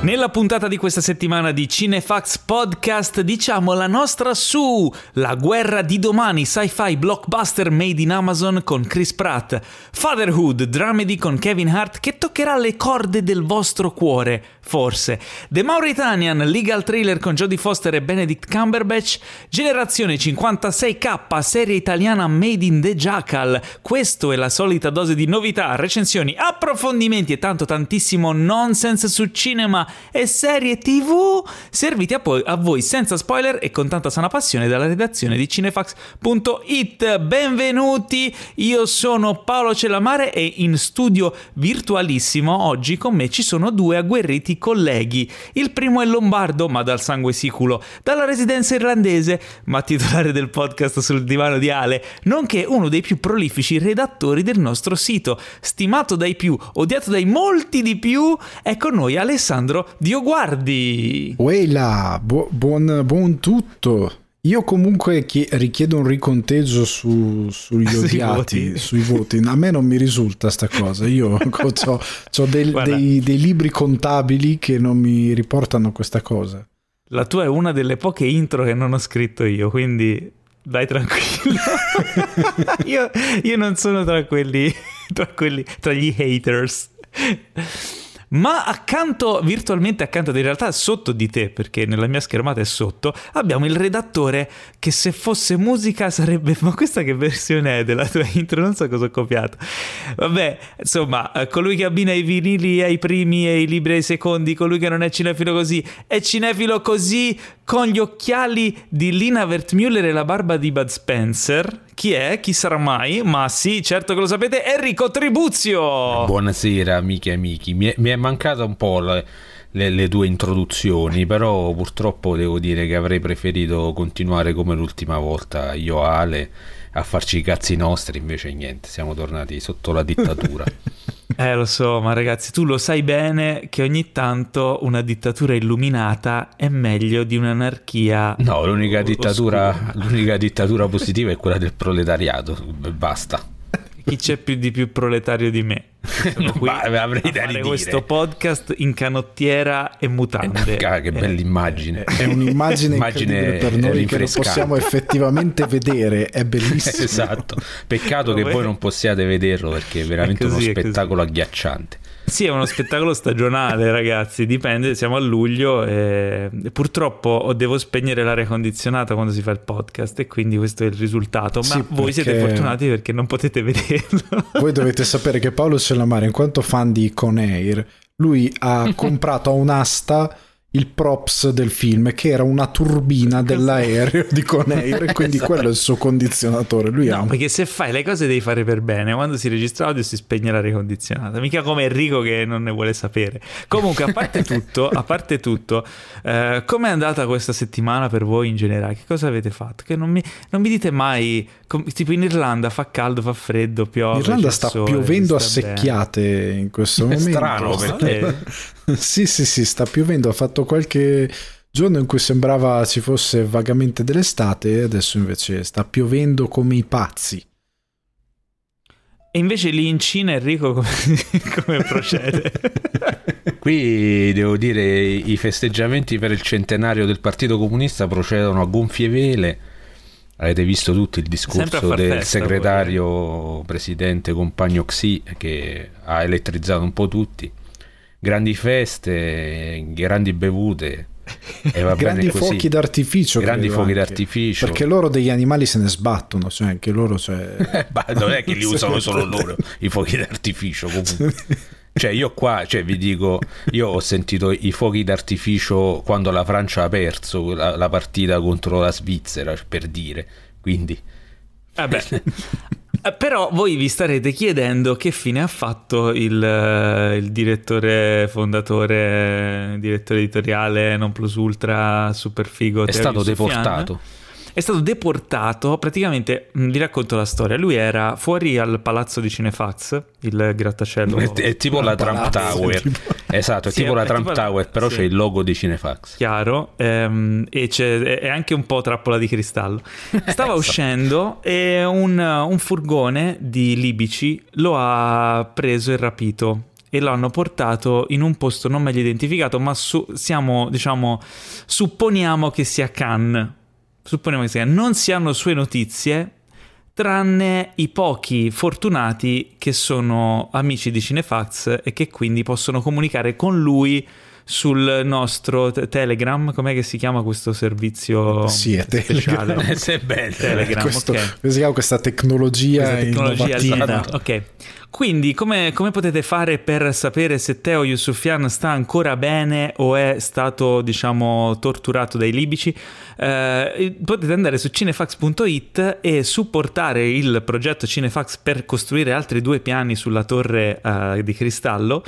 Nella puntata di questa settimana di Cinefax Podcast diciamo la nostra su La guerra di domani, sci-fi blockbuster made in Amazon con Chris Pratt, Fatherhood, dramedy con Kevin Hart che toccherà le corde del vostro cuore, forse, The Mauritanian, legal thriller con Jodie Foster e Benedict Cumberbatch, Generazione 56K, serie italiana made in The Jackal. Questo è la solita dose di novità, recensioni, approfondimenti e tantissimo nonsense su cinema e serie TV serviti a voi senza spoiler e con tanta sana passione dalla redazione di cinefax.it. Benvenuti, io sono Paolo Cellamare e in studio virtualissimo oggi con me ci sono due agguerriti colleghi. Il primo è lombardo ma dal sangue siculo, dalla residenza irlandese ma titolare del podcast Sul divano di Ale, nonché uno dei più prolifici redattori del nostro sito, stimato dai più, odiato dai molti di più. È con noi Alessandro Dioguardi. Uela, buon tutto. Io comunque richiedo un riconteggio sugli odiati, sui voti. A me non mi risulta sta cosa. Io ho dei libri contabili che non mi riportano questa cosa. La tua è una delle poche intro che non ho scritto io, quindi vai tranquillo. io non sono tra gli haters. Ma virtualmente accanto in realtà sotto di te, perché nella mia schermata è sotto, abbiamo il redattore che se fosse musica sarebbe... Ma questa che versione è della tua intro? Non so cosa ho copiato. Vabbè, insomma, colui che abbina i vinili ai primi e i libri ai secondi, colui che non è cinefilo così, è cinefilo così, con gli occhiali di Lina Wertmüller e la barba di Bud Spencer. Chi è? Chi sarà mai? Ma sì, certo che lo sapete, Enrico Tribuzio! Buonasera amiche e amici, mi è mancata un po' le tue introduzioni, però purtroppo devo dire che avrei preferito continuare come l'ultima volta, io Ale, a farci i cazzi nostri, invece niente, siamo tornati sotto la dittatura. Lo so, ma ragazzi, tu lo sai bene che ogni tanto una dittatura illuminata è meglio di un'anarchia. No, l'unica dittatura positiva è quella del proletariato, basta. Chi c'è più proletario di me? Sono qui avrei a fare questo podcast in canottiera e mutande. Che bella immagine. È un'immagine incredibile per noi che non possiamo effettivamente vedere, è bellissimo. Esatto, peccato che voi non possiate vederlo perché è veramente uno spettacolo agghiacciante. Sì, è uno spettacolo stagionale, ragazzi, dipende, siamo a luglio e purtroppo devo spegnere l'aria condizionata quando si fa il podcast e quindi questo è il risultato, ma voi siete fortunati perché non potete vederlo. Voi dovete sapere che Paolo Cellamare, in quanto fan di Conair, lui ha comprato a un'asta il props del film, che era una turbina dell'aereo di Conair, e quindi quello è il suo condizionatore. Perché se fai le cose devi fare per bene. Quando si registra audio si spegne l'aria condizionata, mica come Enrico che non ne vuole sapere. Comunque, a parte tutto, com'è andata questa settimana per voi in generale? Che cosa avete fatto? Che non mi dite mai, tipo in Irlanda fa caldo, fa freddo, piove. In Irlanda sta piovendo a secchiate in questo momento. È strano perché sì, sta piovendo. Ha fatto qualche giorno in cui sembrava ci fosse vagamente dell'estate e adesso invece sta piovendo come i pazzi. E invece lì in Cina, Enrico, come procede? Qui devo dire i festeggiamenti per il centenario del Partito Comunista procedono a gonfie vele. Avete visto tutto il discorso del segretario presidente compagno Xi che ha elettrizzato un po' tutti. Grandi feste, grandi bevute e va grandi bene così. Fuochi d'artificio, perché loro degli animali se ne sbattono, cioè anche loro non è che li usano solo loro i fuochi d'artificio comunque. Cioè io qua vi dico, io ho sentito i fuochi d'artificio quando la Francia ha perso la partita contro la Svizzera, per dire, quindi però voi vi starete chiedendo che fine ha fatto il direttore fondatore, direttore editoriale non plus ultra super figo. È stato deportato. È stato deportato, praticamente vi racconto la storia. Lui era fuori al palazzo di Cinefax, il grattacielo. È tipo la Trump Tower. Esatto, è tipo la Trump Tower, però c'è il logo di Cinefax. Chiaro, e è anche un po' trappola di cristallo. Stava uscendo e un furgone di libici lo ha preso e rapito. e lo hanno portato in un posto non meglio identificato, ma supponiamo che sia Cannes. Non si hanno sue notizie, tranne i pochi fortunati che sono amici di Cinefax e che quindi possono comunicare con lui sul nostro Telegram. Com'è che si chiama questo servizio speciale? Telegram, si chiama questa tecnologia innovativa. Ok. Quindi come potete fare per sapere se Teo Yusufian sta ancora bene o è stato, diciamo, torturato dai libici? Potete andare su cinefax.it e supportare il progetto Cinefax per costruire altri 2 piani sulla torre di cristallo.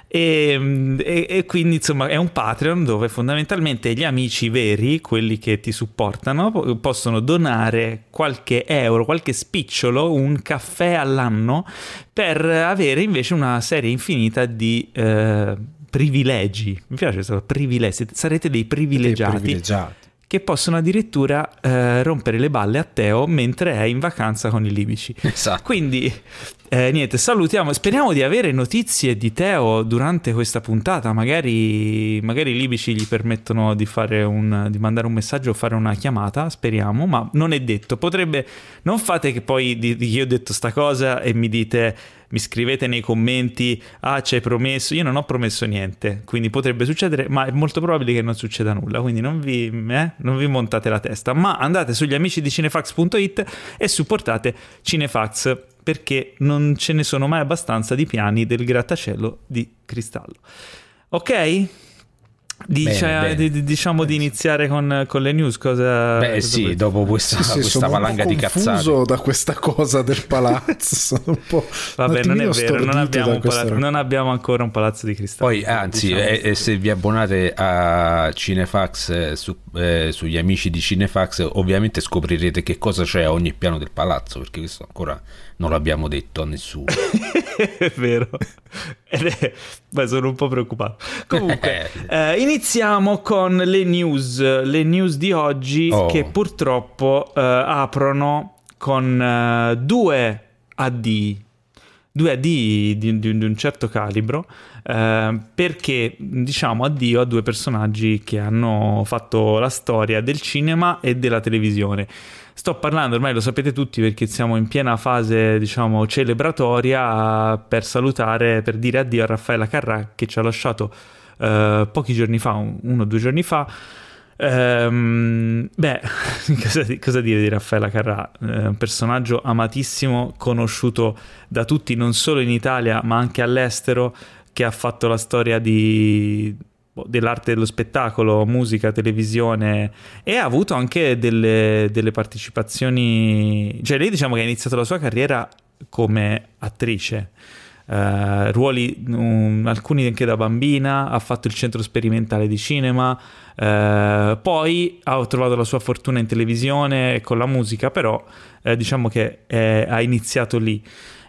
E quindi insomma è un Patreon dove fondamentalmente gli amici veri, quelli che ti supportano, possono donare qualche euro, qualche spicciolo, un caffè all'anno, per avere invece una serie infinita di privilegi. Mi piace questo privilegi, sarete dei privilegiati. Che possono addirittura rompere le balle a Teo mentre è in vacanza con i libici. Esatto. Quindi niente, salutiamo, speriamo di avere notizie di Teo durante questa puntata. Magari i libici gli permettono di mandare un messaggio o fare una chiamata, speriamo, ma non è detto. Potrebbe, non fate che poi di che io ho detto sta cosa e mi scrivete nei commenti: ah, ci hai promesso. Io non ho promesso niente, quindi potrebbe succedere, ma è molto probabile che non succeda nulla, quindi non vi montate la testa, ma andate sugli amici di cinefax.it e supportate Cinefax, perché non ce ne sono mai abbastanza di piani del grattacielo di cristallo. Ok? Diciamo di iniziare con le news. Cosa sì, dopo questa valanga di cazzate. Sono confuso da questa cosa del palazzo. Sono un po'. Vabbè, non è vero, non abbiamo ancora un palazzo di cristallo. Poi, anzi, se vi abbonate a Cinefax sugli amici di Cinefax, ovviamente scoprirete che cosa c'è a ogni piano del palazzo, perché questo ancora non l'abbiamo detto a nessuno. È vero. Beh, sono un po' preoccupato. Comunque, iniziamo con le news di oggi, che purtroppo aprono con 2 addii di un certo calibro, perché diciamo addio a 2 personaggi che hanno fatto la storia del cinema e della televisione. Sto parlando, ormai lo sapete tutti perché siamo in piena fase, diciamo, celebratoria, per dire addio a Raffaella Carrà, che ci ha lasciato pochi giorni fa, 1 o 2 giorni fa. Cosa dire di Raffaella Carrà? Un personaggio amatissimo, conosciuto da tutti non solo in Italia ma anche all'estero, che ha fatto la storia dell'arte dello spettacolo, musica, televisione, e ha avuto anche delle partecipazioni. Cioè lei, diciamo che ha iniziato la sua carriera come attrice, ruoli alcuni anche da bambina, ha fatto il centro sperimentale di cinema, poi ha trovato la sua fortuna in televisione e con la musica, però diciamo che ha iniziato lì.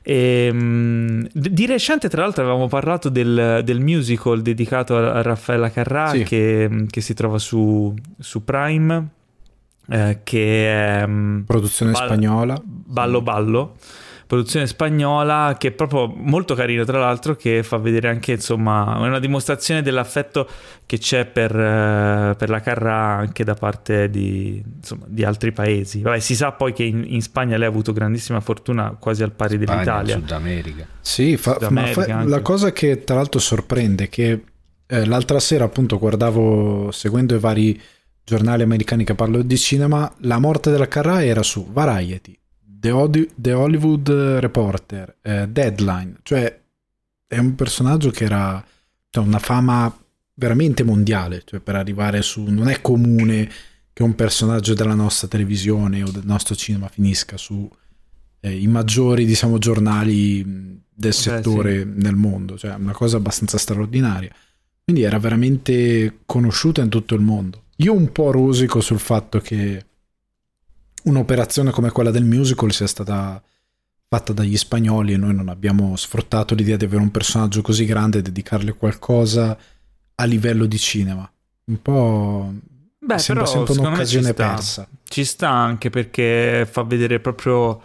Di recente, tra l'altro, avevamo parlato del musical dedicato a Raffaella Carrà, sì, che si trova su Prime, che è produzione spagnola, Ballo, produzione spagnola, che è proprio molto carino, tra l'altro, che fa vedere anche, insomma, una dimostrazione dell'affetto che c'è per la Carrà anche da parte di altri paesi. Vabbè, si sa poi che in Spagna lei ha avuto grandissima fortuna, quasi al pari dell'Italia. Sud America. Sì, la cosa che tra l'altro sorprende è che l'altra sera, appunto, seguendo i vari giornali americani che parlano di cinema, la morte della Carrà era su Variety, The Hollywood Reporter, Deadline. Cioè è un personaggio che era una fama veramente mondiale, cioè per arrivare non è comune che un personaggio della nostra televisione o del nostro cinema finisca su i maggiori, diciamo, giornali del settore nel mondo. Cioè è una cosa abbastanza straordinaria, quindi era veramente conosciuta in tutto il mondo. Io un po' rosico sul fatto che un'operazione come quella del musical sia stata fatta dagli spagnoli e noi non abbiamo sfruttato l'idea di avere un personaggio così grande e dedicarle qualcosa a livello di cinema. Un po'. Sembra sempre un'occasione persa. Ci sta, anche perché fa vedere proprio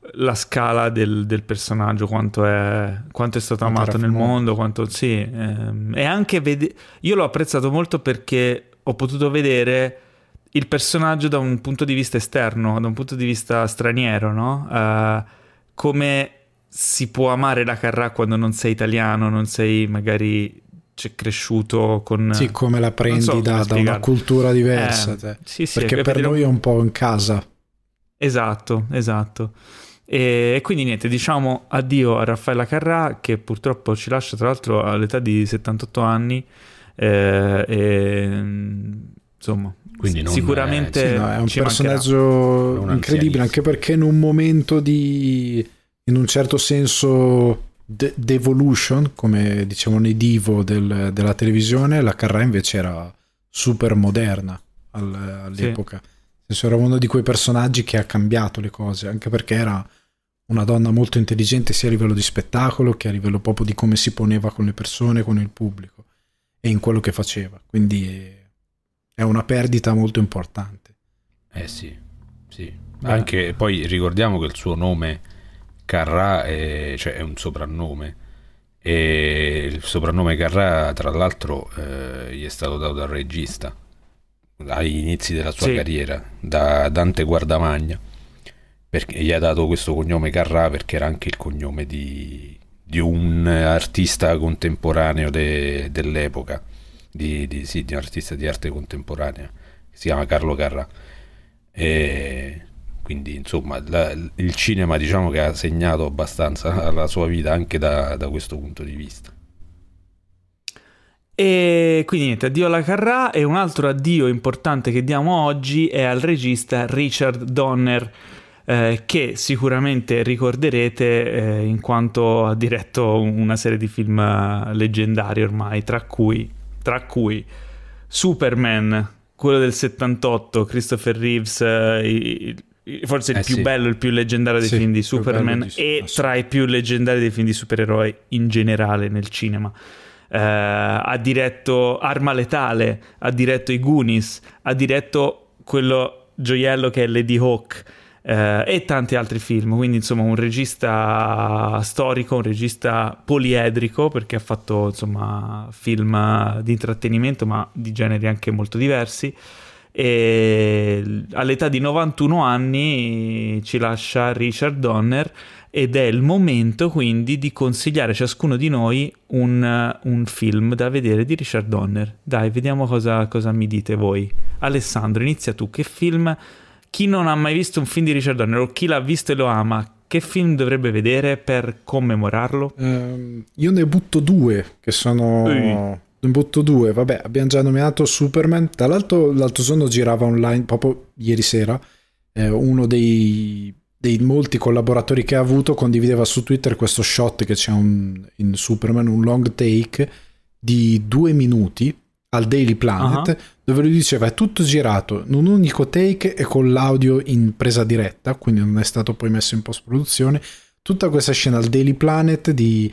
la scala del personaggio, quanto è stato amato nel mondo, quanto sì, e anche io l'ho apprezzato molto perché ho potuto vedere il personaggio da un punto di vista esterno, da un punto di vista straniero, no? Come si può amare la Carrà quando non sei italiano, non sei magari cresciuto con... Sì, come la prendi da una cultura diversa, sì, perché per noi è un po' in casa. Esatto. E quindi niente, diciamo addio a Raffaella Carrà, che purtroppo ci lascia tra l'altro all'età di 78 anni, insomma, quindi sicuramente è un personaggio incredibile, anche perché in un momento in un certo senso devolution, come diciamo nei divo della televisione, la Carrà invece era super moderna all'epoca. Era uno di quei personaggi che ha cambiato le cose, anche perché era una donna molto intelligente sia a livello di spettacolo che a livello proprio di come si poneva con le persone, con il pubblico e in quello che faceva, quindi è una perdita molto importante. Sì. Anche poi ricordiamo che il suo nome Carrà è un soprannome, e il soprannome Carrà tra l'altro gli è stato dato dal regista agli inizi della sua carriera, da Dante Guardamagna, perché gli ha dato questo cognome Carrà perché era anche il cognome di un artista contemporaneo dell'epoca, di un artista di arte contemporanea che si chiama Carlo Carrà, e quindi insomma il cinema diciamo che ha segnato abbastanza la sua vita anche da questo punto di vista. E quindi niente, addio alla Carrà. E un altro addio importante che diamo oggi è al regista Richard Donner, che sicuramente ricorderete in quanto ha diretto una serie di film leggendari ormai, tra cui Superman, quello del 78, Christopher Reeves, forse il più bello, il più leggendario dei film di Superman, e tra i più leggendari dei film di supereroi in generale nel cinema. Ha diretto Arma Letale, ha diretto i Goonies, ha diretto quello gioiello che è Lady Hawk, e tanti altri film. Quindi insomma un regista storico, un regista poliedrico, perché ha fatto insomma film di intrattenimento ma di generi anche molto diversi, e all'età di 91 anni ci lascia Richard Donner, ed è il momento quindi di consigliare a ciascuno di noi un film da vedere di Richard Donner. Dai, vediamo cosa mi dite voi. Alessandro, inizia tu. Che film, chi non ha mai visto un film di Richard Donner o chi l'ha visto e lo ama, che film dovrebbe vedere per commemorarlo? Io ne butto due, che sono... Ne butto due, vabbè, abbiamo già nominato Superman. Tra l'altro giorno girava online, proprio ieri sera, uno dei molti collaboratori che ha avuto condivideva su Twitter questo shot che c'è in Superman, un long take di 2 minuti al Daily Planet, dove lui diceva è tutto girato in un unico take e con l'audio in presa diretta, quindi non è stato poi messo in post-produzione. Tutta questa scena al Daily Planet di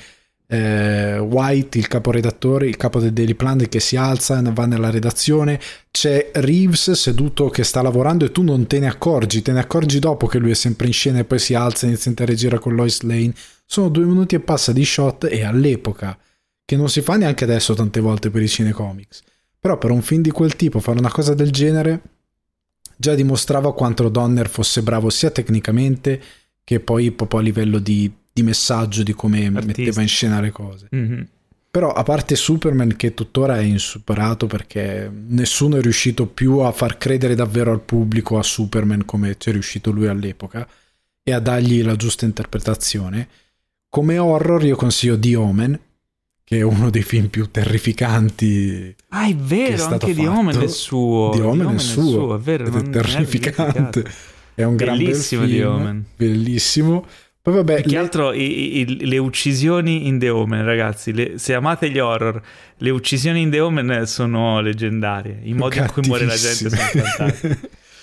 White, il caporedattore, il capo del Daily Planet, che si alza, va nella redazione, c'è Reeves seduto che sta lavorando e tu non te ne accorgi dopo che lui è sempre in scena e poi si alza e inizia a interagire con Lois Lane. Sono 2 minuti e passa di shot, e all'epoca, che non si fa neanche adesso tante volte per i cinecomics, però per un film di quel tipo fare una cosa del genere già dimostrava quanto Donner fosse bravo sia tecnicamente che poi proprio a livello di messaggio, di come metteva in scena le cose. Però a parte Superman, che tuttora è insuperato perché nessuno è riuscito più a far credere davvero al pubblico a Superman come c'è riuscito lui all'epoca e a dargli la giusta interpretazione, come horror io consiglio The Omen, che è uno dei film più terrificanti. Ah, è vero, anche The Omen è suo. The Omen è suo, è vero, ed è terrificante, è un gran bel film, The Omen. Bellissimo. Poi vabbè, che altro le uccisioni in The Omen, ragazzi, se amate gli horror, le uccisioni in The Omen sono leggendarie, i modi in cui muore la gente sono fantastici.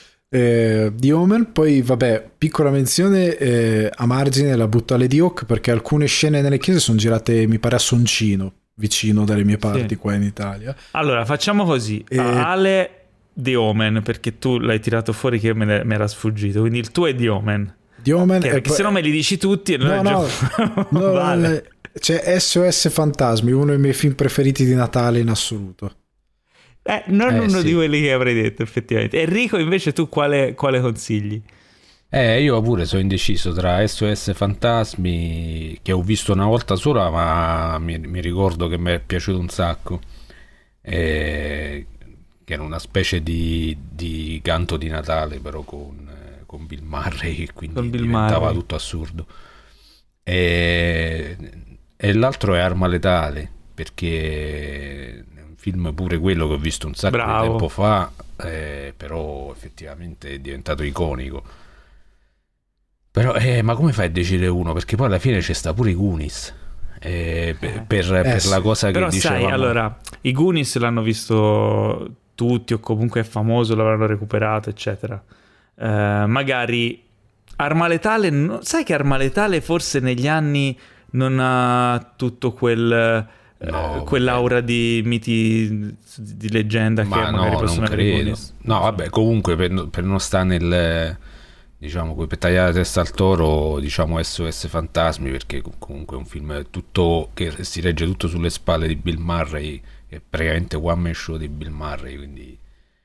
The Omen. Poi vabbè, piccola menzione a margine, la butto a Lady Hawk, perché alcune scene nelle chiese sono girate mi pare a Soncino, vicino dalle mie parti qua in Italia. Allora facciamo così, Ale The Omen, perché tu l'hai tirato fuori che mi era sfuggito, quindi il tuo è The Omen. The Omen perché se no me li dici tutti e no, vale. C'è SOS Fantasmi, uno dei miei film preferiti di Natale in assoluto. Non uno di quelli che avrei detto effettivamente. Enrico, invece tu quale consigli? Io pure sono indeciso tra SOS Fantasmi, che ho visto una volta sola, ma mi ricordo che mi è piaciuto un sacco, che era una specie di canto di Natale, però con Bill Murray, quindi diventava tutto assurdo. E l'altro è Arma Letale, perché è un film pure quello che ho visto un sacco di tempo fa, però effettivamente è diventato iconico. Però ma come fai a decidere uno? Perché poi alla fine c'è sta pure i Goonies, per la cosa però che dicevamo. Sai, allora, i Goonies l'hanno visto tutti, o comunque è famoso, l'avranno recuperato, eccetera. Magari Arma Letale, sai che Arma Letale forse negli anni non ha tutto quell'aura di miti di leggenda che magari possono avere. No, vabbè, comunque per non stare nel, diciamo, per tagliare la testa al toro, diciamo SOS Fantasmi, perché comunque è un film tutto che si regge tutto sulle spalle di Bill Murray, che è praticamente one man show di Bill Murray, quindi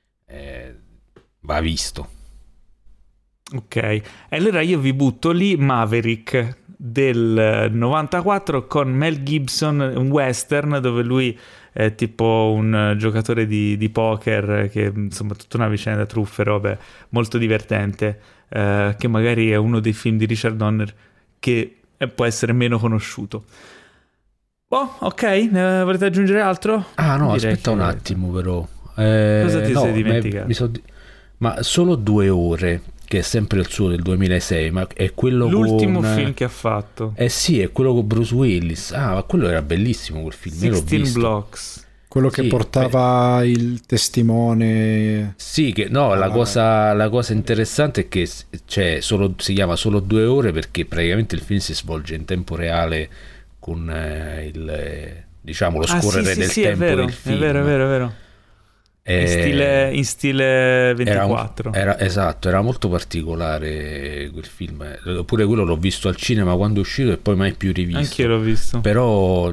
va visto. Ok, e allora io vi butto lì Maverick del 94 con Mel Gibson, un western dove lui è tipo un giocatore di poker, che insomma tutta una vicenda truffe, robe, molto divertente, che magari è uno dei film di Richard Donner che può essere meno conosciuto. Ok, volete aggiungere altro? No, direi aspetta un attimo però. Cosa ti sei dimenticato? Ma solo 2 ore, che è sempre il suo del 2006, ma è quello l'ultimo film che ha fatto. Sì, è quello con Bruce Willis. Ma quello era bellissimo quel film. 16 Blocks. Quello che portava il testimone. Sì, che no, la cosa interessante è che si chiama solo 2 ore perché praticamente il film si svolge in tempo reale con diciamo lo scorrere del tempo del film. È vero. In stile 24. Esatto, era molto particolare quel film. Pure quello l'ho visto al cinema quando è uscito e poi mai più rivisto. Anch'io l'ho visto. Però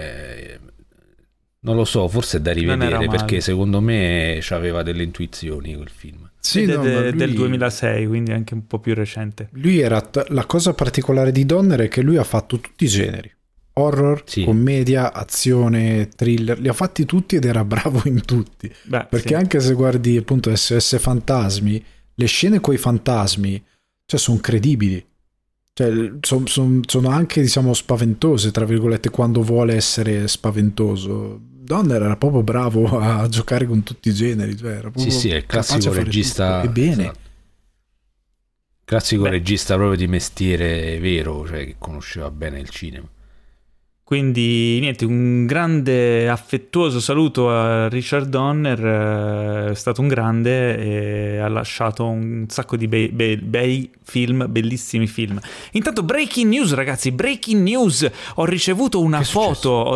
non lo so, forse è da rivedere, perché secondo me c'aveva delle intuizioni quel film. Sì, del 2006, quindi anche un po' più recente. Lui la cosa particolare di Donner è che lui ha fatto tutti i generi. Horror, commedia, azione, thriller, li ha fatti tutti ed era bravo in tutti. Perché anche se guardi appunto SOS Fantasmi, le scene coi fantasmi, cioè, sono credibili, cioè sono anche, diciamo, spaventose tra virgolette quando vuole essere spaventoso. Donner era proprio bravo a giocare con tutti i generi, cioè era proprio è il classico regista e bene. Esatto. Classico regista proprio di mestiere vero, cioè che conosceva bene il cinema. Quindi niente, un grande affettuoso saluto a Richard Donner, è stato un grande e ha lasciato un sacco di bei film, bellissimi film. Intanto breaking news, ragazzi, breaking news, ho ricevuto una foto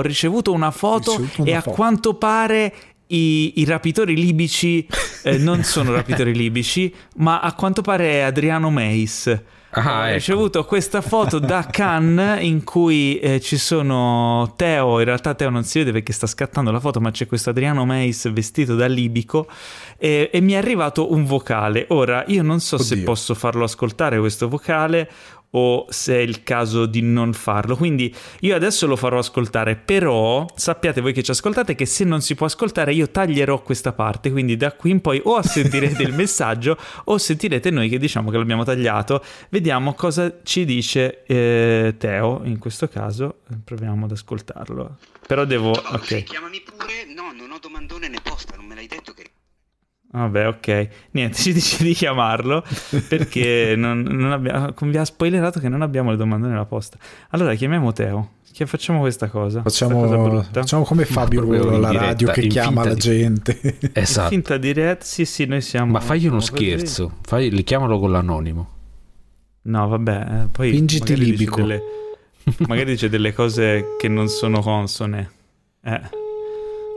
e a quanto pare i rapitori libici non sono rapitori libici, ma a quanto pare è Adriano Meis. Ho ricevuto questa foto da Cannes in cui ci sono Teo, in realtà Teo non si vede perché sta scattando la foto, ma c'è questo Adriano Meis vestito da libico e mi è arrivato un vocale. Ora io non so se posso farlo ascoltare questo vocale o se è il caso di non farlo, quindi io adesso lo farò ascoltare, però sappiate voi che ci ascoltate che se non si può ascoltare io taglierò questa parte, quindi da qui in poi o sentirete il messaggio o sentirete noi che diciamo che l'abbiamo tagliato. Vediamo cosa ci dice Teo in questo caso, proviamo ad ascoltarlo, però devo ok, chiamami pure. No, non ho domandone né posta, non me l'hai detto che... Vabbè, ok, niente, ci dice di chiamarlo perché non abbiamo, vi ha spoilerato che non abbiamo le domande nella posta. Allora chiamiamo Teo, facciamo questa cosa. Facciamo come Fabio alla radio che chiama la gente. Esatto. In finta diretta, sì, noi siamo. Ma fagli uno scherzo, chiamalo con l'anonimo. No, vabbè, poi fingiti libico. Magari dice delle cose che non sono consone.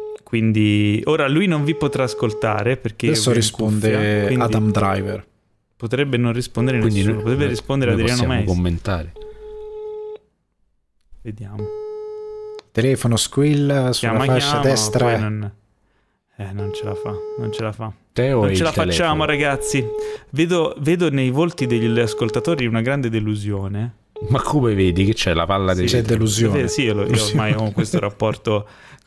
Quindi ora lui non vi potrà ascoltare perché adesso risponde cuffia, quindi... Adam Driver. Potrebbe non rispondere nessuno, potrebbe rispondere Adriano Meis. Commentare. Vediamo. Telefono squilla sulla fascia destra. Non ce la fa, non ce la fa. Teo non ce la facciamo, ragazzi. Vedo nei volti degli ascoltatori una grande delusione. Ma come vedi che c'è la palla di... C'è delusione. Sì, io ormai ho questo rapporto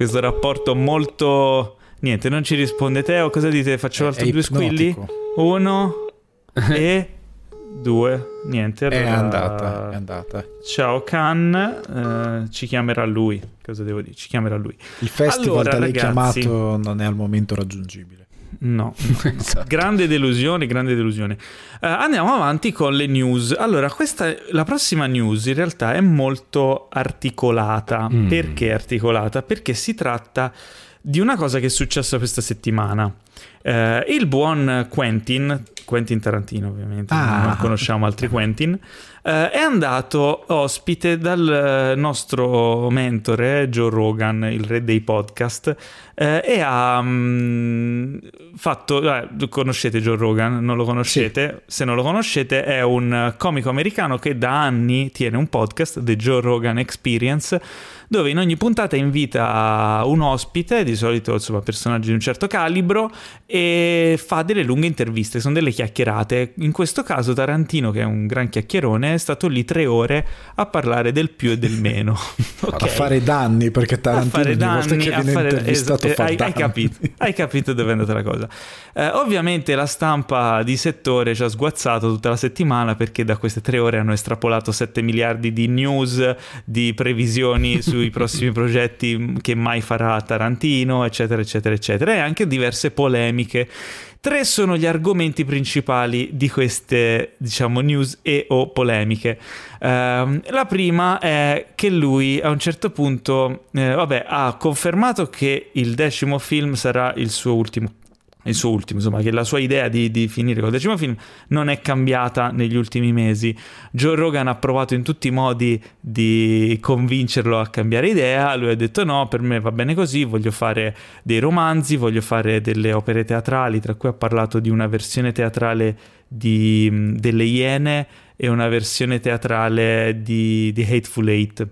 molto... Niente, non ci risponde Teo. Cosa dite? Faccio altri due squilli? 1 e 2. Niente, allora... È andata. Ciao Khan, ci chiamerà lui. Cosa devo dire? Ci chiamerà lui. Il festival allora, da lei ragazzi, chiamato non è al momento raggiungibile. No. Esatto. Grande delusione. Andiamo avanti con le news. Allora, la prossima news in realtà è molto articolata. Perché articolata? Perché si tratta di una cosa che è successa questa settimana. Il buon Quentin Tarantino, ovviamente, non conosciamo altri Quentin, è andato ospite dal nostro mentore Joe Rogan, il re dei podcast, e ha fatto... conoscete Joe Rogan? Non lo conoscete? Sì. Se non lo conoscete, è un comico americano che da anni tiene un podcast, The Joe Rogan Experience, dove in ogni puntata invita un ospite, di solito insomma personaggi di un certo calibro, e fa delle lunghe interviste, sono delle chiacchierate. In questo caso Tarantino, che è un gran chiacchierone, è stato lì 3 ore a parlare del più e del meno. Okay. A fare danni, perché Tarantino ogni volta che viene intervistato fa danni. Hai capito dove è andata la cosa. Ovviamente la stampa di settore ci ha sguazzato tutta la settimana, perché da queste 3 ore hanno estrapolato 7 miliardi di news, di previsioni sui prossimi progetti che mai farà Tarantino, eccetera eccetera eccetera, e anche diverse polemiche. 3 sono gli argomenti principali di queste, diciamo, news e o polemiche. La prima è che lui a un certo punto ha confermato che il 10° film sarà il suo ultimo, insomma, che la sua idea di finire col 10° film non è cambiata negli ultimi mesi. Joe Rogan ha provato in tutti i modi di convincerlo a cambiare idea. Lui ha detto no, per me va bene così, voglio fare dei romanzi, voglio fare delle opere teatrali, tra cui ha parlato di una versione teatrale delle Iene e una versione teatrale di Hateful Eight.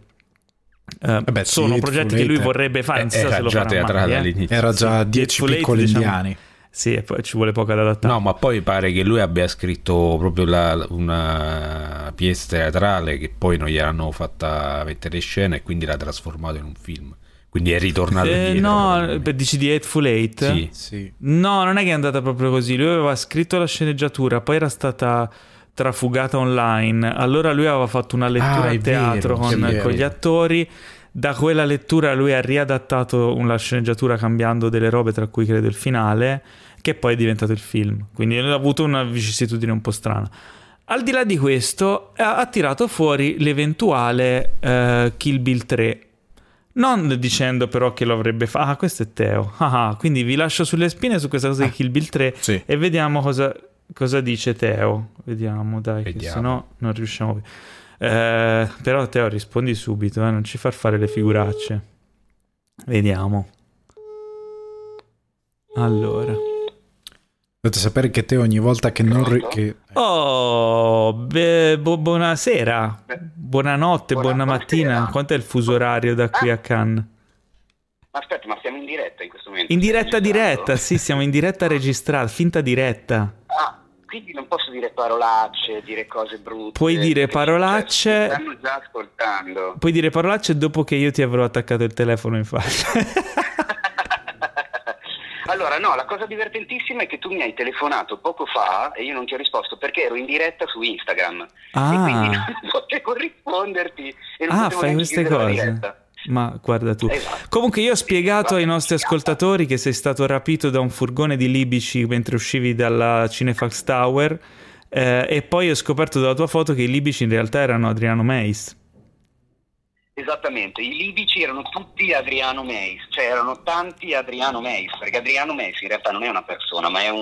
Sono progetti che lui vorrebbe fare, non so se lo farà mai. Era già 10 piccoli indiani. Diciamo, sì, e poi ci vuole poco ad adattare. No, ma poi pare che lui abbia scritto proprio una pièce teatrale che poi non gli hanno fatta mettere in scena e quindi l'ha trasformato in un film. Quindi è ritornato indietro. No, dici di Hateful Eight? Sì. No, non è che è andata proprio così. Lui aveva scritto la sceneggiatura, poi era stata trafugata online. Allora lui aveva fatto una lettura a teatro con gli attori. Da quella lettura lui ha riadattato la sceneggiatura cambiando delle robe, tra cui credo il finale, che poi è diventato il film. Quindi ha avuto una vicissitudine un po' strana. Al di là di questo ha tirato fuori l'eventuale Kill Bill 3, non dicendo però che lo avrebbe fatto. Questo è Teo. Quindi vi lascio sulle spine su questa cosa di Kill Bill 3 e vediamo cosa dice Teo. Vediamo, che se no non riusciamo più. Però Teo rispondi subito, non ci far fare le figuracce. Vediamo. Allora, dovete sapere che Teo ogni volta che non buonasera, buonanotte, buona mattina. Quanto è il fuso orario da qui a Cannes? Aspetta, ma siamo in diretta in questo momento? In diretta, sì, siamo in diretta registrata, finta diretta. Quindi non posso dire parolacce, dire cose brutte. Puoi dire parolacce. Stanno già ascoltando. Puoi dire parolacce dopo che io ti avrò attaccato il telefono in faccia. Allora, no, la cosa divertentissima è che tu mi hai telefonato poco fa e io non ti ho risposto perché ero in diretta su Instagram. E quindi non potevo risponderti. E non potevo fai queste cose. Ma guarda tu. Esatto. Comunque io ho spiegato ai nostri ascoltatori che sei stato rapito da un furgone di libici mentre uscivi dalla Cinefax Tower, e poi ho scoperto dalla tua foto che i libici in realtà erano Adriano Meis. Esattamente, i libici erano tutti Adriano Meis, cioè erano tanti Adriano Meis, perché Adriano Meis in realtà non è una persona, ma è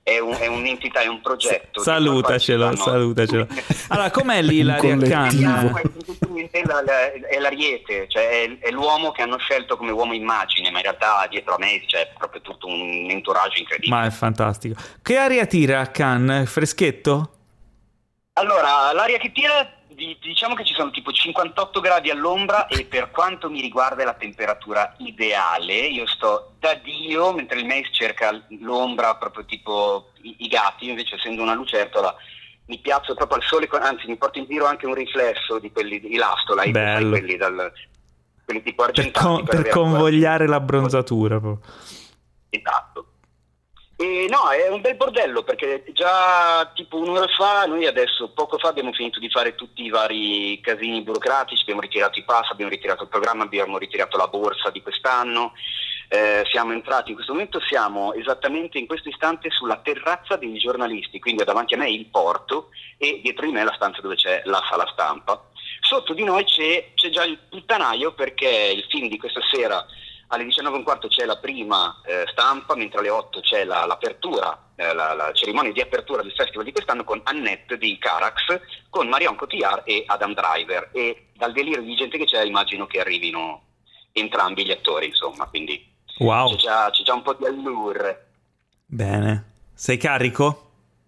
è un'entità, è un progetto. Salutacelo. Allora, com'è lì l'Aria Khan? È l'Ariete, cioè è l'uomo che hanno scelto come uomo immagine, ma in realtà dietro a me c'è proprio tutto un entourage incredibile. Ma è fantastico. Che aria tira a Khan? Freschetto? Allora, l'aria che tira, diciamo che ci sono tipo 58 gradi all'ombra, e per quanto mi riguarda è la temperatura ideale. Io sto da Dio, mentre il Mace cerca l'ombra, proprio tipo i gatti. Io invece, essendo una lucertola, mi piazzo proprio al sole, anzi mi porto in giro anche un riflesso di quelli di Lastolite, quelli tipo argentati, per convogliare la bronzatura. Esatto. E no, è un bel bordello, perché già tipo un'ora fa, poco fa abbiamo finito di fare tutti i vari casini burocratici, abbiamo ritirato i pass, abbiamo ritirato il programma, abbiamo ritirato la borsa di quest'anno, siamo entrati, in questo momento siamo esattamente in questo istante sulla terrazza dei giornalisti, quindi davanti a me il porto e dietro di me la stanza dove c'è la sala stampa. Sotto di noi c'è già il puttanaio, perché il film di questa sera alle 19:15 c'è la prima stampa, mentre alle 8 c'è l'apertura, la cerimonia di apertura del festival di quest'anno, con Annette di Carax, con Marion Cotillard e Adam Driver, e dal delirio di gente che c'è immagino che arrivino entrambi gli attori, insomma, quindi wow. c'è già un po' di allure. Bene, sei carico?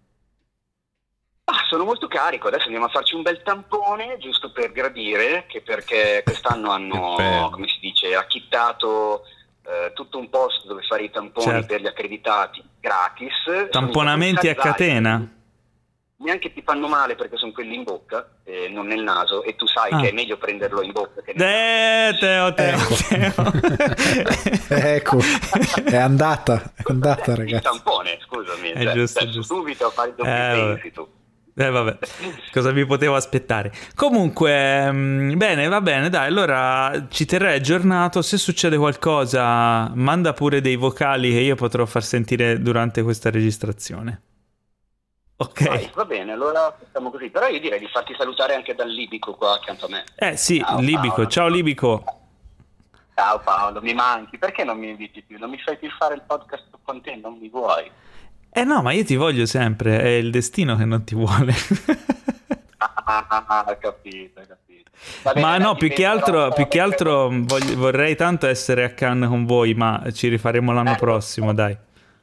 Sono molto carico, adesso andiamo a farci un bel tampone, giusto per gradire, perché quest'anno hanno, come si dice, acchittato tutto un posto dove fare i tamponi per gli accreditati gratis. Tamponamenti a catena? Neanche ti fanno male, perché sono quelli in bocca, non nel naso, e tu sai che è meglio prenderlo in bocca che nel naso. Teo. Ecco, è andata ragazzi. Il tampone, scusami, è giusto. Subito a fare i doppi sensi tu. Vabbè, cosa mi potevo aspettare? Comunque, bene, va bene, dai, allora ci terrei aggiornato. Se succede qualcosa, manda pure dei vocali che io potrò far sentire durante questa registrazione. Ok. Vai, va bene, allora facciamo così. Però io direi di farti salutare anche dal Libico qua accanto a me. Sì, ciao, Libico, Paolo. Ciao Libico. Ciao Paolo, mi manchi. Perché non mi inviti più? Non mi fai più fare il podcast con te? Non mi vuoi? No, ma io ti voglio sempre, è il destino che non ti vuole. Capito. Bene, ma no, più che altro vorrei tanto essere a Cannes con voi, ma ci rifaremo l'anno prossimo, dai.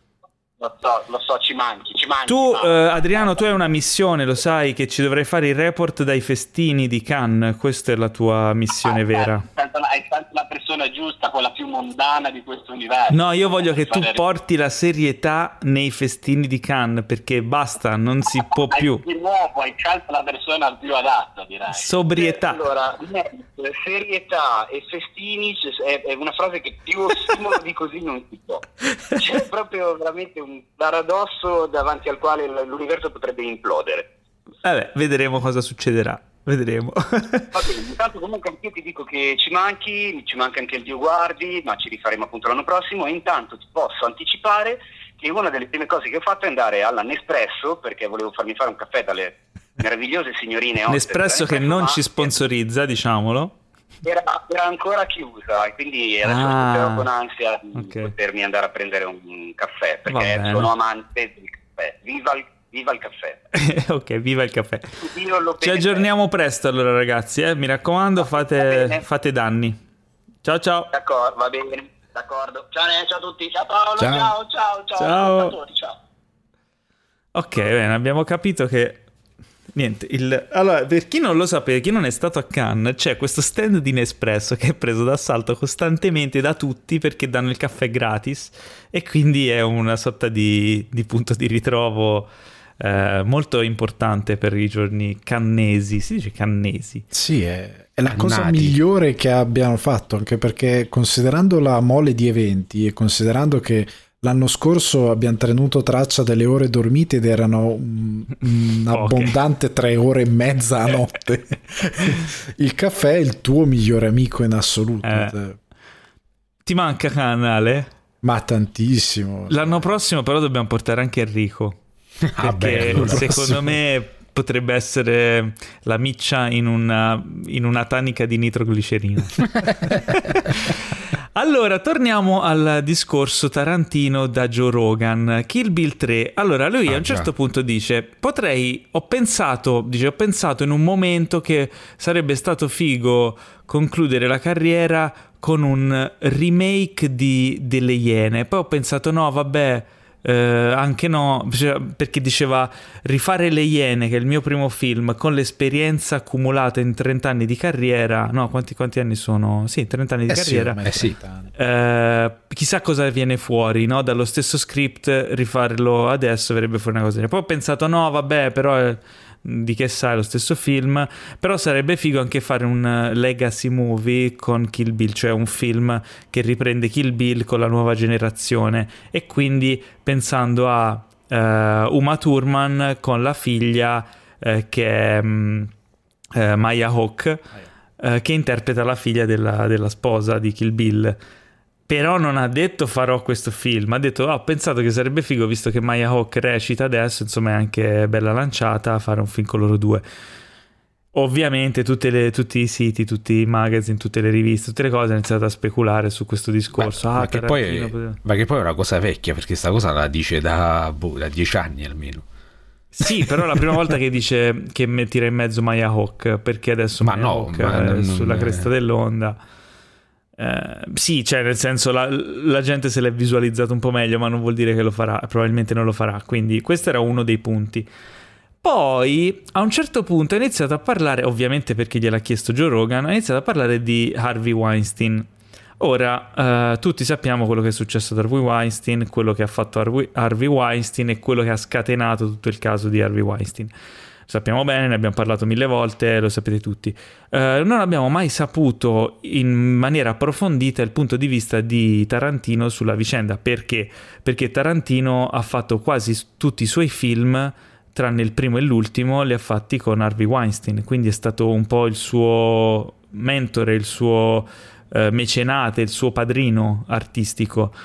Lo so, ci manchi. Tu, Adriano, tu hai una missione, lo sai, che ci dovrai fare il report dai festini di Cannes. Questa è la tua missione vera. Hai tanto la persona giusta, quella più mondana di questo universo. No, io voglio che tu porti la serietà nei festini di Cannes, perché basta, non si può più. Di nuovo hai scelto la persona più adatta, direi. Sobrietà. Allora, serietà e festini è una frase che più ossimolo di così non si può. C'è proprio veramente un paradosso davanti al quale l'universo potrebbe implodere. Vabbè, vedremo cosa succederà. Vedremo. Va bene, intanto comunque anche io ti dico che ci manca anche il Dio guardi, ma ci rifaremo appunto l'anno prossimo, e intanto ti posso anticipare che una delle prime cose che ho fatto è andare alla Nespresso, perché volevo farmi fare un caffè dalle meravigliose signorine Nespresso che non ci sponsorizza, diciamolo. Era ancora chiusa, e quindi adesso spero con ansia di potermi andare a prendere un caffè, perché sono amante del caffè. Viva il caffè. Ok, viva il caffè. Ci aggiorniamo presto allora, ragazzi, mi raccomando, fate danni. Ciao. D'accordo, va bene, d'accordo. Ciao a tutti, ciao Paolo, ciao. Ok, bene, abbiamo capito che niente, allora, per chi non lo sapeva, chi non è stato a Cannes, c'è questo stand di Nespresso che è preso d'assalto costantemente da tutti perché danno il caffè gratis, e quindi è una sorta di punto di ritrovo molto importante per i giorni cannesi. Si dice cannesi? Sì, è la cosa migliore che abbiamo fatto, anche perché, considerando la mole di eventi e considerando che l'anno scorso abbiamo tenuto traccia delle ore dormite ed erano un abbondante 3 ore e mezza a notte, il caffè è il tuo migliore amico in assoluto. Ti manca Canale? Ma tantissimo. L'anno prossimo però dobbiamo portare anche Enrico, perché secondo me potrebbe essere la miccia in una tanica di nitroglicerina. Allora, torniamo al discorso Tarantino da Joe Rogan. Kill Bill 3. Allora, lui a un certo punto dice: ho pensato in un momento che sarebbe stato figo concludere la carriera con un remake delle Iene. Poi ho pensato, no, vabbè, anche no, perché diceva rifare Le Iene, che è il mio primo film, con l'esperienza accumulata in 30 anni di carriera. No, quanti anni sono? Sì, 30 anni di carriera. Sì. Chissà cosa viene fuori, no? Dallo stesso script rifarlo adesso verrebbe fuori una cosa. Poi ho pensato, no, vabbè, però di che sai, lo stesso film, però sarebbe figo anche fare un legacy movie con Kill Bill, cioè un film che riprende Kill Bill con la nuova generazione, e quindi pensando a Uma Thurman con la figlia che è Maya Hawke, che interpreta la figlia della sposa di Kill Bill. Però non ha detto farò questo film, ha detto ho pensato che sarebbe figo, visto che Maya Hawke recita adesso, insomma è anche bella lanciata, fare un film con loro due. Ovviamente tutti i siti, tutti i magazine, tutte le riviste, tutte le cose hanno iniziato a speculare su questo discorso. Ma che poi è una cosa vecchia, perché sta cosa la dice da 10 anni almeno. Sì, però è la prima volta che dice che tira in mezzo Maya Hawke, perché adesso Maya Hawke è sulla cresta dell'onda. Sì, cioè nel senso la gente se l'è visualizzato un po' meglio, ma non vuol dire che lo farà, probabilmente non lo farà, quindi questo era uno dei punti. Poi a un certo punto ha iniziato a parlare, ovviamente perché gliel'ha chiesto Joe Rogan, ha iniziato a parlare di Harvey Weinstein. Ora tutti sappiamo quello che è successo ad Harvey Weinstein, quello che ha fatto Harvey Weinstein e quello che ha scatenato tutto il caso di Harvey Weinstein. Sappiamo bene, ne abbiamo parlato 1000 volte, lo sapete tutti. Non abbiamo mai saputo in maniera approfondita il punto di vista di Tarantino sulla vicenda. Perché? Perché Tarantino ha fatto quasi tutti i suoi film, tranne il primo e l'ultimo, li ha fatti con Harvey Weinstein. Quindi è stato un po' il suo mentore, il suo mecenate, il suo padrino artistico.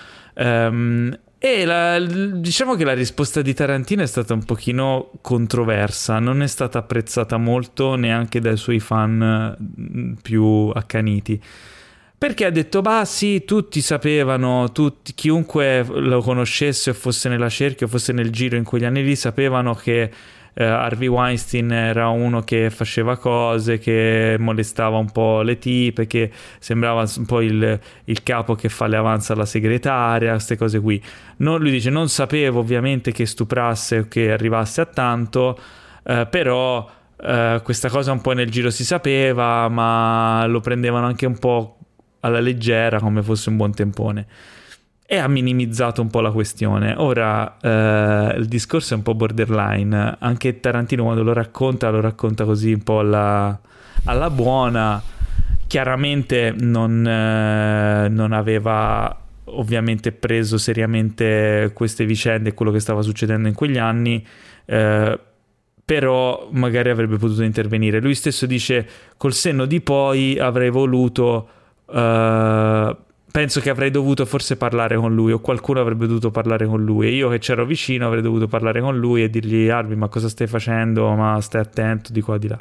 E diciamo che la risposta di Tarantino è stata un pochino controversa, non è stata apprezzata molto neanche dai suoi fan più accaniti, perché ha detto sì, tutti sapevano, chiunque lo conoscesse o fosse nella cerchia o fosse nel giro in quegli anni lì, sapevano che Harvey Weinstein era uno che faceva cose, che molestava un po' le tipe, che sembrava un po' il capo che fa le avanze alla segretaria, queste cose qui. Lui dice non sapevo ovviamente che stuprasse o che arrivasse a tanto, però questa cosa un po' nel giro si sapeva, ma lo prendevano anche un po' alla leggera, come fosse un buon tempone. E ha minimizzato un po' la questione. Ora il discorso è un po' borderline. Anche Tarantino quando lo racconta così un po' alla buona. Chiaramente non aveva ovviamente preso seriamente queste vicende e quello che stava succedendo in quegli anni, però magari avrebbe potuto intervenire. Lui stesso dice: col senno di poi avrei voluto... penso che avrei dovuto forse parlare con lui, o qualcuno avrebbe dovuto parlare con lui, e io che c'ero vicino avrei dovuto parlare con lui e dirgli: Harvey, ma cosa stai facendo? Ma stai attento di qua di là.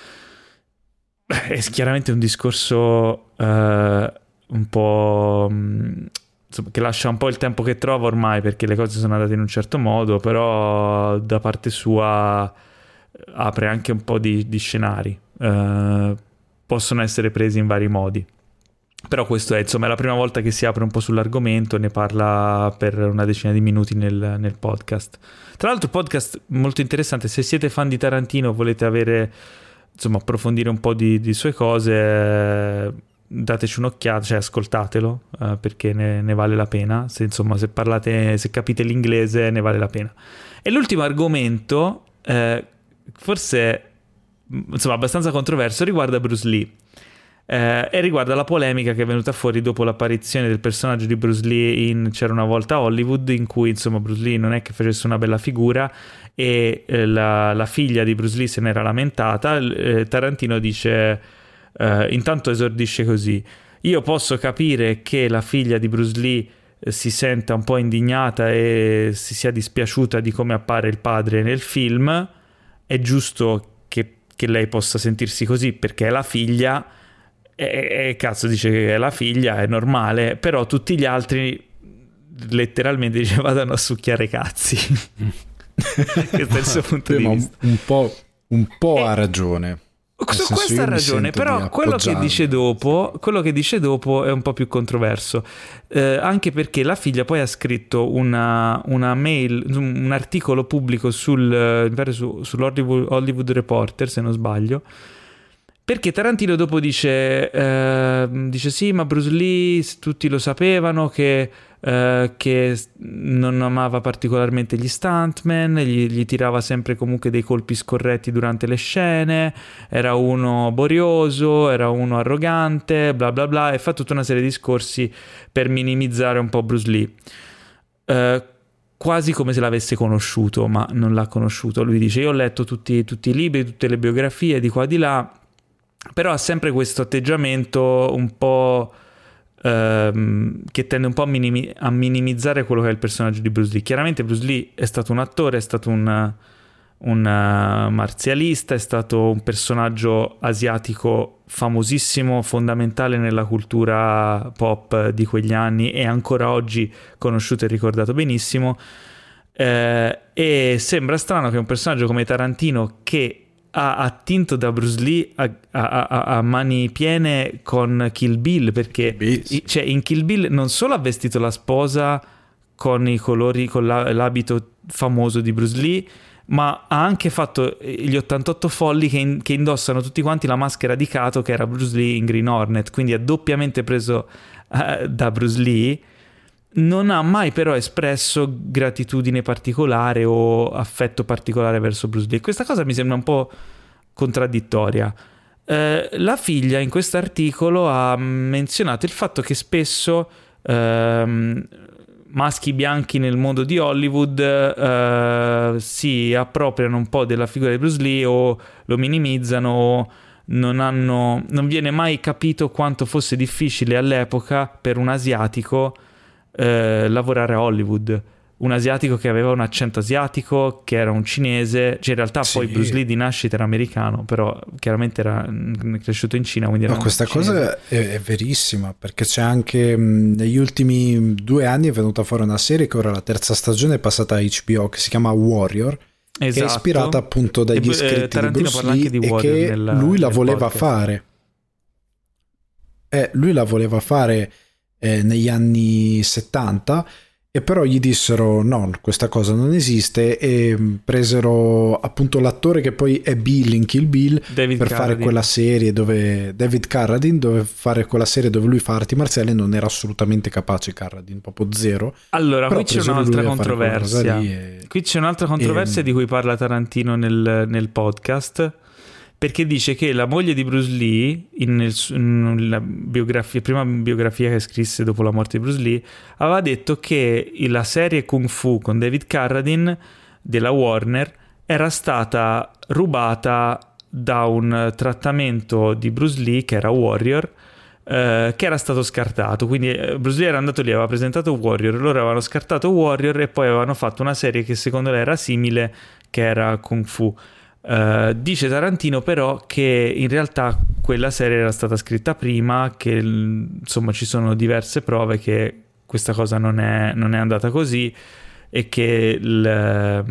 È chiaramente un discorso un po' insomma, che lascia un po' il tempo che trova ormai, perché le cose sono andate in un certo modo, però da parte sua apre anche un po' di scenari, possono essere presi in vari modi. Però questo è, insomma, è la prima volta che si apre un po' sull'argomento, ne parla per una decina di minuti nel podcast. Tra l'altro podcast molto interessante, se siete fan di Tarantino, volete avere, insomma, approfondire un po' di sue cose, dateci un'occhiata, cioè ascoltatelo, perché ne vale la pena. Se capite l'inglese, ne vale la pena. E l'ultimo argomento, forse, insomma, abbastanza controverso, riguarda Bruce Lee. E riguarda la polemica che è venuta fuori dopo l'apparizione del personaggio di Bruce Lee in C'era una volta Hollywood, in cui insomma Bruce Lee non è che facesse una bella figura e la figlia di Bruce Lee se n'era lamentata. Tarantino dice, intanto esordisce così: io posso capire che la figlia di Bruce Lee si senta un po' indignata e si sia dispiaciuta di come appare il padre nel film, è giusto che lei possa sentirsi così perché è la figlia, E cazzo, dice che è la figlia, è normale, però tutti gli altri letteralmente dice vadano a succhiare cazzi. Questo è il suo punto di vista. Un po' ha ragione. Questa ha ragione, però quello che dice dopo è un po' più controverso, anche perché la figlia poi ha scritto una mail, un articolo pubblico sull'Hollywood Reporter, se non sbaglio, perché Tarantino dopo dice sì, ma Bruce Lee tutti lo sapevano che non amava particolarmente gli stuntman, gli tirava sempre comunque dei colpi scorretti durante le scene, era uno borioso, era uno arrogante, bla bla bla, e fa tutta una serie di discorsi per minimizzare un po' Bruce Lee, quasi come se l'avesse conosciuto, ma non l'ha conosciuto. Lui dice: io ho letto tutti i libri, tutte le biografie di qua di là, però ha sempre questo atteggiamento un po' che tende un po' a minimizzare quello che è il personaggio di Bruce Lee. Chiaramente Bruce Lee è stato un attore, è stato un marzialista, è stato un personaggio asiatico famosissimo, fondamentale nella cultura pop di quegli anni e ancora oggi conosciuto e ricordato benissimo, e sembra strano che un personaggio come Tarantino, che ha attinto da Bruce Lee a mani piene con Kill Bill, perché cioè, in Kill Bill non solo ha vestito la sposa con i colori, con l'abito famoso di Bruce Lee, ma ha anche fatto gli 88 folli che indossano tutti quanti la maschera di Kato, che era Bruce Lee in Green Hornet, quindi è doppiamente preso da Bruce Lee. Non ha mai però espresso gratitudine particolare o affetto particolare verso Bruce Lee. Questa cosa mi sembra un po' contraddittoria. La figlia in questo articolo ha menzionato il fatto che spesso maschi bianchi nel mondo di Hollywood si appropriano un po' della figura di Bruce Lee o lo minimizzano, o non viene mai capito quanto fosse difficile all'epoca per un asiatico lavorare a Hollywood, un asiatico che aveva un accento asiatico, che era un cinese, cioè in realtà sì. Poi Bruce Lee di nascita era americano, però chiaramente era cresciuto in Cina, quindi era questa cinese. Cosa è verissima, perché c'è anche negli ultimi 2 anni è venuta fuori una serie che ora la 3ª stagione è passata a HBO, che si chiama Warrior, esatto. Che è ispirata appunto dagli scritti di Bruce Lee di e che lui la voleva fare. Lui la voleva fare negli anni 70, e però gli dissero no, questa cosa non esiste, e presero appunto l'attore che poi è Bill in Kill Bill per fare quella serie dove David Carradine dove fare quella serie dove lui fa arti marziali. Non era assolutamente capace Carradine, proprio zero. Allora qui c'è un'altra controversia qui c'è un'altra controversia di cui parla Tarantino nel podcast, perché dice che la moglie di Bruce Lee, nella prima biografia che scrisse dopo la morte di Bruce Lee, aveva detto che la serie Kung Fu con David Carradine della Warner era stata rubata da un trattamento di Bruce Lee che era Warrior, che era stato scartato. Quindi Bruce Lee era andato lì, aveva presentato Warrior, loro avevano scartato Warrior e poi avevano fatto una serie che secondo lei era simile, che era Kung Fu. Dice Tarantino però che in realtà quella serie era stata scritta prima, che insomma ci sono diverse prove che questa cosa non è andata così e che la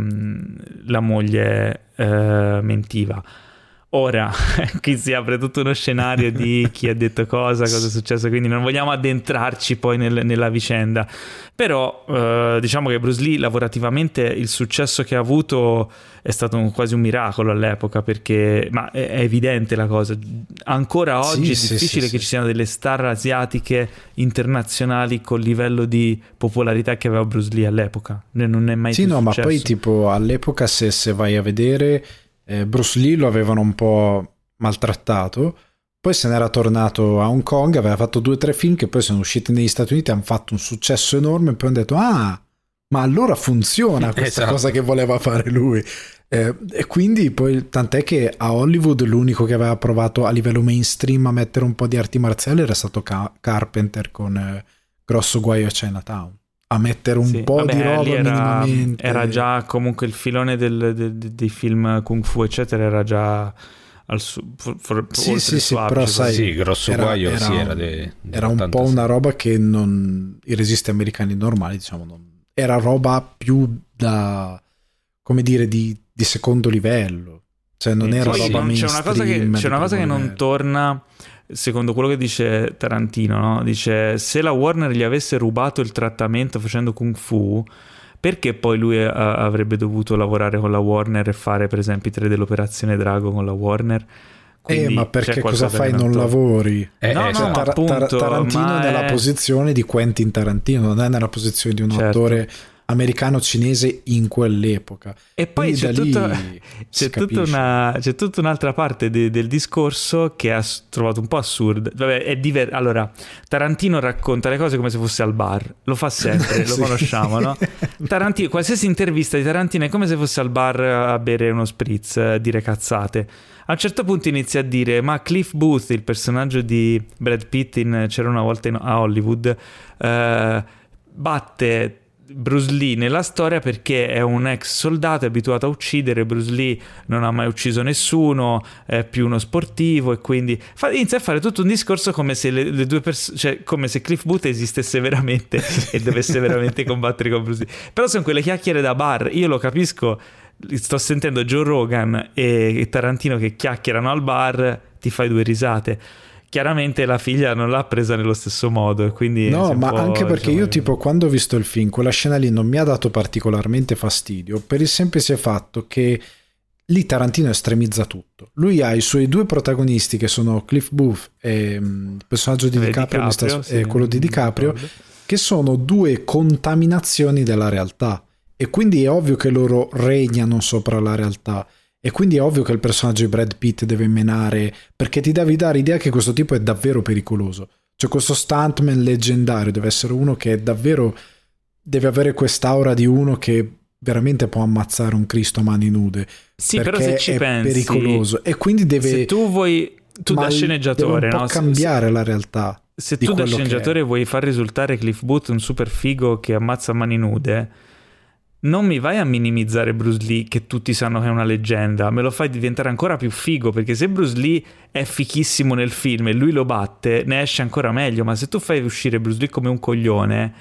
moglie mentiva. Ora qui si apre tutto uno scenario di chi ha detto cosa è successo, quindi non vogliamo addentrarci poi nella vicenda, però diciamo che Bruce Lee lavorativamente il successo che ha avuto è stato quasi un miracolo all'epoca, perché ma è evidente la cosa, ancora oggi è difficile che ci siano delle star asiatiche internazionali col livello di popolarità che aveva Bruce Lee all'epoca, non è mai successo. Ma poi tipo all'epoca se vai a vedere Bruce Lee lo avevano un po' maltrattato, poi se n'era tornato a Hong Kong, aveva fatto 2 o 3 film che poi sono usciti negli Stati Uniti, hanno fatto un successo enorme e poi hanno detto ma allora funziona questa cosa che voleva fare lui, e quindi poi tant'è che a Hollywood l'unico che aveva provato a livello mainstream a mettere un po' di arti marziali era stato Carpenter con Grosso guaio a Chinatown, a mettere un po' di roba minimamente. Era già comunque il filone dei film Kung Fu eccetera, era già sì, però sai, sì, grosso guaio era un po' una roba che non i registi americani normali, diciamo, era roba più da, come dire, di secondo livello, cioè non era roba mainstream. C'è una cosa che non torna, secondo quello che dice Tarantino, no? Dice: se la Warner gli avesse rubato il trattamento facendo Kung Fu, perché poi lui avrebbe dovuto lavorare con la Warner e fare per esempio i 3 dell'Operazione Drago con la Warner? Quindi ma perché cosa fai? Non lavori? Tarantino è nella posizione di Quentin Tarantino, non è nella posizione di un attore americano cinese in quell'epoca. E poi c'è tutta un'altra parte del discorso che ha trovato un po' assurda. Vabbè, allora, Tarantino racconta le cose come se fosse al bar, lo fa sempre, lo conosciamo, no? Tarantino, qualsiasi intervista di Tarantino è come se fosse al bar a bere uno spritz, a dire cazzate. A un certo punto inizia a dire: ma Cliff Booth, il personaggio di Brad Pitt in C'era una volta a Hollywood, batte Bruce Lee nella storia perché è un ex soldato, è abituato a uccidere. Bruce Lee non ha mai ucciso nessuno, è più uno sportivo, e quindi inizia a fare tutto un discorso come se le due persone, cioè come se Cliff Booth esistesse veramente e dovesse veramente combattere con Bruce Lee. Però sono quelle chiacchiere da bar, io lo capisco. Sto sentendo Joe Rogan e Tarantino che chiacchierano al bar, ti fai 2 risate. Chiaramente la figlia non l'ha presa nello stesso modo, e quindi no, ma anche perché io tipo quando ho visto il film, quella scena lì non mi ha dato particolarmente fastidio, per il semplice fatto che lì Tarantino estremizza tutto. Lui ha i suoi 2 protagonisti che sono Cliff Booth e il personaggio di DiCaprio e quello di DiCaprio, che sono 2 contaminazioni della realtà, e quindi è ovvio che loro regnano sopra la realtà. E quindi è ovvio che il personaggio di Brad Pitt deve menare, perché ti devi dare idea che questo tipo è davvero pericoloso. Cioè questo stuntman leggendario deve essere uno che è davvero, deve avere quest'aura di uno che veramente può ammazzare un Cristo a mani nude. Sì, però se ci pensi, pericoloso. E quindi deve, se tu da sceneggiatore, deve un po' cambiare la realtà. Se tu da sceneggiatore vuoi far risultare Cliff Booth un super figo che ammazza a mani nude, non mi vai a minimizzare Bruce Lee, che tutti sanno che è una leggenda, me lo fai diventare ancora più figo, perché se Bruce Lee è fichissimo nel film e lui lo batte, ne esce ancora meglio. Ma se tu fai uscire Bruce Lee come un coglione,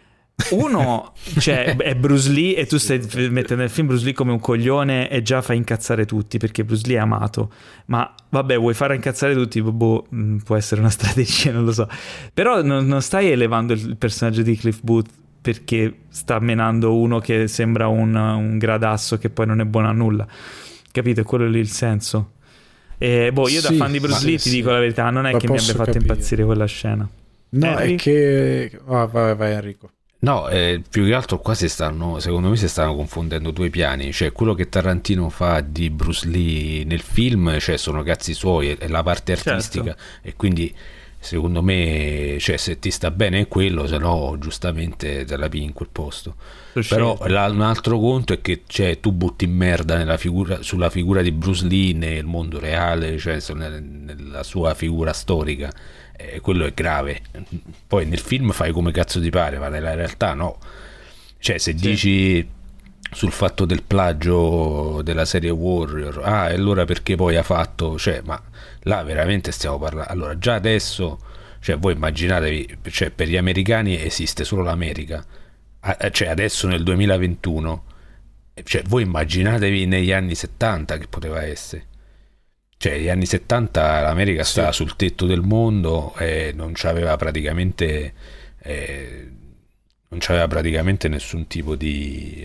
cioè è Bruce Lee e tu stai mettendo nel film Bruce Lee come un coglione e già fai incazzare tutti, perché Bruce Lee è amato. Ma vabbè, vuoi fare incazzare tutti? Può essere una strategia, non lo so. Però non stai elevando il personaggio di Cliff Booth perché sta menando uno che sembra un gradasso che poi non è buono a nulla, capito? È quello lì il senso. E io da fan di Bruce Lee ti dico la verità, non è che mi abbia fatto impazzire quella scena. No, è che vai Enrico. No, più che altro qua secondo me si stanno confondendo 2 piani. Cioè quello che Tarantino fa di Bruce Lee nel film, cioè sono cazzi suoi, è la parte artistica, e quindi secondo me, cioè, se ti sta bene è quello, se no giustamente te la pigli in quel posto. Però un altro conto è che tu butti in merda sulla figura di Bruce Lee nel mondo reale, cioè nella sua figura storica, quello è grave. Poi nel film fai come cazzo ti pare, ma nella realtà no. Cioè se dici sul fatto del plagio della serie Warrior, e allora perché poi ha fatto, cioè, ma là veramente stiamo parlando, allora già adesso, cioè voi immaginatevi, cioè per gli americani esiste solo l'America, cioè adesso nel 2021, cioè voi immaginatevi negli anni 70 che poteva essere. Cioè negli anni 70 l'America stava sul tetto del mondo e non c'aveva praticamente nessun tipo di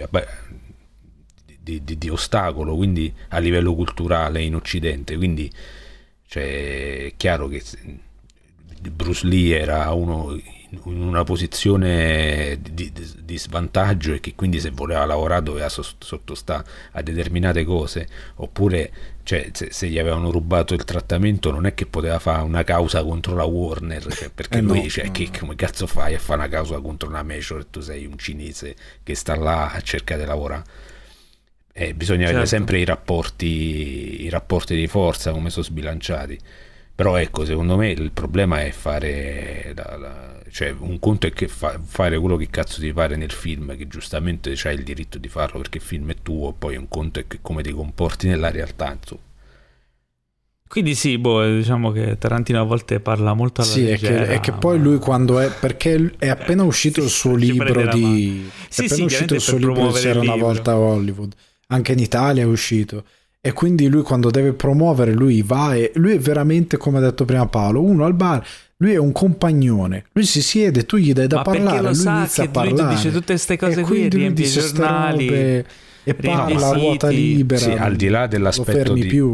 ostacolo, quindi a livello culturale in Occidente. Quindi cioè, è chiaro che Bruce Lee era uno in una posizione di svantaggio, e che quindi se voleva lavorare doveva sottostare a determinate cose, oppure cioè, se gli avevano rubato il trattamento non è che poteva fare una causa contro la Warner, cioè, perché lui come cazzo fai a fare una causa contro una major e tu sei un cinese che sta là a cercare di lavorare? Bisogna vedere sempre i rapporti di forza come sono sbilanciati. Però ecco, secondo me il problema è fare cioè un conto è che fare quello che cazzo ti pare nel film, che giustamente c'hai il diritto di farlo perché il film è tuo, poi un conto è che come ti comporti nella realtà, insomma. Quindi sì, diciamo che Tarantino a volte parla molto alla leggera. È che poi lui quando perché è appena uscito il suo libro di... è appena uscito il suo libro C'era una volta a Hollywood, anche in Italia è uscito, e quindi lui quando deve promuovere lui va, e lui è veramente, come ha detto prima Paolo, uno al bar, lui è un compagnone, lui si siede, tu gli dai da parlare, lui inizia a parlare, lui dice tutte queste cose qui, riempie i giornali e parla a ruota libera. Sì, al di là dell'aspetto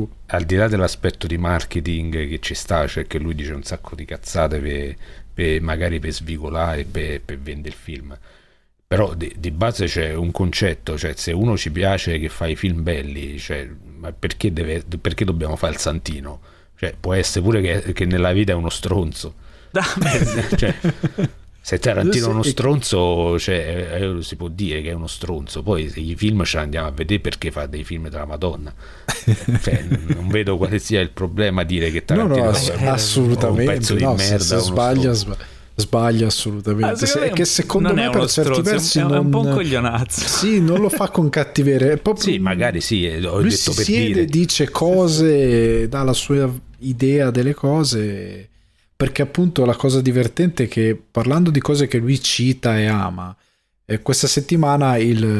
di marketing che ci sta, cioè che lui dice un sacco di cazzate magari per svigolare, per vendere il film, però di base c'è un concetto, cioè se uno ci piace che fa i film belli, cioè, ma perché dobbiamo fare il santino? Cioè, può essere pure che nella vita è uno stronzo. Cioè, se Tarantino è uno stronzo, cioè, si può dire che è uno stronzo. Poi se i film ce li andiamo a vedere perché fa dei film della Madonna. Cioè, non vedo quale sia il problema dire che Tarantino è assolutamente un pezzo di merda. Se sbaglia assolutamente. Che secondo me per certi versi è un po' un coglionazzo. Sì, non lo fa con cattiveria. Sì, magari sì, ho lui detto si per siede, dire. dice cose, dà la sua idea delle cose, perché appunto la cosa divertente è che, parlando di cose che lui cita e ama, questa settimana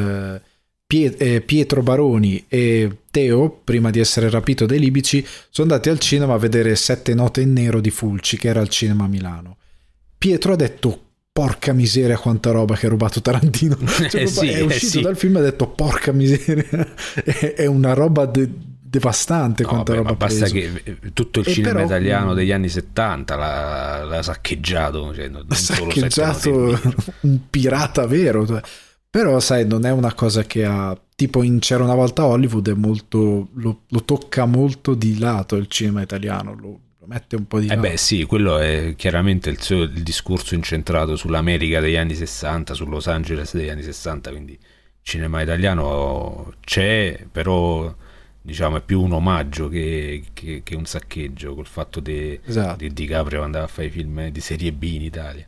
Pietro Baroni e Teo, prima di essere rapito dai libici, sono andati al cinema a vedere 7 note in nero di Fulci, che era al cinema a Milano. Pietro ha detto: porca miseria quanta roba che ha rubato Tarantino, cioè, è uscito dal film e ha detto porca miseria, è una roba devastante quanta roba ha basta preso. Che tutto il cinema italiano degli anni 70 l'ha saccheggiato, cioè non saccheggiato un pirata vero, cioè. Però sai, non è una cosa che ha, tipo in C'era una volta a Hollywood, è molto lo tocca molto di lato il cinema italiano, lo mette un po' di lato. Beh sì, quello è chiaramente il discorso incentrato sull'America degli anni 60, su Los Angeles degli anni 60, quindi il cinema italiano c'è, però diciamo è più un omaggio che un saccheggio, col fatto di DiCaprio andava a fare i film di serie B in Italia.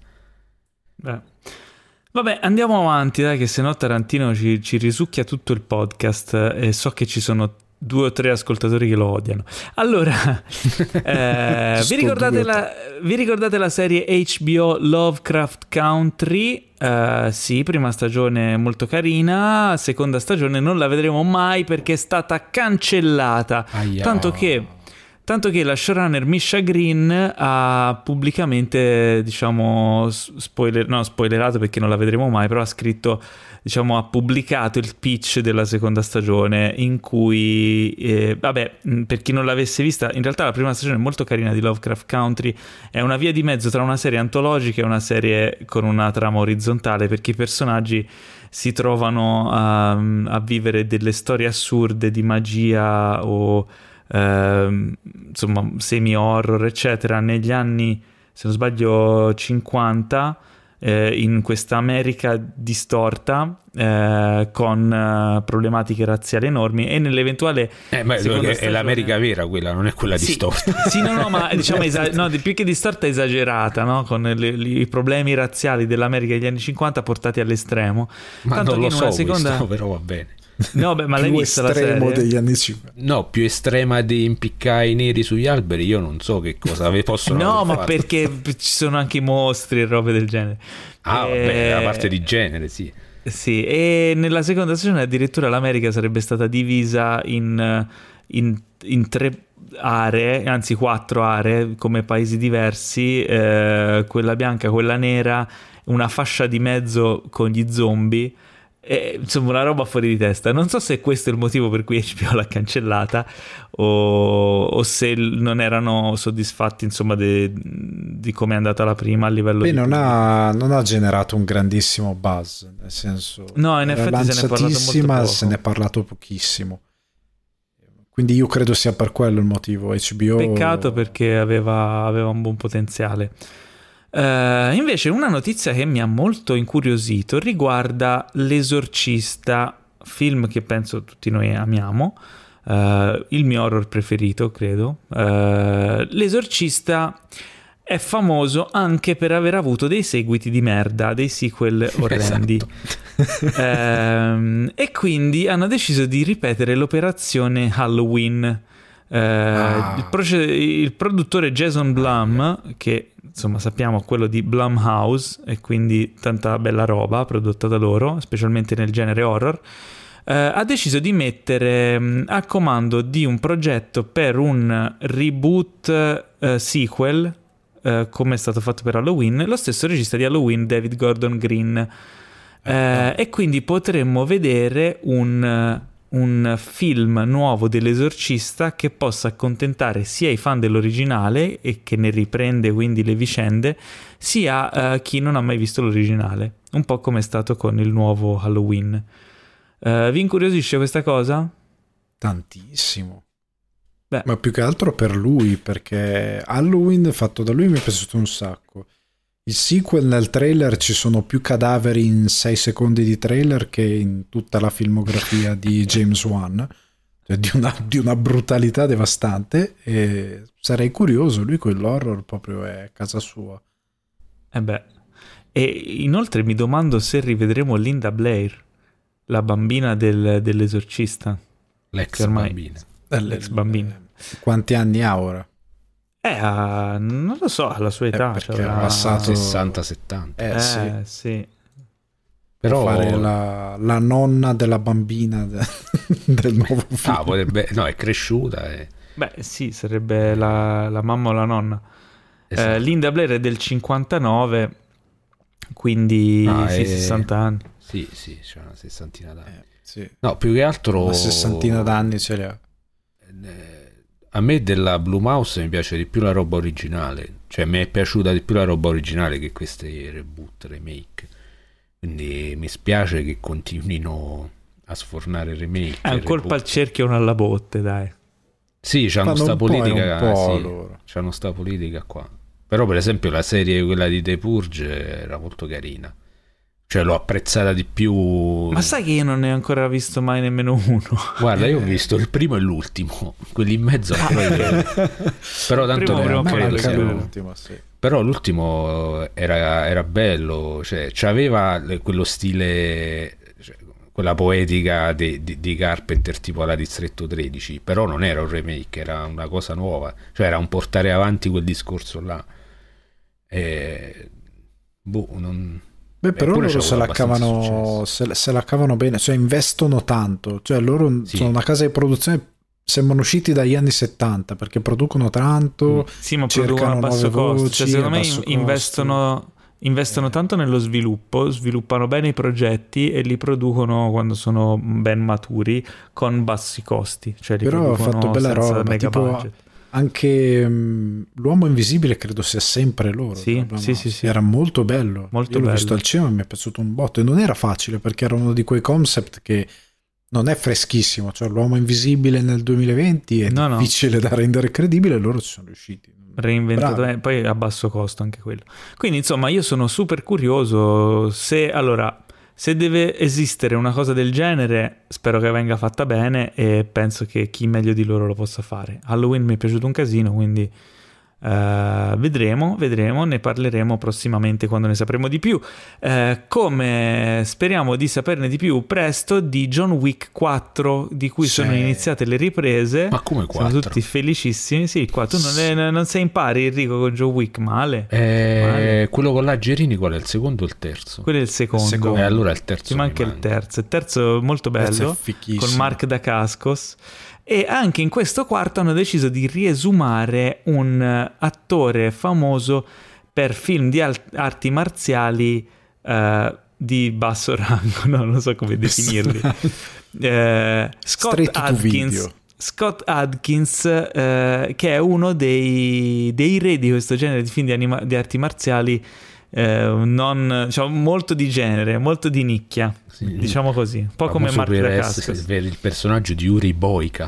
Vabbè, andiamo avanti, dai, che sennò Tarantino ci risucchia tutto il podcast, e so che ci sono 2 o 3 ascoltatori che lo odiano. Allora, vi ricordate la serie HBO Lovecraft Country? Sì, prima stagione molto carina, seconda stagione non la vedremo mai perché è stata cancellata. Tanto che la showrunner Misha Green ha pubblicamente, diciamo, spoilerato perché non la vedremo mai, però ha scritto, diciamo, ha pubblicato il pitch della seconda stagione, in cui, per chi non l'avesse vista, in realtà la prima stagione è molto carina di Lovecraft Country, è una via di mezzo tra una serie antologica e una serie con una trama orizzontale, perché i personaggi si trovano a vivere delle storie assurde di magia o insomma semi-horror eccetera negli anni, se non sbaglio, 50, in questa America distorta, con problematiche razziali enormi, e nell'eventuale è l'America vera quella, non è quella distorta. Sì, no, ma diciamo più che distorta, esagerata, no? Con i problemi razziali dell'America degli anni 50 portati all'estremo. Ma tanto non lo so seconda... questo, però va bene. No, ma l'hai vista la serie? Più estremo degli anni 50. No, più estrema di impiccare i neri sugli alberi, io non so che cosa possono no, ma fatto. perché ci sono anche i mostri e robe del genere. Vabbè, la parte di genere, sì. Sì, e nella seconda stagione addirittura l'America sarebbe stata divisa in 3 aree, anzi 4 aree, come paesi diversi, quella bianca, quella nera, una fascia di mezzo con gli zombie. Insomma, una roba fuori di testa. Non so se questo è il motivo per cui HBO l'ha cancellata o se non erano soddisfatti, insomma, di come è andata la prima a livello di... non ha generato un grandissimo buzz, nel senso, no, in effetti se ne è parlato molto poco. Se ne è parlato pochissimo, quindi io credo sia per quello il motivo. HBO, peccato, perché aveva un buon potenziale. Invece una notizia che mi ha molto incuriosito riguarda L'Esorcista, film che penso tutti noi amiamo, il mio horror preferito, credo. L'Esorcista è famoso anche per aver avuto dei seguiti di merda, dei sequel orrendi. Esatto. E quindi hanno deciso di ripetere l'operazione Halloween Il produttore Jason Blum, che insomma sappiamo quello di Blumhouse, e quindi tanta bella roba prodotta da loro, specialmente nel genere horror, ha deciso di mettere a comando di un progetto per un reboot sequel, come è stato fatto per Halloween, lo stesso regista di Halloween, David Gordon Green. E quindi potremmo vedere un film nuovo dell'Esorcista che possa accontentare sia i fan dell'originale e che ne riprende quindi le vicende, sia chi non ha mai visto l'originale, un po' come è stato con il nuovo Halloween. Vi incuriosisce questa cosa? Tantissimo. Beh. Ma più che altro per lui, perché Halloween fatto da lui mi è piaciuto un sacco. Il sequel, nel trailer ci sono più cadaveri in 6 secondi di trailer che in tutta la filmografia di James Wan, cioè di una brutalità devastante, e sarei curioso, lui con l'horror proprio è casa sua. E inoltre mi domando se rivedremo Linda Blair, la bambina dell'Esorcista, l'ex bambina. Quanti anni ha ora? Non lo so, alla sua età, perché ha passato 60-70. sì. Però fare la nonna della bambina del nuovo film. No, è cresciuta. Beh, sì, sarebbe la mamma o la nonna. Esatto. Linda Blair è del 59, quindi 60 anni. Sì, c'è una sessantina d'anni. Sì. No, più che altro una sessantina d'anni ce li ha. A me della Blumhouse mi piace di più la roba originale, cioè mi è piaciuta di più la roba originale che queste reboot, remake, quindi mi spiace che continuino a sfornare remake. È un colpo al cerchio e uno alla botte, dai. Sì, c'hanno sta politica, c'hanno sta politica qua. Però per esempio la serie, quella di The Purge, era molto carina. Cioè l'ho apprezzata di più. Ma sai che io non ne ho ancora visto mai nemmeno uno? Guarda, io ho visto il primo e l'ultimo, quelli in mezzo però tanto l'ultimo, sì. Però l'ultimo era bello, cioè c'aveva quello stile, cioè, quella poetica di Carpenter tipo alla Distretto 13, però non era un remake, era una cosa nuova, cioè era un portare avanti quel discorso là. Però loro se la cavano bene, cioè investono tanto, cioè loro sono una casa di produzione, sembrano usciti dagli anni 70 perché producono tanto, sì, ma producono a basso costo, cioè, secondo me investono tanto nello sviluppo, sviluppano bene i progetti e li producono quando sono ben maturi con bassi costi, cioè li però ha fatto bella roba, tipo budget. Anche l'Uomo Invisibile credo sia sempre loro. Sì. Era molto bello. Io l'ho visto al cinema e mi è piaciuto un botto. E non era facile perché era uno di quei concept che non è freschissimo. Cioè l'Uomo Invisibile nel 2020 è difficile da rendere credibile, e loro ci sono riusciti. Reinventato, poi a basso costo anche quello. Quindi insomma io sono super curioso se deve esistere una cosa del genere, spero che venga fatta bene e penso che chi meglio di loro lo possa fare. Halloween mi è piaciuto un casino, quindi vedremo, ne parleremo prossimamente quando ne sapremo di più. Come speriamo di saperne di più presto di John Wick 4, di cui sono iniziate le riprese. Ma come 4? Siamo tutti felicissimi. Sì, qua tu non sei in pari, Enrico, con John Wick, male. Quello con la Gerini qual è? Il secondo o il terzo? Quello è il secondo. Allora il terzo. Ci manca il terzo. Il terzo molto bello, con Mark Dacascos. E anche in questo quarto hanno deciso di riesumare un attore famoso per film di arti marziali di basso rango, non so come definirli. Scott Adkins, che è uno dei re di questo genere di film di arti marziali, molto di genere, molto di nicchia, diciamo così, un po' come Mark Dacascos. Per il personaggio di Yuri Boyka,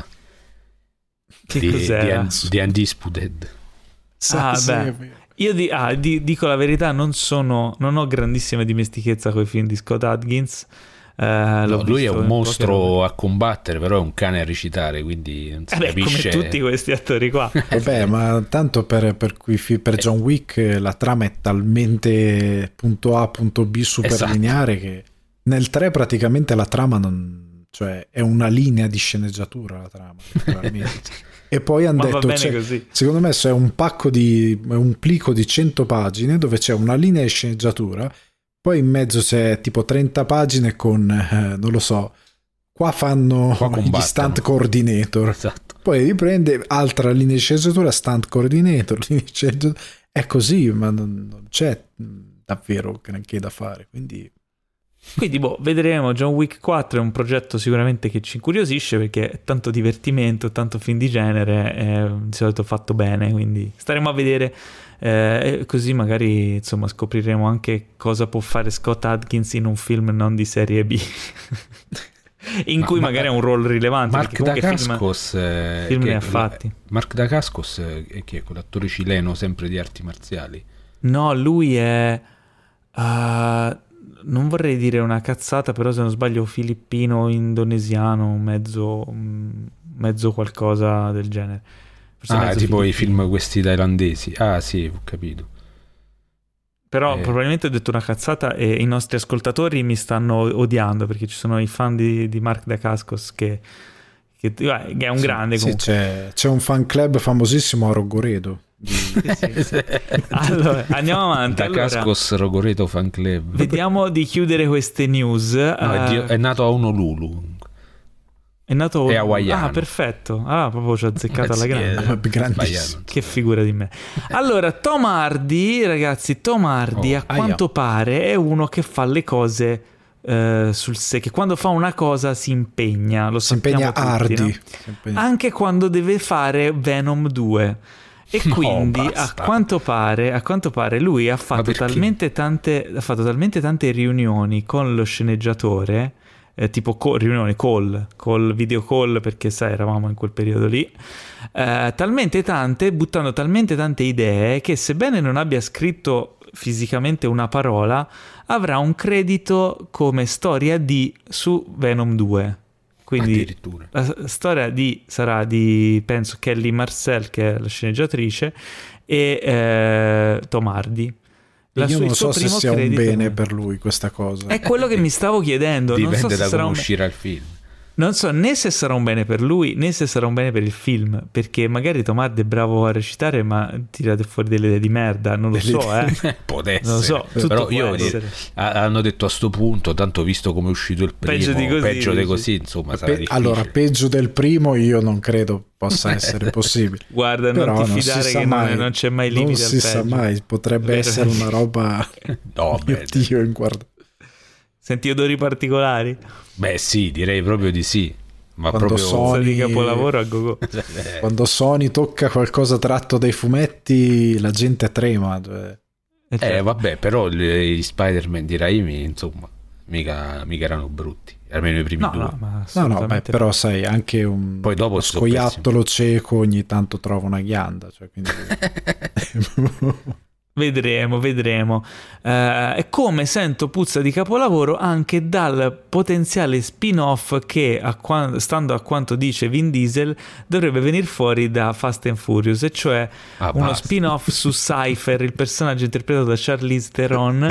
di Undisputed. Io dico la verità, non ho grandissima dimestichezza con i film di Scott Adkins. Lui è un mostro a combattere, però è un cane a recitare, quindi non si capisce. Come tutti questi attori qua. Vabbè, ma tanto per John Wick la trama è talmente punto A punto B super lineare che nel 3 praticamente la trama cioè è una linea di sceneggiatura la trama. E poi hanno detto, secondo me c'è un plico di 100 pagine dove c'è una linea di sceneggiatura, poi in mezzo c'è tipo 30 pagine con, non lo so, qua gli stunt coordinator, esatto. Poi riprende altra linea di sceneggiatura, stunt coordinator, è così, ma non c'è davvero granché da fare, quindi vedremo. John Wick 4 è un progetto sicuramente che ci incuriosisce, perché è tanto divertimento, tanto film di genere, è di solito fatto bene, quindi staremo a vedere, così magari insomma scopriremo anche cosa può fare Scott Adkins in un film non di serie B in cui magari ha un ruolo rilevante. Mark Dacascos film ne ha fatti. Mark Dacascos è chi è quell'attore cileno sempre di arti marziali? No, lui è non vorrei dire una cazzata, però se non sbaglio filippino, indonesiano, mezzo qualcosa del genere. Forse tipo i film questi thailandesi. Ah sì, ho capito. Però probabilmente ho detto una cazzata e i nostri ascoltatori mi stanno odiando, perché ci sono i fan di Mark Dacascos che è un grande comunque. C'è un fan club famosissimo a Rogoredo. Allora andiamo avanti. Dacascos Rogoredo fan club. Vediamo di chiudere queste news. È nato a Honolulu. È hawaiano. Ah, perfetto. Proprio ci ha azzeccato alla grande. Grandissimo. Che figura di me. Allora, Tom Hardy, ragazzi, a quanto pare è uno che fa le cose che quando fa una cosa si impegna. Lo sappiamo tutti, Hardy, no? Anche quando deve fare Venom 2. E quindi a quanto pare lui ha fatto talmente tante riunioni con lo sceneggiatore, tipo riunioni call video call, perché sai, eravamo in quel periodo lì, talmente tante, buttando talmente tante idee, che sebbene non abbia scritto fisicamente una parola, avrà un credito come storia su Venom 2. Quindi la storia sarà di, penso, Kelly Marcel, che è la sceneggiatrice, e Tom Hardy. Io non so se sia un bene per lui questa cosa. È quello che mi stavo chiedendo. Dipende non so da come uscirà il film. Non so né se sarà un bene per lui né se sarà un bene per il film, perché magari Tom Hardy è bravo a recitare ma tirate fuori delle idee di merda, non lo so, può essere, non lo so, però io hanno detto a sto punto, tanto visto come è uscito il primo, peggio di così insomma sarà difficile. Allora, peggio del primo io non credo possa essere possibile. Guarda, però non ti fidare che non c'è mai limite al peggio. Non si sa mai, potrebbe essere una roba Dio in guarda. Senti odori particolari? Beh sì, direi proprio di sì. Ma quando proprio Sony, di capolavoro a go-go. Quando Sony tocca qualcosa tratto dai fumetti, la gente trema. Vabbè, però gli Spider-Man di Raimi, insomma, mica erano brutti. Almeno i primi due. No, però sai, anche poi dopo uno scoiattolo cieco ogni tanto trova una ghianda. Cioè, quindi... Vedremo. E come sento puzza di capolavoro anche dal potenziale spin-off che, stando a quanto dice Vin Diesel, dovrebbe venire fuori da Fast and Furious, e cioè uno spin-off su Cypher, il personaggio interpretato da Charlize Theron,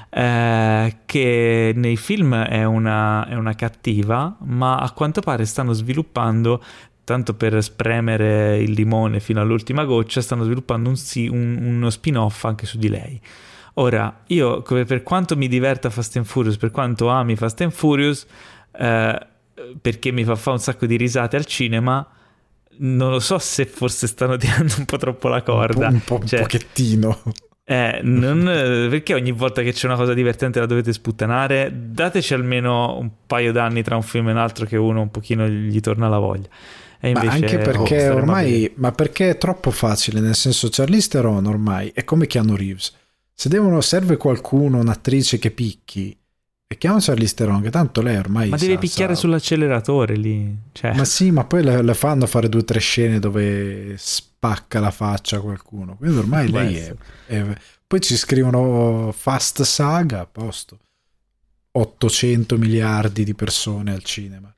che nei film è una cattiva, ma a quanto pare stanno sviluppando, tanto per spremere il limone fino all'ultima goccia, stanno sviluppando uno spin-off anche su di lei. Ora, io, per quanto mi diverta Fast and Furious, per quanto ami Fast and Furious, perché mi fa fare un sacco di risate al cinema, non lo so se forse stanno tirando un po' troppo la corda. Un pochettino. Perché ogni volta che c'è una cosa divertente la dovete sputtanare? Dateci almeno un paio d'anni tra un film e un altro che uno un pochino gli torna la voglia. E invece, ma anche perché ormai, ma perché è troppo facile, nel senso, Charlize Theron ormai è come Keanu Reeves. Se serve qualcuno, un'attrice che picchi, e chiama Charlize Theron, che tanto lei ormai ma deve picchiare sull'acceleratore lì, cioè. Ma sì, ma poi le fanno fare 2 o 3 scene dove spacca la faccia a qualcuno, quindi ormai lei è poi ci scrivono Fast Saga a posto, 800 miliardi di persone al cinema.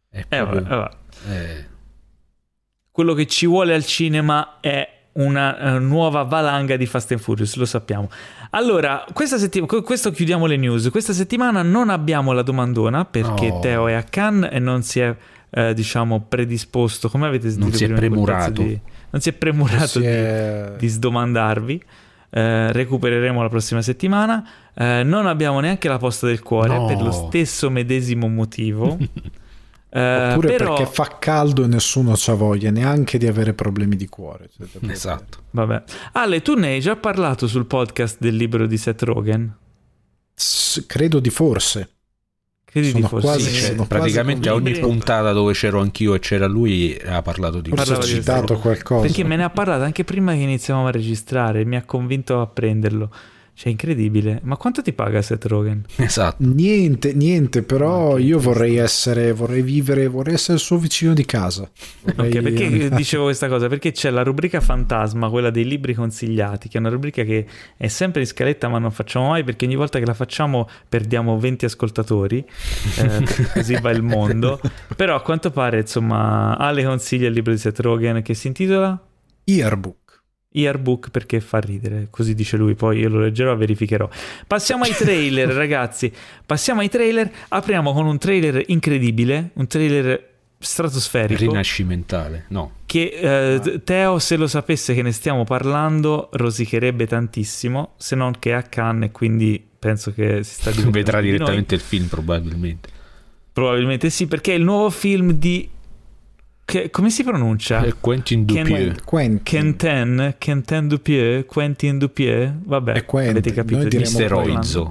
Quello che ci vuole al cinema è una nuova valanga di Fast and Furious, lo sappiamo. Allora, questo chiudiamo le news. Questa settimana non abbiamo la domandona perché Teo è a Cannes e non si è diciamo predisposto, come avete sentito, non si è premurato, non si è premurato di sdomandarvi. Recupereremo la prossima settimana. Non abbiamo neanche la posta del cuore, per lo stesso medesimo motivo. Oppure però... perché fa caldo e nessuno c'ha voglia neanche di avere problemi di cuore. Esatto. Vabbè. Ale, tu ne hai già parlato sul podcast del libro di Seth Rogen? Credo di forse. Sono praticamente ogni puntata dove c'ero anch'io e c'era lui ha parlato di questo. Forse ho citato qualcosa. Perché me ne ha parlato anche prima che iniziamo a registrare, mi ha convinto a prenderlo. Cioè, incredibile. Ma quanto ti paga Seth Rogen? Esatto. Niente, però io vorrei essere il suo vicino di casa. Ok, perché dicevo questa cosa? Perché c'è la rubrica fantasma, quella dei libri consigliati, che è una rubrica che è sempre in scaletta ma non facciamo mai, perché ogni volta che la facciamo perdiamo 20 ascoltatori, così va il mondo. Però a quanto pare, insomma, Ale consiglia il libro di Seth Rogen che si intitola? Yearbook, perché fa ridere, così dice lui, poi io lo leggerò e verificherò. Passiamo ai trailer, ragazzi, apriamo con un trailer incredibile, un trailer stratosferico, rinascimentale, no? Che Teo, se lo sapesse che ne stiamo parlando, rosicherebbe tantissimo, se non che è a Cannes, e quindi penso che si sta divertendo. Vedrà direttamente il film, probabilmente sì, perché è il nuovo film di come si pronuncia? Quentin Dupieux. Quentin Dupieux. Vabbè, avete capito. Mister Oizzo.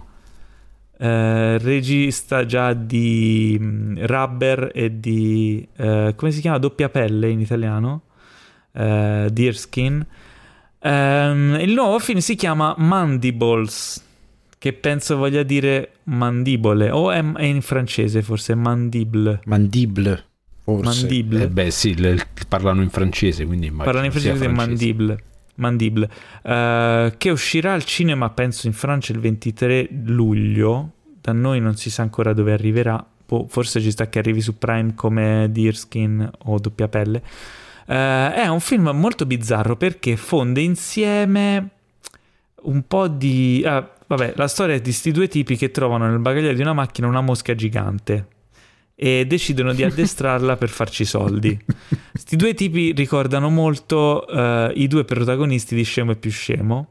Regista già di Rubber e di come si chiama? Doppia pelle in italiano, Deerskin. Il nuovo film si chiama Mandibles, che penso voglia dire mandibole, o è in francese forse Mandible. Mandible. Beh sì, parlano in francese, quindi parlano in francese Mandible, che uscirà al cinema penso in Francia il 23 luglio, da noi non si sa ancora dove arriverà, forse ci sta che arrivi su Prime come Deerskin o Doppia Pelle. È un film molto bizzarro perché fonde insieme un po' di la storia è di sti due tipi che trovano nel bagagliaio di una macchina una mosca gigante e decidono di addestrarla per farci soldi. Sti due tipi ricordano molto i due protagonisti di Scemo e più Scemo,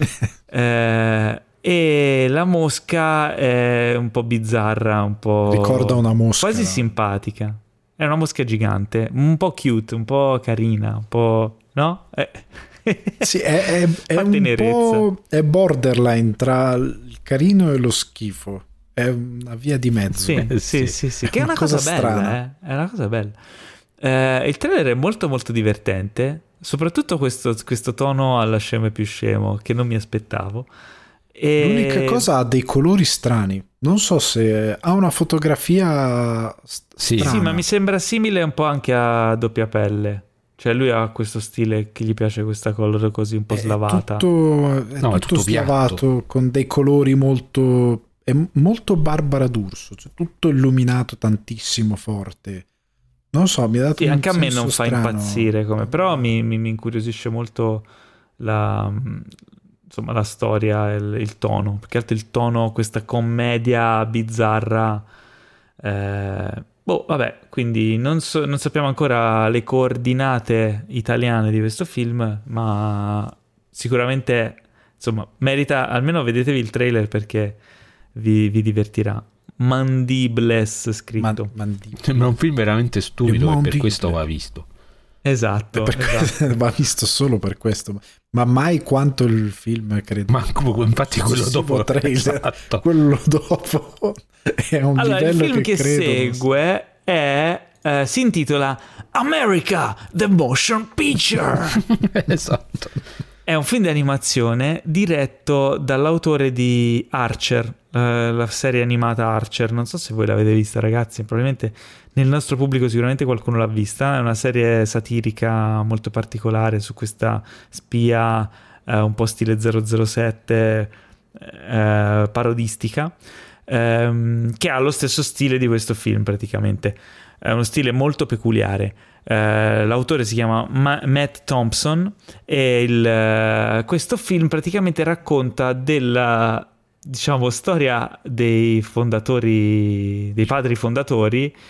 e la mosca è un po' bizzarra, un po' ricorda una mosca quasi simpatica, è una mosca gigante, un po' cute, un po' carina, un po', no? Sì, è un po' è borderline tra il carino e lo schifo. È una via di mezzo. Sì. Che è una cosa bella, È una cosa bella. Il trailer è molto molto divertente, soprattutto questo tono alla Scemo e più Scemo che non mi aspettavo. L'unica cosa, ha dei colori strani. Non so se ha una fotografia strana. Sì, ma mi sembra simile un po' anche a Doppia Pelle. Cioè lui ha questo stile che gli piace, questa colore così un po' slavata. È tutto slavato, piatto, con dei colori molto... È molto Barbara D'Urso, cioè tutto illuminato tantissimo, forte. Non so, mi ha dato anche a me non fa impazzire come, però mi incuriosisce molto la storia e il tono, perché altro il tono, questa commedia bizzarra. Vabbè, quindi non sappiamo ancora le coordinate italiane di questo film, ma sicuramente insomma merita, almeno vedetevi il trailer perché vi divertirà. Mandibles scritto. Sembra un film veramente stupido e per questo va visto. Esatto. Va visto solo per questo, ma mai quanto il film, credo. Ma infatti quello dopo trailer, esatto. Quello dopo è un livello il film che credo segue si intitola America the Motion Picture. Esatto. È un film di animazione diretto dall'autore di Archer, la serie animata Archer. Non so se voi l'avete vista, ragazzi, probabilmente nel nostro pubblico sicuramente qualcuno l'ha vista. È una serie satirica molto particolare su questa spia un po' stile 007, parodistica, che ha lo stesso stile di questo film praticamente. È uno stile molto peculiare. L'autore si chiama Matt Thompson e questo film praticamente racconta della, diciamo, storia dei fondatori, dei padri fondatori,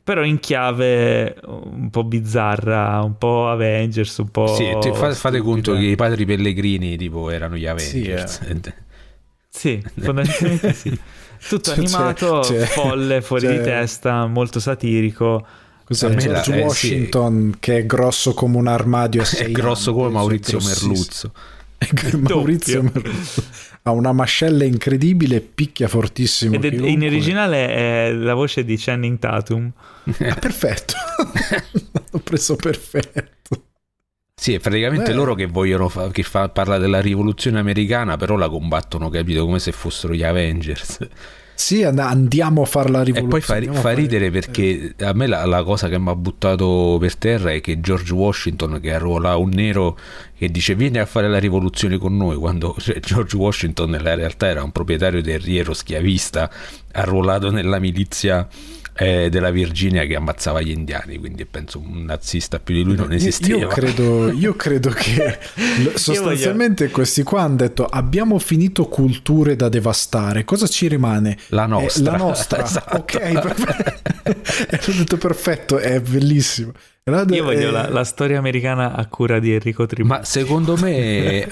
però in chiave un po' bizzarra, un po' Avengers, un po'... Sì, fate conto che i Padri Pellegrini tipo erano gli Avengers. Sì, fondamentalmente sì. Tutto animato, folle, fuori di testa, molto satirico. Cos'è George Washington, che è grosso come un armadio a 6 anni, grosso come Maurizio Merluzzo. Maurizio Merluzzo ha una mascella incredibile e picchia fortissimo. Ed in originale è la voce di Channing Tatum. Perfetto. L'ho preso perfetto. Sì, è praticamente loro che vogliono parla della rivoluzione americana, però la combattono, capito, come se fossero gli Avengers. Sì, andiamo a fare la rivoluzione. E poi fa ridere perché a me la cosa che mi ha buttato per terra è che George Washington, che arruola un nero che dice vieni a fare la rivoluzione con noi, quando George Washington nella realtà era un proprietario terriero schiavista arruolato nella milizia della Virginia che ammazzava gli indiani, quindi penso un nazista più di lui non esisteva. Io credo che sostanzialmente questi qua hanno detto abbiamo finito culture da devastare, cosa ci rimane? La nostra. Esatto. Ok, ho detto perfetto, è bellissimo. Io voglio la storia americana a cura di Enrico Tribù. Ma secondo me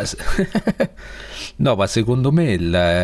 ma secondo me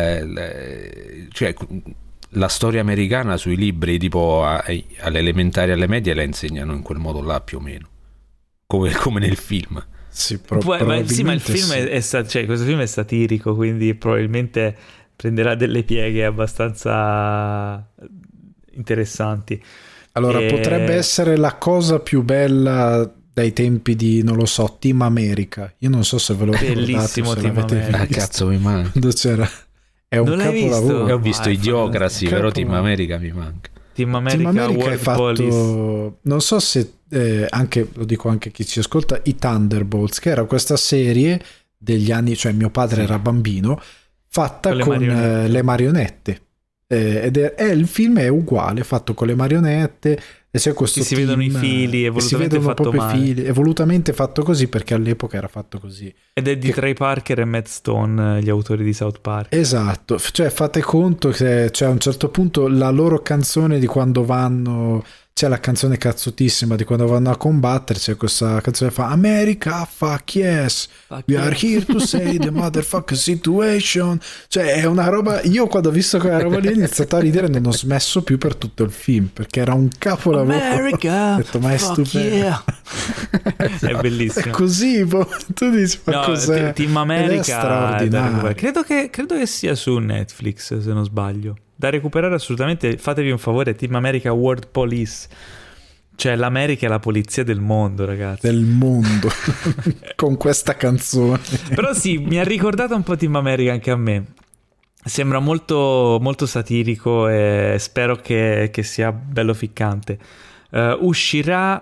cioè la storia americana sui libri tipo alle elementari e alle medie la insegnano in quel modo là più o meno come nel film. Sì, ma il film cioè, questo film è satirico, quindi probabilmente prenderà delle pieghe abbastanza interessanti. Allora potrebbe essere la cosa più bella dai tempi di, non lo so, Team America. Io non so se ve lo ricordate. Bellissimo Team America. Cazzo mi manca. Quando c'era... È un capolavoro. Ho visto Idiocracy, però Team America mi manca. Team America è fatto, non so se anche, lo dico anche a chi ci ascolta, i Thunderbolts, che era questa serie degli anni, cioè mio padre era bambino, fatta con le marionette. Ed il film è uguale, fatto con le marionette e c'è questo si vedono i fili, è volutamente fatto male. È volutamente fatto così perché all'epoca era fatto così. Ed è di Trey Parker e Matt Stone, gli autori di South Park. Esatto, cioè fate conto che cioè, a un certo punto la loro canzone di quando vanno, c'è la canzone cazzutissima di quando vanno a combattere, c'è questa canzone che fa America, fuck yes, we are here to say the motherfucker situation, cioè è una roba, io quando ho visto quella roba lì ho iniziato a ridere e non ho smesso più per tutto il film perché era un capolavoro. America, ho detto, ma è stupendo, yeah. È bellissimo, è così, tu dici ma cos'è? Team America è straordinario. credo che sia su Netflix se non sbaglio, da recuperare assolutamente. Fatevi un favore, Team America World Police, cioè l'America è la polizia del mondo, ragazzi, del mondo con questa canzone. Però sì, mi ha ricordato un po' Team America anche a me, sembra molto, molto satirico e spero che sia bello ficcante. Uscirà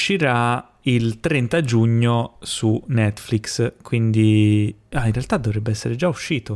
il 30 giugno su Netflix, quindi in realtà dovrebbe essere già uscito.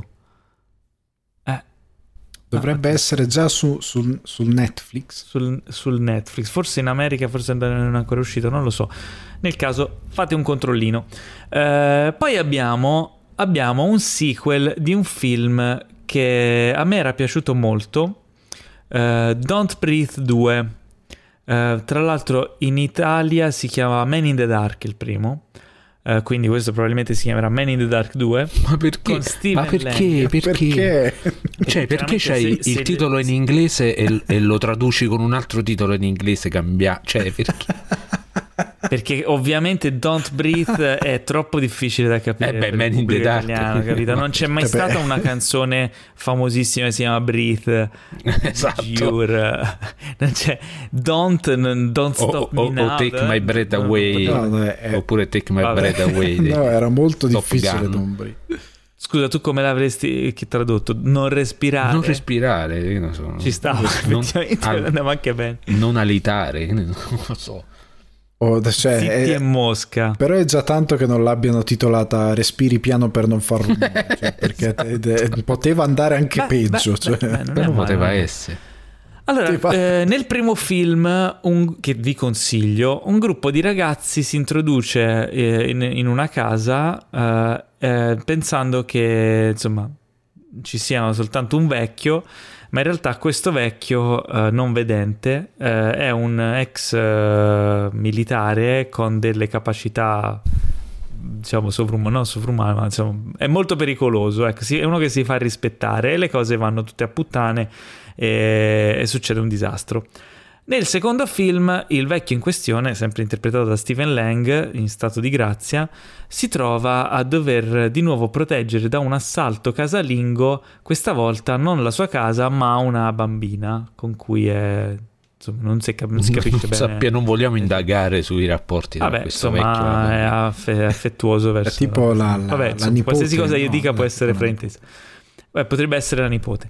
Dovrebbe essere già sul Netflix. Sul Netflix, forse in America, forse non è ancora uscito, non lo so. Nel caso fate un controllino. Poi abbiamo un sequel di un film che a me era piaciuto molto, Don't Breathe 2. Tra l'altro in Italia si chiama Man in the Dark il primo. Quindi questo probabilmente si chiamerà Man in the Dark 2. Ma perché? Perché? Cioè, perché c'hai il titolo in inglese e lo traduci con un altro titolo in inglese cioè, perché? Perché ovviamente Don't Breathe è troppo difficile da capire. Man in the Dark italiano, capito? Non c'è mai stata una canzone famosissima che si chiama Breathe. Esatto. Non c'è Don't Stop Me Now. O Take My Breath Away. Oppure Take My Breath Away. No, era molto difficile Don't Breathe. Scusa, tu come l'avresti tradotto? Non respirare? Non respirare, io non so. Ci stava, effettivamente andava anche bene. Non alitare, non lo so. Zitti e mosca. Però è già tanto che non l'abbiano titolata Respiri piano per non far rumore, cioè, perché poteva andare anche peggio. Però poteva essere. Allora, nel primo film che vi consiglio, un gruppo di ragazzi si introduce in una casa pensando che insomma ci sia soltanto un vecchio, ma in realtà questo vecchio non vedente è un ex militare con delle capacità, diciamo, sovrumane, ma insomma è molto pericoloso, ecco, è uno che si fa rispettare e le cose vanno tutte a puttane e succede un disastro. Nel secondo film, il vecchio in questione, sempre interpretato da Stephen Lang, in stato di grazia, si trova a dover di nuovo proteggere da un assalto casalingo, questa volta non la sua casa, ma una bambina con cui è... Insomma, non si capisce bene. Non vogliamo indagare sui rapporti di questo vecchio. È affettuoso verso... È tipo la nipote. Qualsiasi cosa io dica può essere fraintesa. Potrebbe essere la nipote.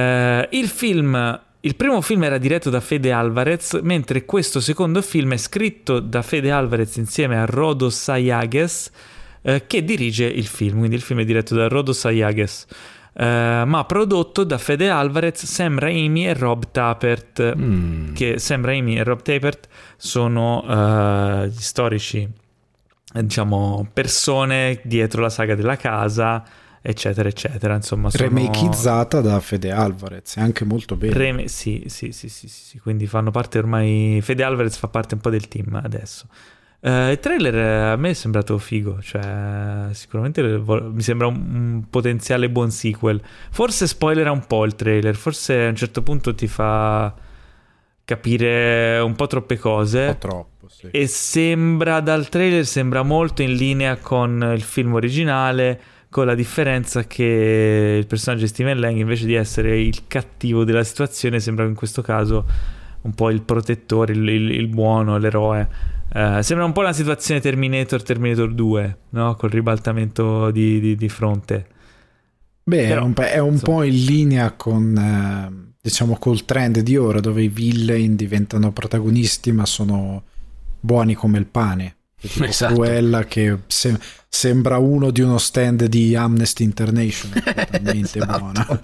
Il primo film era diretto da Fede Alvarez, mentre questo secondo film è scritto da Fede Alvarez insieme a Rodo Sayagues, che dirige il film. Quindi il film è diretto da Rodo Sayagues, ma prodotto da Fede Alvarez, Sam Raimi e Rob Tappert. Che Sam Raimi e Rob Tappert sono gli storici, diciamo, persone dietro la saga della casa, eccetera eccetera, insomma remakizzata da Fede Alvarez, è anche molto bene. Sì, quindi fanno parte ormai, Fede Alvarez fa parte un po' del team adesso. Il trailer a me è sembrato figo, cioè sicuramente mi sembra un potenziale buon sequel. Forse spoilera un po' il trailer, forse a un certo punto ti fa capire un po' troppe cose, un po' troppo, sì. E dal trailer sembra molto in linea con il film originale, con la differenza che il personaggio di Stephen Lang, invece di essere il cattivo della situazione, sembra in questo caso un po' il protettore, il buono, l'eroe. Sembra un po' una situazione Terminator 2, no? Col ribaltamento di fronte. Beh, però, è un po' in linea con diciamo col trend di ora, dove i villain diventano protagonisti ma sono buoni come il pane. Tipo esatto. Cruella, che sembra uno di uno stand di Amnesty International, totalmente esatto. buona.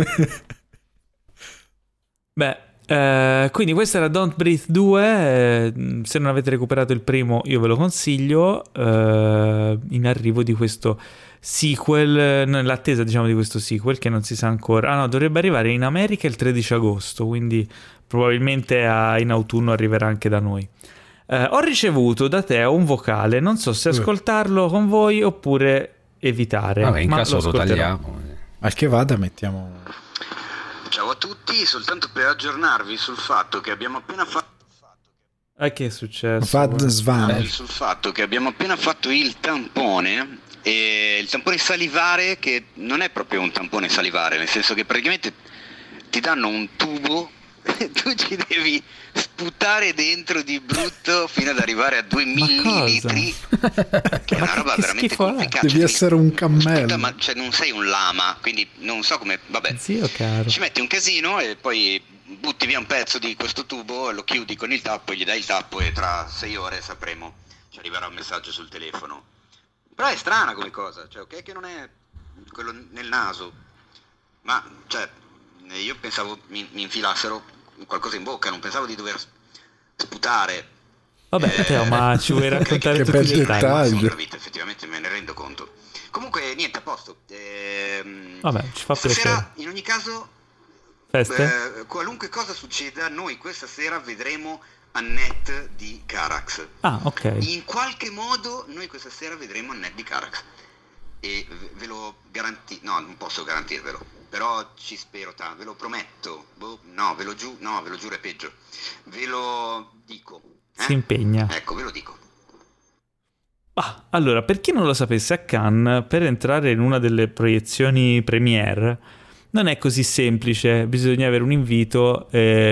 Beh, quindi questo era Don't Breathe 2. Se non avete recuperato il primo, io ve lo consiglio, in arrivo di questo sequel, nell'attesa, diciamo, di questo sequel che non si sa ancora. Dovrebbe arrivare in America il 13 agosto, quindi probabilmente in autunno arriverà anche da noi. Ho ricevuto da te un vocale, non so se ascoltarlo con voi oppure evitare. Vabbè, in caso lo tagliamo. Al che vada mettiamo... Ciao a tutti, soltanto per aggiornarvi sul fatto che abbiamo appena fatto... Che è successo? Sul fatto che abbiamo appena fatto il tampone, e il tampone salivare, che non è proprio un tampone salivare, nel senso che praticamente ti danno un tubo e tu ci devi sputare dentro di brutto fino ad arrivare a 2 millilitri, che è una roba veramente complicata. Devi essere un cammello, ma cioè non sei un lama, quindi non so come, vabbè, zio caro. Ci metti un casino e poi butti via un pezzo di questo tubo, lo chiudi con il tappo, gli dai il tappo e tra 6 ore sapremo, ci arriverà un messaggio sul telefono. Però è strana come cosa, cioè ok che non è quello nel naso, ma cioè io pensavo mi infilassero qualcosa in bocca, non pensavo di dover sputare. Vabbè, Teo, ma ci vuoi raccontare tutti i dettagli? Effettivamente me ne rendo conto. Comunque niente, a posto. Vabbè, ci fa stasera, in ogni caso, feste? Qualunque cosa succeda, noi questa sera vedremo Annette di Carax. Ah, ok. In qualche modo noi questa sera vedremo Annette di Carax. E ve lo garantisco, no, non posso garantirvelo, però ci spero tanto, ve lo prometto. Ve lo giuro è peggio. Ve lo dico. Si impegna. Ecco, ve lo dico. Allora, per chi non lo sapesse, a Cannes, per entrare in una delle proiezioni premiere, non è così semplice, bisogna avere un invito per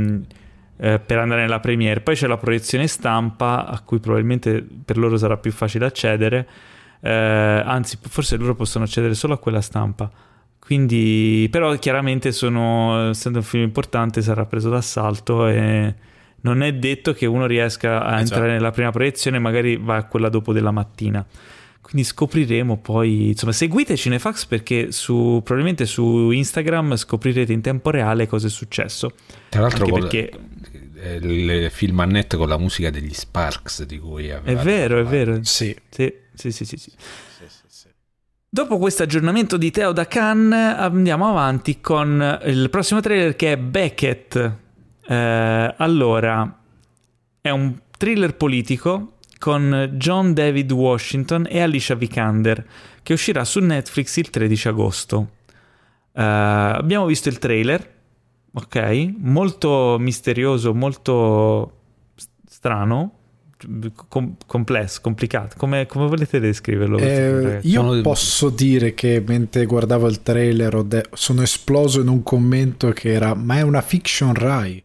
andare nella premiere. Poi c'è la proiezione stampa, a cui probabilmente per loro sarà più facile accedere. Anzi, forse loro possono accedere solo a quella stampa. Quindi, però chiaramente essendo un film importante, sarà preso d'assalto e non è detto che uno riesca a entrare nella prima proiezione, magari va a quella dopo della mattina. Quindi scopriremo poi, insomma, seguite Cinefax perché probabilmente su Instagram scoprirete in tempo reale cosa è successo. Tra l'altro perché il film Annette con la musica degli Sparks di cui è vero. Sì. Dopo questo aggiornamento di Teo da Cannes andiamo avanti con il prossimo trailer, che è Beckett. Allora, è un thriller politico con John David Washington e Alicia Vikander, che uscirà su Netflix il 13 agosto. Abbiamo visto il trailer, ok? Molto misterioso, molto strano, complesso, complicato. Come volete descriverlo? Io posso dire che mentre guardavo il trailer sono esploso in un commento che era: ma è una fiction Rai.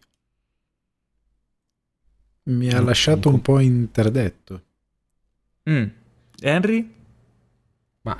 Mi ha lasciato un po' interdetto. Henry? Ma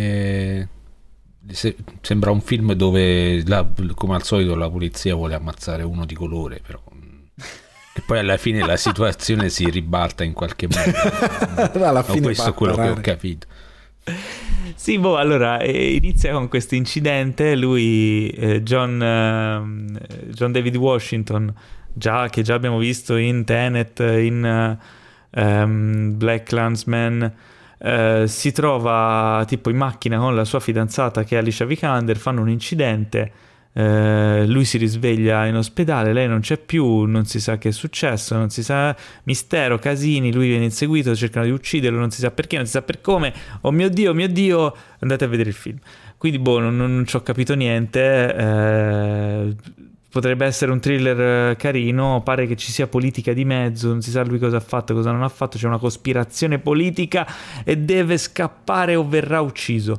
sembra un film dove come al solito la polizia vuole ammazzare uno di colore, però e poi alla fine la situazione si ribalta in qualche modo. Alla fine questo è quello che ho capito. Sì, allora inizia con questo incidente. Lui, John David Washington, che già abbiamo visto in Tenet, in BlacKkKlansman, si trova tipo in macchina con la sua fidanzata, che è Alicia Vikander, fanno un incidente. Lui si risveglia in ospedale, lei non c'è più, non si sa che è successo, non si sa, mistero, casini, lui viene inseguito, cercano di ucciderlo, non si sa perché, non si sa per come. Oh mio Dio, andate a vedere il film. Quindi non ci ho capito niente. Potrebbe essere un thriller carino, pare che ci sia politica di mezzo, non si sa lui cosa ha fatto, cosa non ha fatto, c'è una cospirazione politica e deve scappare o verrà ucciso.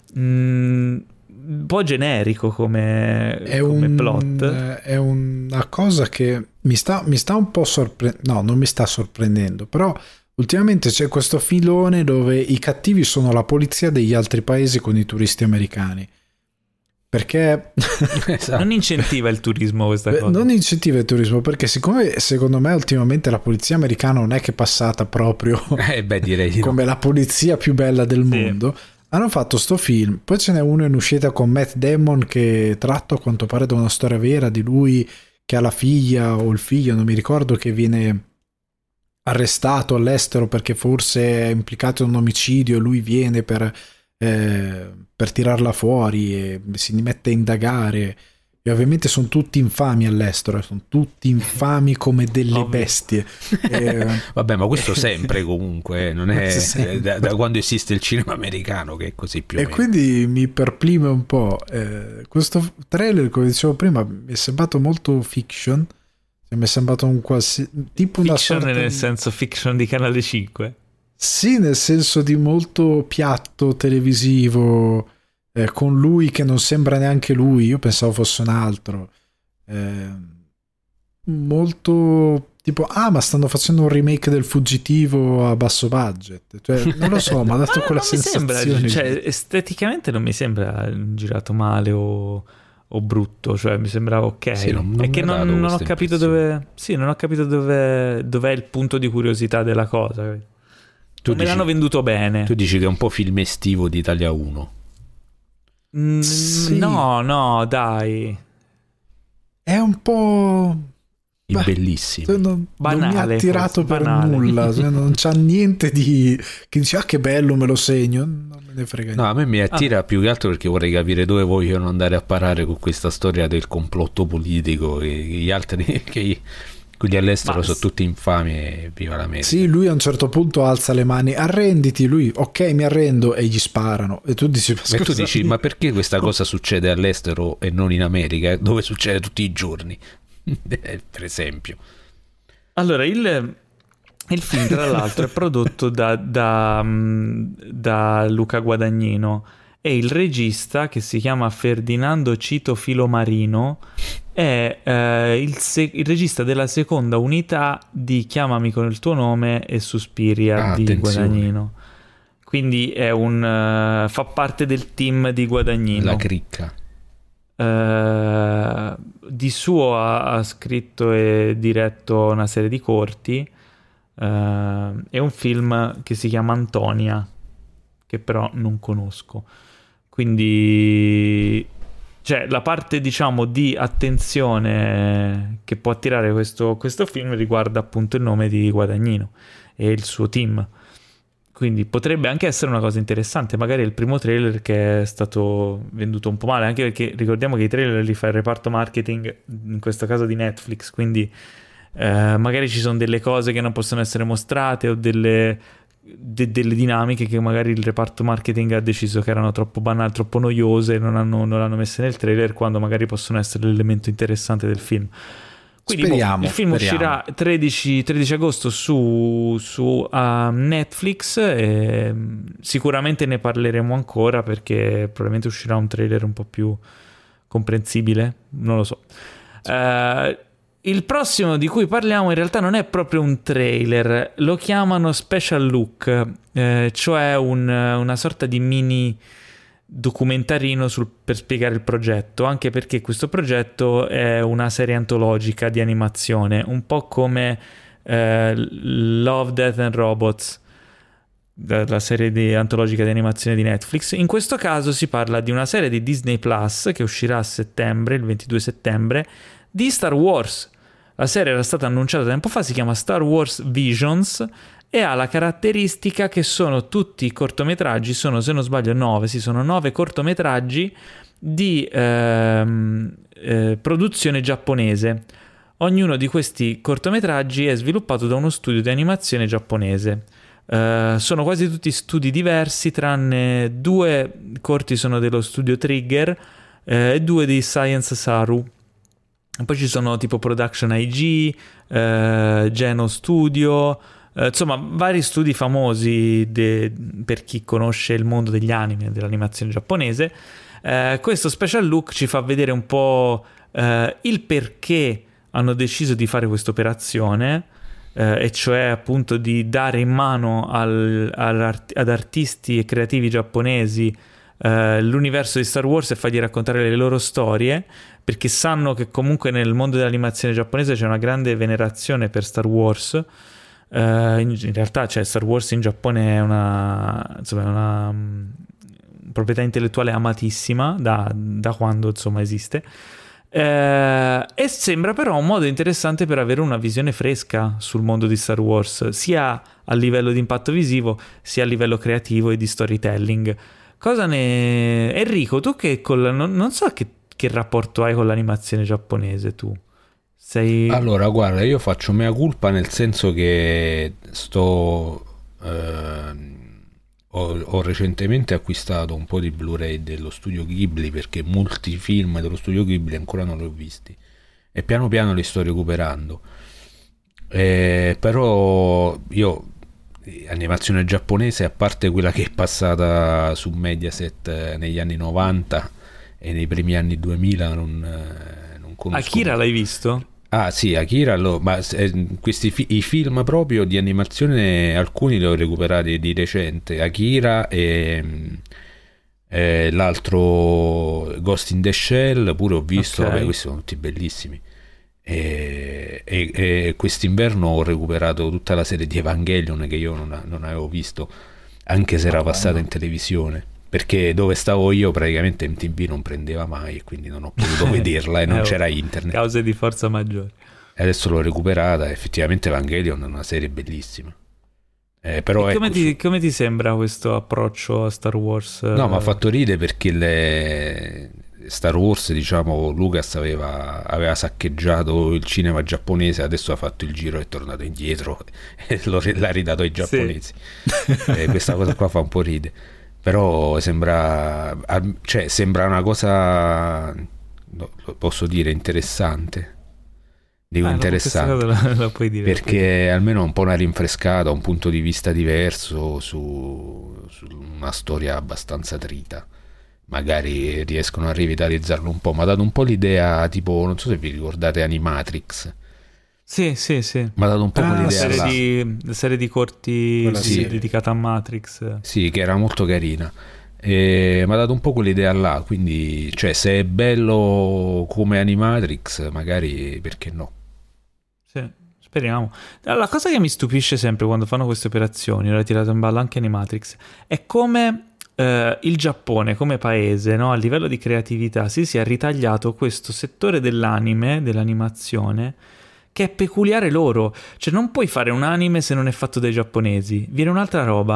Un po' generico come plot. È una cosa che mi sta un po' sorprendendo. No, non mi sta sorprendendo, però ultimamente c'è questo filone dove i cattivi sono la polizia degli altri paesi con i turisti americani, perché non incentiva il turismo questa cosa. Non incentiva il turismo, perché siccome secondo me ultimamente la polizia americana non è che è passata proprio direi come la polizia più bella del mondo. Hanno fatto sto film, poi ce n'è uno in uscita con Matt Damon che tratto a quanto pare da una storia vera di lui che ha la figlia o il figlio, non mi ricordo, che viene arrestato all'estero perché forse è implicato in un omicidio, lui viene per tirarla fuori e si mette a indagare. E ovviamente sono tutti infami all'estero, sono tutti infami come delle bestie. Vabbè, ma questo sempre comunque, non è da quando esiste il cinema americano che è così più o meno. E quindi mi perplime un po'. Questo trailer, come dicevo prima, mi è sembrato molto fiction, mi è sembrato un tipo una fiction sorta nel senso fiction di Canale 5? Sì, nel senso di molto piatto televisivo, con lui che non sembra neanche lui, io pensavo fosse un altro, molto tipo ma stanno facendo un remake del Fuggitivo a basso budget, cioè non lo so, ma ha dato quella sensazione. Cioè, esteticamente non mi sembra girato male o brutto, cioè mi sembrava ok. Sì, è che non ho capito dov'è il punto di curiosità della cosa. Me l'hanno venduto bene. Tu dici che è un po' film estivo di Italia 1. Sì. No, dai. È un po' bellissimo. Non mi ha attirato per banale. nulla, non c'ha niente di che dice che bello, me lo segno, non me ne frega niente. No, a me mi attira più che altro perché vorrei capire dove vogliono andare a parare con questa storia del complotto politico, e gli altri che quelli all'estero sono tutti infami e viva l'America. Sì, lui a un certo punto alza le mani, arrenditi, lui ok mi arrendo, e gli sparano, e tu dici ma perché questa cosa succede all'estero e non in America, dove succede tutti i giorni? Per esempio. Allora il film tra l'altro è prodotto da Luca Guadagnino, e il regista, che si chiama Ferdinando Cito Filomarino, è il regista della seconda unità di Chiamami con il tuo nome e Suspiria di Guadagnino, quindi è fa parte del team di Guadagnino, la cricca. Di suo ha scritto e diretto una serie di corti, e un film che si chiama Antonia, che però non conosco, quindi cioè la parte diciamo di attenzione che può attirare questo film riguarda appunto il nome di Guadagnino e il suo team. Quindi potrebbe anche essere una cosa interessante, magari è il primo trailer che è stato venduto un po' male, anche perché ricordiamo che i trailer li fa il reparto marketing, in questo caso di Netflix, quindi magari ci sono delle cose che non possono essere mostrate o delle dinamiche che magari il reparto marketing ha deciso che erano troppo banali, troppo noiose, non l'hanno messe nel trailer, quando magari possono essere l'elemento interessante del film. Quindi il film uscirà 13 agosto su Netflix e sicuramente ne parleremo ancora, perché probabilmente uscirà un trailer un po' più comprensibile, non lo so. Il prossimo di cui parliamo in realtà non è proprio un trailer, lo chiamano special look, cioè una sorta di mini documentarino per spiegare il progetto, anche perché questo progetto è una serie antologica di animazione, un po' come Love, Death and Robots, la serie antologica di animazione di Netflix. In questo caso si parla di una serie di Disney Plus che uscirà a settembre, il 22 settembre, di Star Wars. La serie era stata annunciata tempo fa, si chiama Star Wars Visions e ha la caratteristica che sono tutti cortometraggi, sono, se non sbaglio, 9 cortometraggi di produzione giapponese. Ognuno di questi cortometraggi è sviluppato da uno studio di animazione giapponese. Sono quasi tutti studi diversi, tranne 2 corti sono dello studio Trigger e 2 di Science Saru. Poi ci sono tipo Production IG, Geno Studio, insomma vari studi famosi per chi conosce il mondo degli anime, dell'animazione giapponese. Questo special look ci fa vedere un po' il perché hanno deciso di fare questa operazione, e cioè appunto di dare in mano ad artisti e creativi giapponesi l'universo di Star Wars e fargli raccontare le loro storie, perché sanno che comunque nel mondo dell'animazione giapponese c'è una grande venerazione per Star Wars. In realtà, cioè, Star Wars in Giappone è una proprietà intellettuale amatissima da quando insomma esiste, e sembra però un modo interessante per avere una visione fresca sul mondo di Star Wars, sia a livello di impatto visivo sia a livello creativo e di storytelling. Enrico, tu che non so che rapporto hai con l'animazione giapponese, tu? Allora, guarda, io faccio mea culpa, nel senso che ho recentemente acquistato un po' di Blu-ray dello studio Ghibli, perché molti film dello studio Ghibli ancora non li ho visti e piano piano li sto recuperando. Però io animazione giapponese, a parte quella che è passata su Mediaset negli anni 90 e nei primi anni 2000, non conosco. Akira l'hai visto? Ah sì, Akira, i film proprio di animazione, alcuni li ho recuperati di recente, Akira e l'altro Ghost in the Shell pure ho visto, okay. Vabbè, questi sono tutti bellissimi. E quest'inverno ho recuperato tutta la serie di Evangelion, che io non avevo visto, anche se era passata in televisione, perché dove stavo io praticamente MTV non prendeva mai e quindi non ho potuto vederla e non c'era internet, cause di forza maggiore. E adesso l'ho recuperata, effettivamente Evangelion è una serie bellissima. Però come ti sembra questo approccio a Star Wars? No, mi ha fatto ridere perché Star Wars, diciamo, Lucas aveva saccheggiato il cinema giapponese, adesso ha fatto il giro, è tornato indietro e l'ha ridato ai giapponesi. Sì. Questa cosa qua fa un po' ridere, però sembra una cosa, posso dire, interessante. Dico interessante la puoi dire, perché almeno è un po' una rinfrescata, un punto di vista diverso su una storia abbastanza trita. Magari riescono a rivitalizzarlo un po'. Mi ha dato un po' l'idea, tipo, non so se vi ricordate Animatrix. Sì. Mi ha dato un po' quell'idea la serie di corti dedicata a Matrix. Sì, che era molto carina. E mi ha dato un po' quell'idea là, quindi, cioè, se è bello come Animatrix, magari perché no? Sì, speriamo. La cosa che mi stupisce sempre quando fanno queste operazioni, l'ho tirato in ballo anche Animatrix, è come il Giappone come paese, no? A livello di creatività si sia ritagliato questo settore dell'anime, dell'animazione, che è peculiare loro. Cioè non puoi fare un anime se non è fatto dai giapponesi, viene un'altra roba.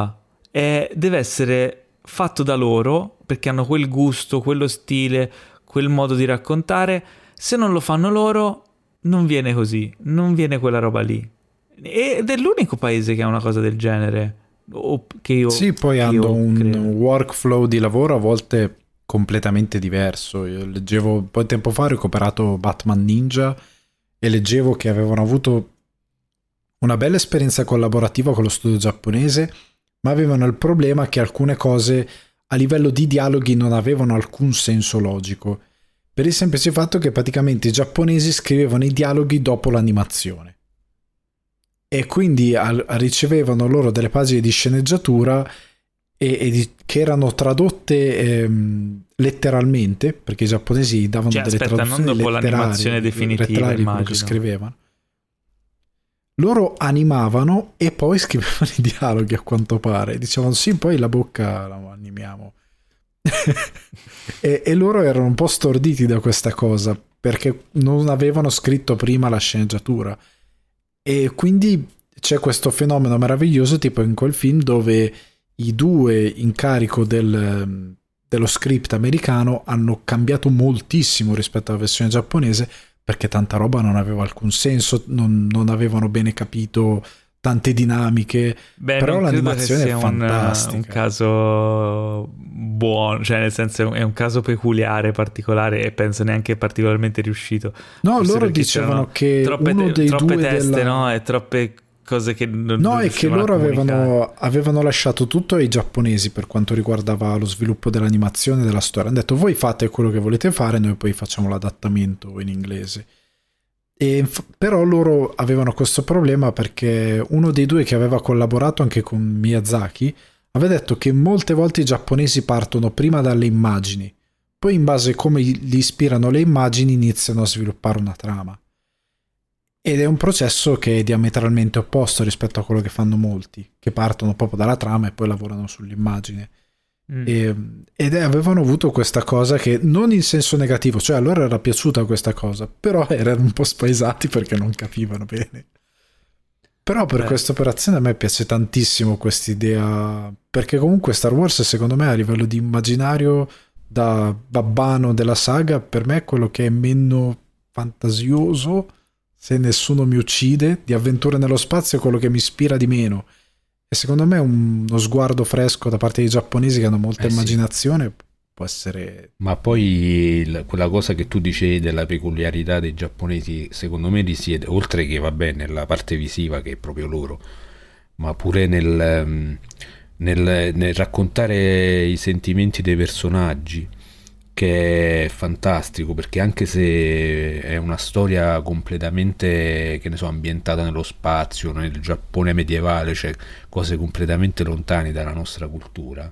deve essere fatto da loro, perché hanno quel gusto, quello stile, quel modo di raccontare. Se non lo fanno loro, non viene così, non viene quella roba lì. Ed è l'unico paese che ha una cosa del genere. Sì, poi hanno un workflow di lavoro a volte completamente diverso. Io leggevo un po' di tempo fa, ho recuperato Batman Ninja e leggevo che avevano avuto una bella esperienza collaborativa con lo studio giapponese, ma avevano il problema che alcune cose a livello di dialoghi non avevano alcun senso logico, per il semplice fatto che praticamente i giapponesi scrivevano i dialoghi dopo l'animazione e quindi ricevevano loro delle pagine di sceneggiatura che erano tradotte letteralmente, perché i giapponesi davano delle traduzioni non dopo l'animazione definitiva, immagino, che scrivevano. Loro animavano e poi scrivevano i dialoghi, a quanto pare. Dicevano sì, poi la bocca la animiamo. e loro erano un po' storditi da questa cosa, perché non avevano scritto prima la sceneggiatura. E quindi c'è questo fenomeno meraviglioso, tipo in quel film, dove i due in carico dello script americano hanno cambiato moltissimo rispetto alla versione giapponese, perché tanta roba non aveva alcun senso, non avevano bene capito tante dinamiche. Però l'animazione è fantastica. Un caso buono, cioè nel senso è un caso peculiare, particolare, e penso neanche particolarmente riuscito. No, loro dicevano che uno dei troppe due teste, no? E troppe cose che non è che loro avevano lasciato tutto ai giapponesi per quanto riguardava lo sviluppo dell'animazione e della storia. Hanno detto voi fate quello che volete fare, noi poi facciamo l'adattamento in inglese. Però loro avevano questo problema perché uno dei due che aveva collaborato anche con Miyazaki aveva detto che molte volte i giapponesi partono prima dalle immagini, poi in base a come gli ispirano le immagini iniziano a sviluppare una trama. Ed è un processo che è diametralmente opposto rispetto a quello che fanno molti, che partono proprio dalla trama e poi lavorano sull'immagine. Ed avevano avuto questa cosa che non in senso negativo, cioè a loro era piaciuta questa cosa, però erano un po' spaesati perché non capivano bene. Però per questa operazione a me piace tantissimo quest'idea, perché comunque Star Wars secondo me a livello di immaginario da babbano della saga per me è quello che è meno fantasioso. Se nessuno mi uccide, di avventure nello spazio è quello che mi ispira di meno. E secondo me uno sguardo fresco da parte dei giapponesi che hanno molta immaginazione può essere... Ma poi quella cosa che tu dicevi della peculiarità dei giapponesi, secondo me risiede, oltre che vabbè nella parte visiva che è proprio loro, ma pure nel raccontare i sentimenti dei personaggi, che è fantastico, perché anche se è una storia completamente, che ne so, ambientata nello spazio, nel Giappone medievale, cioè cose completamente lontane dalla nostra cultura,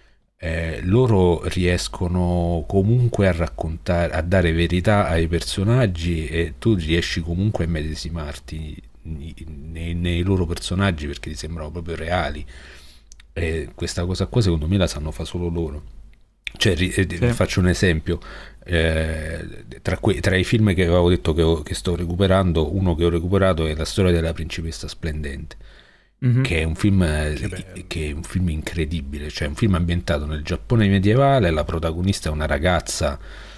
loro riescono comunque a raccontare, a dare verità ai personaggi, e tu riesci comunque a medesimarti nei loro personaggi perché ti sembrano proprio reali, e questa cosa qua secondo me la sanno fare solo loro. Cioè, faccio un esempio, tra i film che avevo detto che sto recuperando, uno che ho recuperato è La storia della principessa splendente, che è un film che è un film incredibile, cioè un film ambientato nel Giappone medievale. La protagonista è una ragazza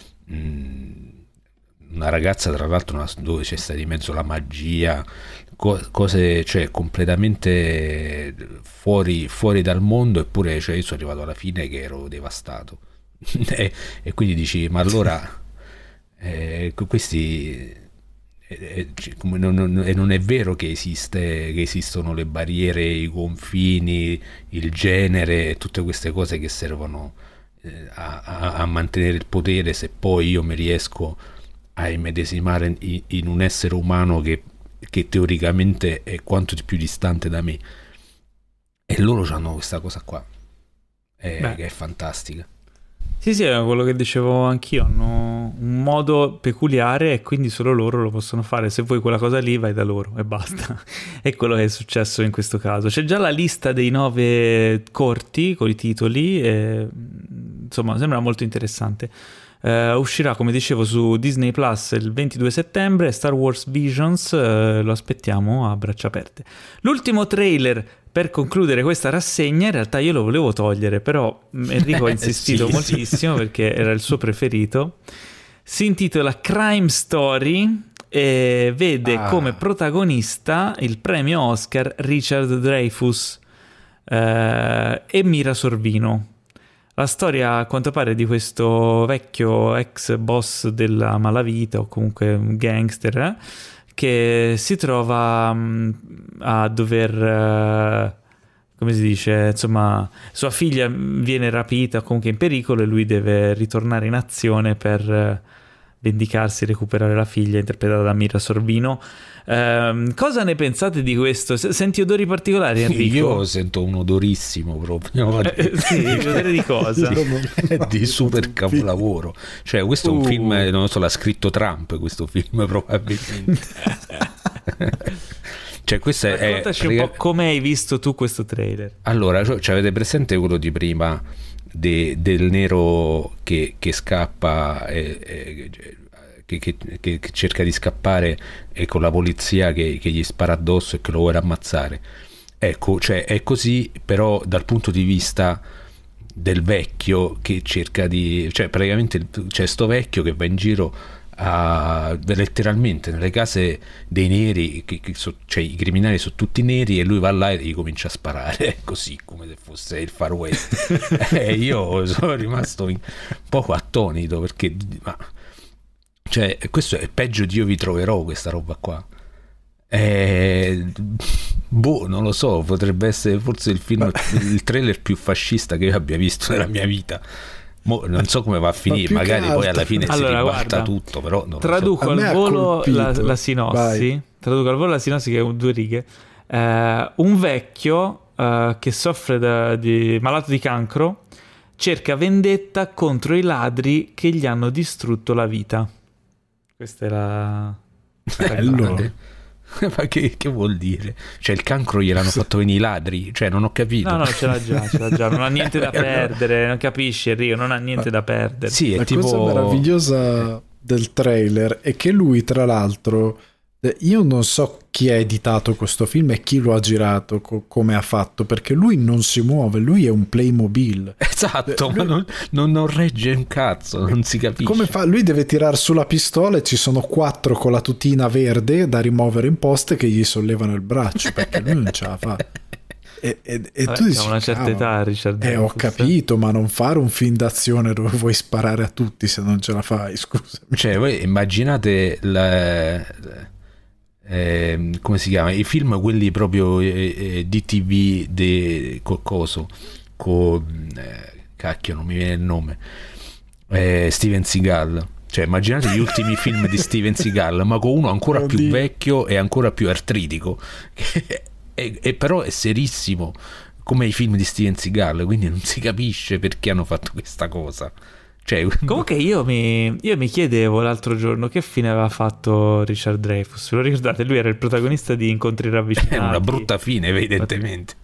tra l'altro dove c'è stata di mezzo la magia, cose, cioè completamente fuori dal mondo, eppure cioè, io sono arrivato alla fine che ero devastato e quindi dici ma allora questi non è vero che esistono le barriere, i confini, il genere, tutte queste cose che servono a mantenere il potere, se poi io mi riesco a immedesimare in un essere umano che teoricamente è quanto di più distante da me. E loro hanno questa cosa qua che è fantastica. Sì, è quello che dicevo anch'io, hanno un modo peculiare e quindi solo loro lo possono fare. Se vuoi quella cosa lì vai da loro e basta. È quello che è successo in questo caso. C'è già la lista dei 9 corti con i titoli, insomma sembra molto interessante. Uscirà, come dicevo, su Disney Plus il 22 settembre. Star Wars Visions, lo aspettiamo a braccia aperte. L'ultimo trailer per concludere questa rassegna, in realtà io lo volevo togliere, però Enrico ha insistito moltissimo perché era il suo preferito. Si intitola Crime Story e vede come protagonista il premio Oscar Richard Dreyfuss e Mira Sorvino. La storia, a quanto pare, di questo vecchio ex boss della malavita, o comunque un gangster, che si trova a dover, come si dice, insomma, sua figlia viene rapita, comunque in pericolo, e lui deve ritornare in azione per vendicarsi, recuperare la figlia, interpretata da Mira Sorvino. Cosa ne pensate di questo? Senti odori particolari, Enrico? Io sento un odorissimo proprio. Sì, odore di cosa? Di super capolavoro. Cioè, questo è un film, non so, l'ha scritto Trump, questo film probabilmente. Cioè, questo raccontaci un po' come hai visto tu questo trailer. Allora, cioè, avete presente quello di prima del nero che scappa che cerca di scappare e con la polizia che gli spara addosso e che lo vuole ammazzare? Ecco, cioè è così, però dal punto di vista del vecchio che cerca di, cioè praticamente c'è sto vecchio che va in giro letteralmente nelle case dei neri, cioè i criminali sono tutti neri, e lui va là e gli comincia a sparare così come se fosse il Far West. Io sono rimasto un poco attonito perché cioè, questo è peggio di Io vi troverò, questa roba qua. Non lo so, potrebbe essere forse il trailer più fascista che io abbia visto nella mia vita. Non so come va a finire, magari poi alla fine si ribalta tutto, però non traduco al volo la sinossi. Vai. Traduco al volo la sinossi, che è 2 righe. Un vecchio che soffre di malato di cancro cerca vendetta contro i ladri che gli hanno distrutto la vita. Questa è la ma che vuol dire? Cioè il cancro gliel'hanno fatto venire i ladri? Cioè non ho capito. No, ce l'ha già, non ha niente da perdere, non capisci, Enrico, non ha niente da perdere. Sì, è la tipo... cosa meravigliosa del trailer è che lui, tra l'altro, io non so chi ha editato questo film e chi lo ha girato, come ha fatto, perché lui non si muove, lui è un Playmobil. Esatto, ma non regge un cazzo, non si capisce. Come fa? Lui deve tirare sulla pistola e ci sono 4 con la tutina verde da rimuovere in poste che gli sollevano il braccio, perché lui non ce la fa. E tu dici, a una certa età, Richard. Ho capito, ma non fare un film d'azione dove vuoi sparare a tutti se non ce la fai, scusami. Cioè, voi immaginate come si chiama? I film quelli proprio DTV cacchio, non mi viene il nome. Steven Seagal. Cioè, immaginate gli ultimi film di Steven Seagal, ma con uno ancora più vecchio e ancora più artritico. E però è serissimo come i film di Steven Seagal, quindi non si capisce perché hanno fatto questa cosa. Cioè, comunque io mi chiedevo l'altro giorno che fine aveva fatto Richard Dreyfuss. Lo ricordate? Lui era il protagonista di Incontri ravvicinati. È una brutta fine, evidentemente.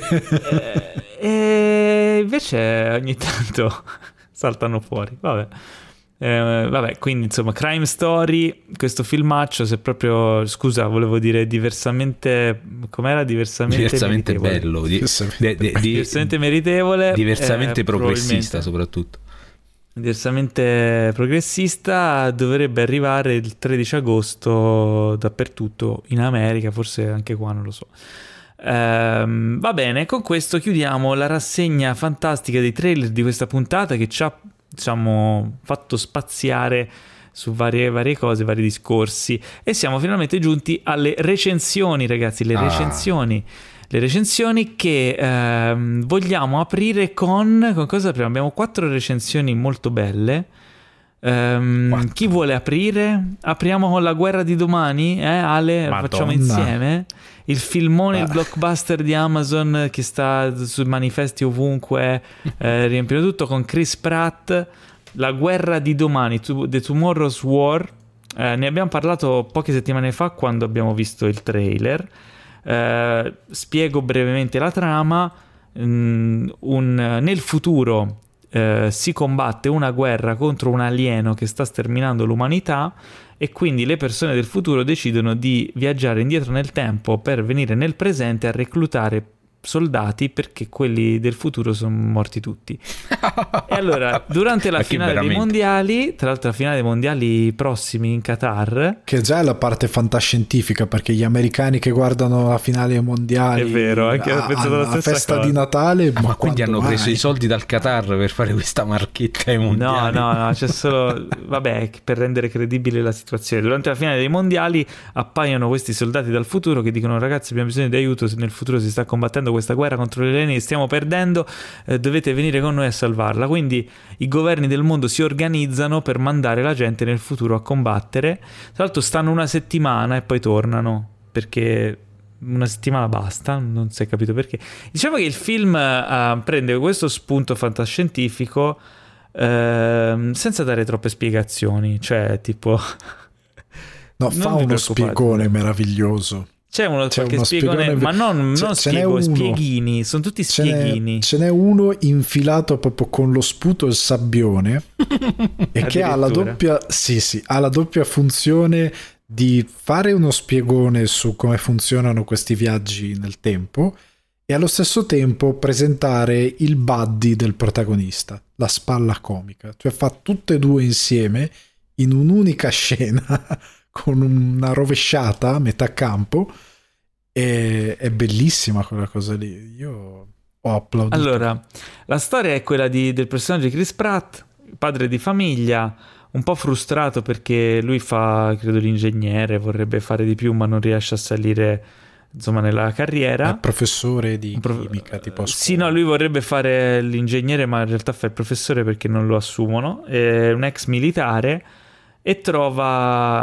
E invece ogni tanto saltano fuori. Vabbè, quindi insomma, Crime Story, questo filmaccio, se proprio, scusa, volevo dire diversamente, com'era? Diversamente bello, diversamente meritevole, diversamente progressista soprattutto. Diversamente progressista, dovrebbe arrivare il 13 agosto dappertutto in America, forse anche qua, non lo so. Va bene, con questo chiudiamo la rassegna fantastica dei trailer di questa puntata, che ci ha, diciamo, fatto spaziare su varie cose, vari discorsi, e siamo finalmente giunti alle recensioni, ragazzi. Le recensioni che vogliamo aprire con cosa apriamo? Abbiamo 4 recensioni molto belle. Chi vuole aprire? Apriamo con La guerra di domani, Ale? Madonna. Facciamo insieme il filmone, il blockbuster di Amazon che sta su manifesti ovunque, riempito tutto, con Chris Pratt. La guerra di domani, The Tomorrow's War. Ne abbiamo parlato poche settimane fa quando abbiamo visto il trailer. Spiego brevemente la trama. Nel futuro si combatte una guerra contro un alieno che sta sterminando l'umanità, e quindi le persone del futuro decidono di viaggiare indietro nel tempo per venire nel presente a reclutare soldati, perché quelli del futuro sono morti tutti. E allora, durante la finale dei mondiali, tra l'altro la finale dei mondiali prossimi in Qatar, che già è la parte fantascientifica, perché gli americani che guardano la finale dei mondiali, è vero, anche la festa di Natale, ma quindi hanno preso i soldi dal Qatar per fare questa marchetta ai mondiali? No, c'è solo vabbè, per rendere credibile la situazione. Durante la finale dei mondiali appaiono questi soldati dal futuro che dicono: ragazzi, abbiamo bisogno di aiuto, nel futuro si sta combattendo questa guerra contro gli alieni, stiamo perdendo, dovete venire con noi a salvarla. Quindi i governi del mondo si organizzano per mandare la gente nel futuro a combattere. Tra l'altro stanno una settimana e poi tornano, perché una settimana basta, non si è capito perché. Diciamo che il film prende questo spunto fantascientifico senza dare troppe spiegazioni, cioè tipo fa uno spiegone meraviglioso. C'è uno spiegone, ma non spieghini, sono tutti spieghini. Ce n'è uno infilato proprio con lo sputo e il sabbione e che ha la doppia funzione di fare uno spiegone su come funzionano questi viaggi nel tempo e allo stesso tempo presentare il buddy del protagonista, la spalla comica, cioè fa tutte e due insieme in un'unica scena con una rovesciata a metà campo. È bellissima quella cosa lì, io ho applaudito. Allora, la storia è quella del personaggio di Chris Pratt, padre di famiglia, un po' frustrato perché lui fa, credo, l'ingegnere, vorrebbe fare di più ma non riesce a salire, insomma, nella carriera. È professore di chimica, tipo a scuola. Sì, no, lui vorrebbe fare l'ingegnere ma in realtà fa il professore perché non lo assumono. È un ex militare e trova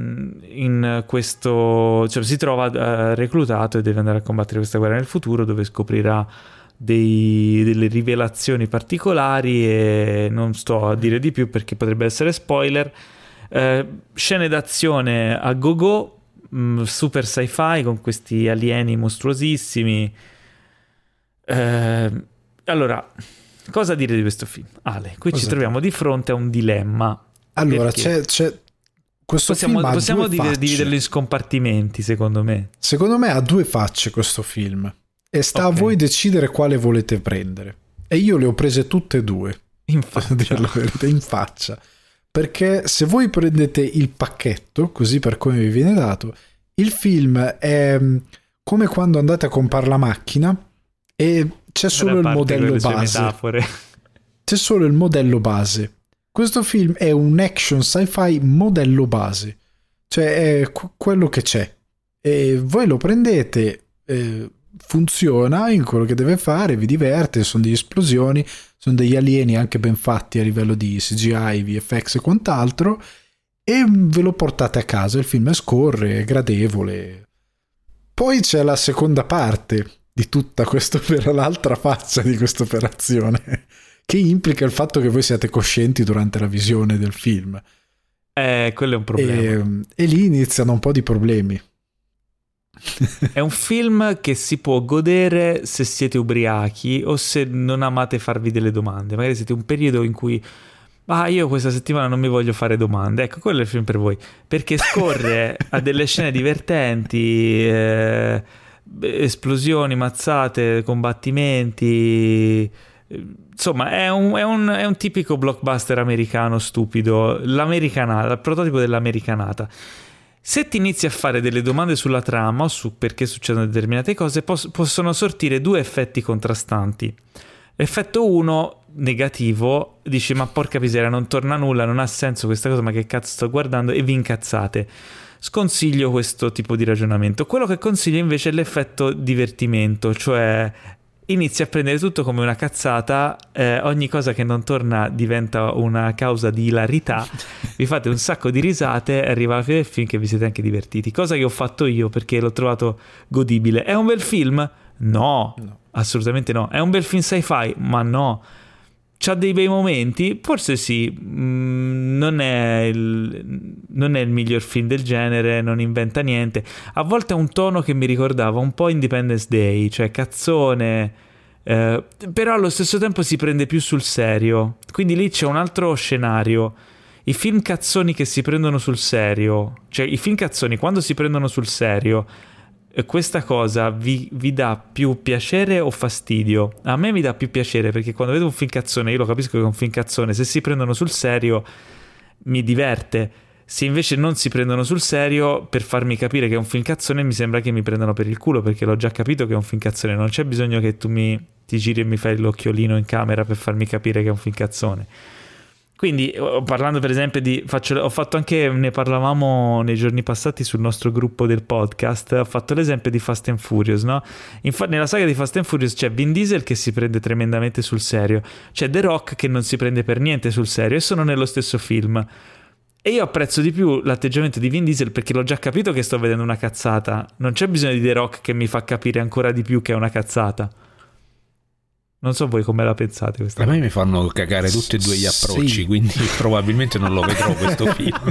in questo, cioè si trova reclutato e deve andare a combattere questa guerra nel futuro, dove scoprirà delle rivelazioni particolari, e non sto a dire di più perché potrebbe essere spoiler. Scene d'azione a go-go, super sci-fi con questi alieni mostruosissimi. Allora, cosa dire di questo film? Ale, qui ci troviamo di fronte a un dilemma. Allora, c'è questo film possiamo dividerlo in scompartimenti, secondo me. Secondo me ha due facce questo film e sta a voi decidere quale volete prendere. E io le ho prese tutte e due, in faccia. Perché se voi prendete il pacchetto, così per come vi viene dato, il film è come quando andate a comprare la macchina e c'è solo il modello base. C'è solo il modello base. Questo film è un action sci-fi modello base, cioè è quello che c'è, e voi lo prendete, funziona in quello che deve fare, vi diverte, sono delle esplosioni, sono degli alieni anche ben fatti a livello di CGI, VFX e quant'altro, e ve lo portate a casa, il film scorre, è gradevole. Poi c'è la seconda parte di tutta questa, l'altra faccia di questa operazione, che implica il fatto che voi siate coscienti durante la visione del film. Quello è un problema. E lì iniziano un po' di problemi. È un film che si può godere se siete ubriachi o se non amate farvi delle domande. Magari siete in un periodo in cui io questa settimana non mi voglio fare domande. Ecco, quello è il film per voi. Perché scorre a delle scene divertenti, esplosioni, mazzate, combattimenti. Insomma, è un tipico blockbuster americano stupido, il prototipo dell'americanata. Se ti inizi a fare delle domande sulla trama o su perché succedono determinate cose, possono sortire due effetti contrastanti. Effetto 1, negativo, dici ma porca miseria, non torna nulla, non ha senso questa cosa, ma che cazzo sto guardando, e vi incazzate. Sconsiglio questo tipo di ragionamento. Quello che consiglio invece è l'effetto divertimento, cioè inizi a prendere tutto come una cazzata, ogni cosa che non torna diventa una causa di ilarità, vi fate un sacco di risate e arriva alla fine del film che vi siete anche divertiti, cosa che ho fatto io perché l'ho trovato godibile. È un bel film? No, assolutamente no. È un bel film sci-fi? Ma no. C'ha dei bei momenti? Forse sì. Non è il miglior film del genere, non inventa niente. A volte ha un tono che mi ricordava un po' Independence Day, cioè cazzone, però allo stesso tempo si prende più sul serio, quindi lì c'è un altro scenario. I film cazzoni che si prendono sul serio, cioè i film cazzoni quando si prendono sul serio, questa cosa vi dà più piacere o fastidio? A me mi dà più piacere, perché quando vedo un film cazzone, io lo capisco che è un film cazzone, se si prendono sul serio mi diverte. Se invece non si prendono sul serio per farmi capire che è un film cazzone, mi sembra che mi prendano per il culo, perché l'ho già capito che è un film cazzone, non c'è bisogno che tu ti giri e mi fai l'occhiolino in camera per farmi capire che è un film cazzone. Quindi, parlando per esempio ho fatto anche, ne parlavamo nei giorni passati sul nostro gruppo del podcast, ho fatto l'esempio di Fast and Furious, no? Infatti nella saga di Fast and Furious c'è Vin Diesel che si prende tremendamente sul serio, c'è The Rock che non si prende per niente sul serio, e sono nello stesso film. E io apprezzo di più l'atteggiamento di Vin Diesel, perché l'ho già capito che sto vedendo una cazzata, non c'è bisogno di The Rock che mi fa capire ancora di più che è una cazzata. Non so voi come la pensate questa cosa. A me mi fanno cagare tutti e due gli approcci, quindi probabilmente non lo vedrò questo film.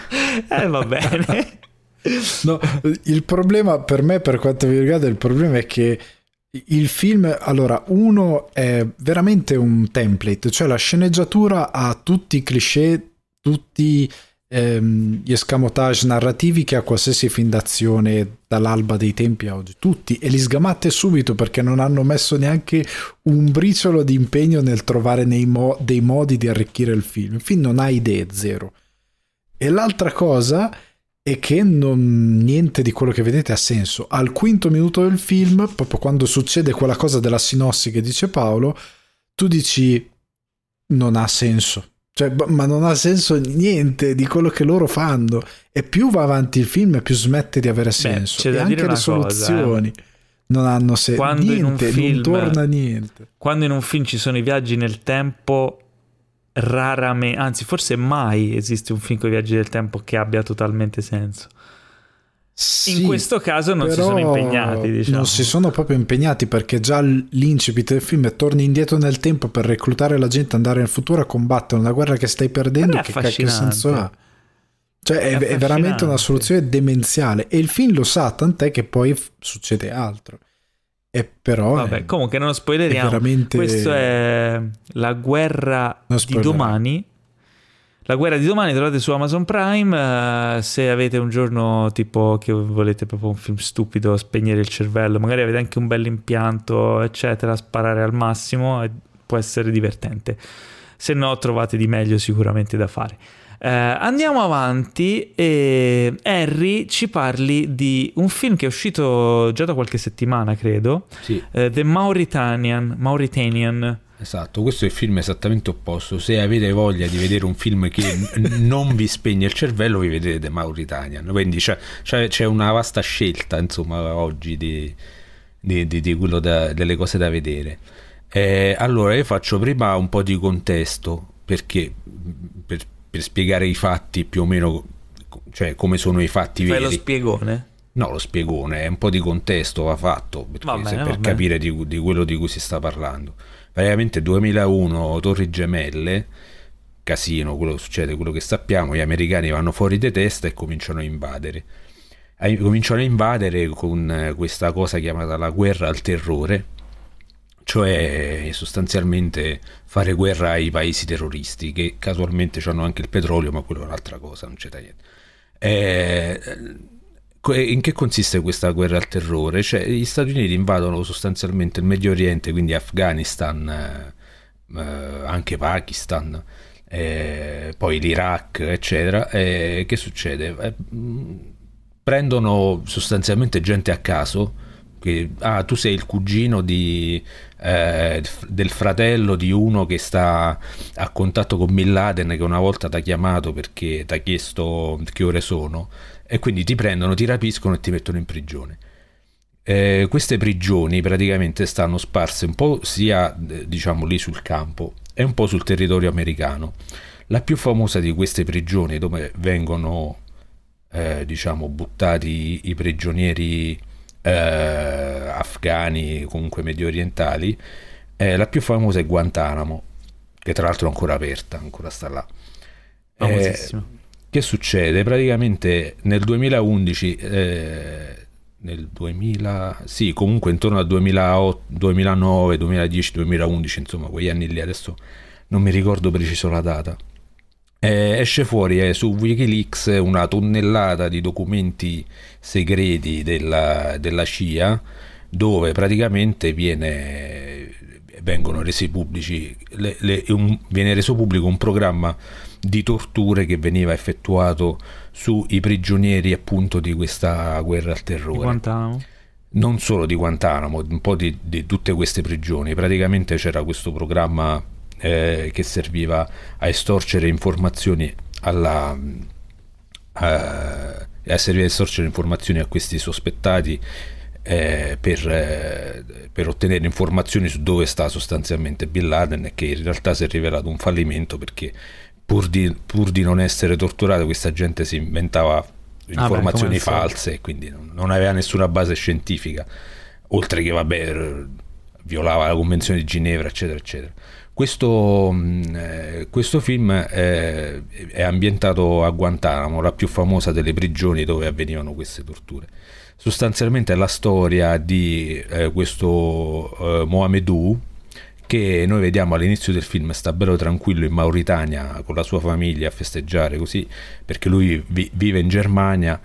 Va bene. No, il problema per me, per quanto mi riguarda, il problema è che il film, allora, uno è veramente un template, cioè la sceneggiatura ha tutti i cliché, tutti gli escamotage narrativi che ha qualsiasi film d'azione dall'alba dei tempi a oggi, tutti, e li sgamatte subito perché non hanno messo neanche un briciolo di impegno nel trovare dei modi di arricchire il film. Il film non ha idee, zero. E l'altra cosa è che niente di quello che vedete ha senso. Al quinto minuto del film, proprio quando succede quella cosa della sinossi che dice Paolo, tu dici non ha senso. Cioè, ma non ha senso niente di quello che loro fanno, e più va avanti il film e più smette di avere senso. E anche le soluzioni non hanno senso, niente, non torna niente. Quando in un film ci sono i viaggi nel tempo, raramente, anzi forse mai esiste un film con i viaggi del tempo che abbia totalmente senso. Sì, in questo caso non si sono impegnati, diciamo. Non si sono proprio impegnati, perché già l'incipit del film è: torni indietro nel tempo per reclutare la gente, andare nel futuro a combattere una guerra che stai perdendo. Che cacchio senso ha? Cioè è veramente una soluzione demenziale, e il film lo sa, tant'è che poi succede altro. E però vabbè, comunque non spoileriamo, veramente... questo è La guerra di domani. La guerra di domani trovate su Amazon Prime. Se avete un giorno tipo che volete proprio un film stupido, spegnere il cervello, magari avete anche un bel impianto eccetera, sparare al massimo, può essere divertente. Se no trovate di meglio sicuramente da fare. Andiamo avanti e Harry ci parli di un film che è uscito già da qualche settimana, credo. Sì. The Mauritanian. Esatto, questo è il film esattamente opposto. Se avete voglia di vedere un film che non vi spegne il cervello, vi vedete The Mauritanian. Quindi c'è una vasta scelta, insomma, oggi di quello delle cose da vedere. Allora, io faccio prima un po' di contesto, perché per spiegare i fatti più o meno, cioè come sono i fatti veri. Fai lo spiegone? No, lo spiegone, è un po' di contesto va fatto, perché per capire di quello di cui si sta parlando. Praticamente 2001, Torri Gemelle, casino, quello succede, quello che sappiamo, gli americani vanno fuori di testa e cominciano a invadere. Cominciano a invadere con questa cosa chiamata la guerra al terrore, cioè sostanzialmente fare guerra ai paesi terroristi, che casualmente hanno anche il petrolio, ma quello è un'altra cosa, non c'è da niente. In che consiste questa guerra al terrore? Cioè, gli Stati Uniti invadono sostanzialmente il Medio Oriente, quindi Afghanistan, anche Pakistan, poi l'Iraq, eccetera. Che succede? Prendono sostanzialmente gente a caso, che tu sei il cugino del fratello di uno che sta a contatto con Bin Laden, che una volta ti ha chiamato perché ti ha chiesto che ore sono, e quindi ti prendono, ti rapiscono e ti mettono in prigione. Queste prigioni praticamente stanno sparse un po' sia diciamo lì sul campo e un po' sul territorio americano. La più famosa di queste prigioni, dove vengono diciamo buttati i prigionieri afghani, comunque medio orientali, la più famosa è Guantanamo, che tra l'altro è ancora aperta, ancora sta là. Che succede? Praticamente nel 2011 nel 2000, sì, comunque intorno al 2008, 2009, 2010, 2011, insomma quegli anni lì, adesso non mi ricordo preciso la data. Esce fuori su Wikileaks una tonnellata di documenti segreti della CIA, dove praticamente vengono resi pubblici viene reso pubblico un programma di torture che veniva effettuato sui prigionieri appunto di questa guerra al terrore. Di Guantanamo? Non solo di Guantanamo, un po' di tutte queste prigioni. Praticamente c'era questo programma che serviva a estorcere informazioni a estorcere informazioni a questi sospettati per ottenere informazioni su dove sta sostanzialmente Bin Laden, e che in realtà si è rivelato un fallimento, perché pur di non essere torturato questa gente si inventava informazioni false, e quindi non aveva nessuna base scientifica, oltre che violava la Convenzione di Ginevra, eccetera eccetera. Questo film è ambientato a Guantanamo, la più famosa delle prigioni dove avvenivano queste torture. Sostanzialmente è la storia di questo Mohamedou, che noi vediamo all'inizio del film sta bello tranquillo in Mauritania con la sua famiglia a festeggiare così, perché lui vive in Germania,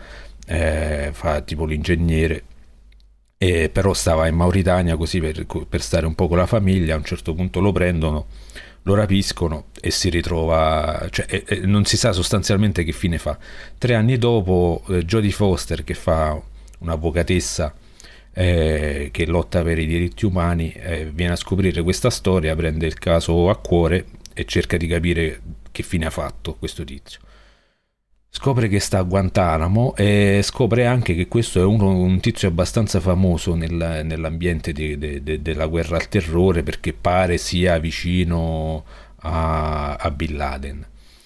fa tipo l'ingegnere, però stava in Mauritania così per stare un po' con la famiglia. A un certo punto lo prendono, lo rapiscono e si ritrova, cioè, non si sa sostanzialmente che fine fa. 3 anni dopo Jodie Foster, che fa un'avvocatessa che lotta per i diritti umani, viene a scoprire questa storia, prende il caso a cuore e cerca di capire che fine ha fatto questo tizio. Scopre che sta a Guantanamo e scopre anche che questo è un tizio abbastanza famoso nell'ambiente della guerra al terrore, perché pare sia vicino a Bin Laden.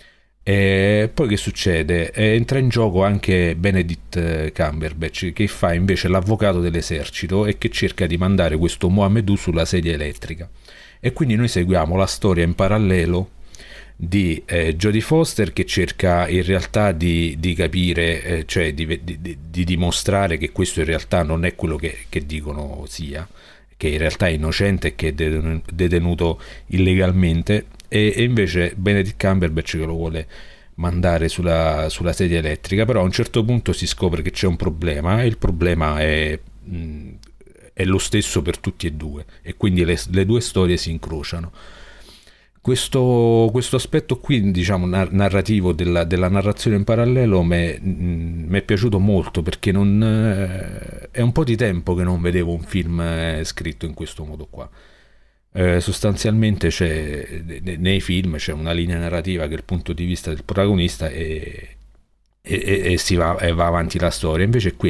E poi che succede? Entra in gioco anche Benedict Cumberbatch, che fa invece l'avvocato dell'esercito e che cerca di mandare questo Mohamedou sulla sedia elettrica. E quindi noi seguiamo la storia in parallelo di Jodie Foster, che cerca in realtà di capire, cioè di dimostrare che questo in realtà non è quello che dicono sia, che in realtà è innocente e che è detenuto illegalmente, e invece Benedict Cumberbatch che lo vuole mandare sulla sedia elettrica. Però a un certo punto si scopre che c'è un problema, e il problema è lo stesso per tutti e due, e quindi le due storie si incrociano. Questo aspetto qui, diciamo, narrativo della narrazione in parallelo mi è piaciuto molto, perché è un po' di tempo che non vedevo un film scritto in questo modo qua. Sostanzialmente nei film c'è una linea narrativa che è il punto di vista del protagonista e va avanti la storia. Invece qui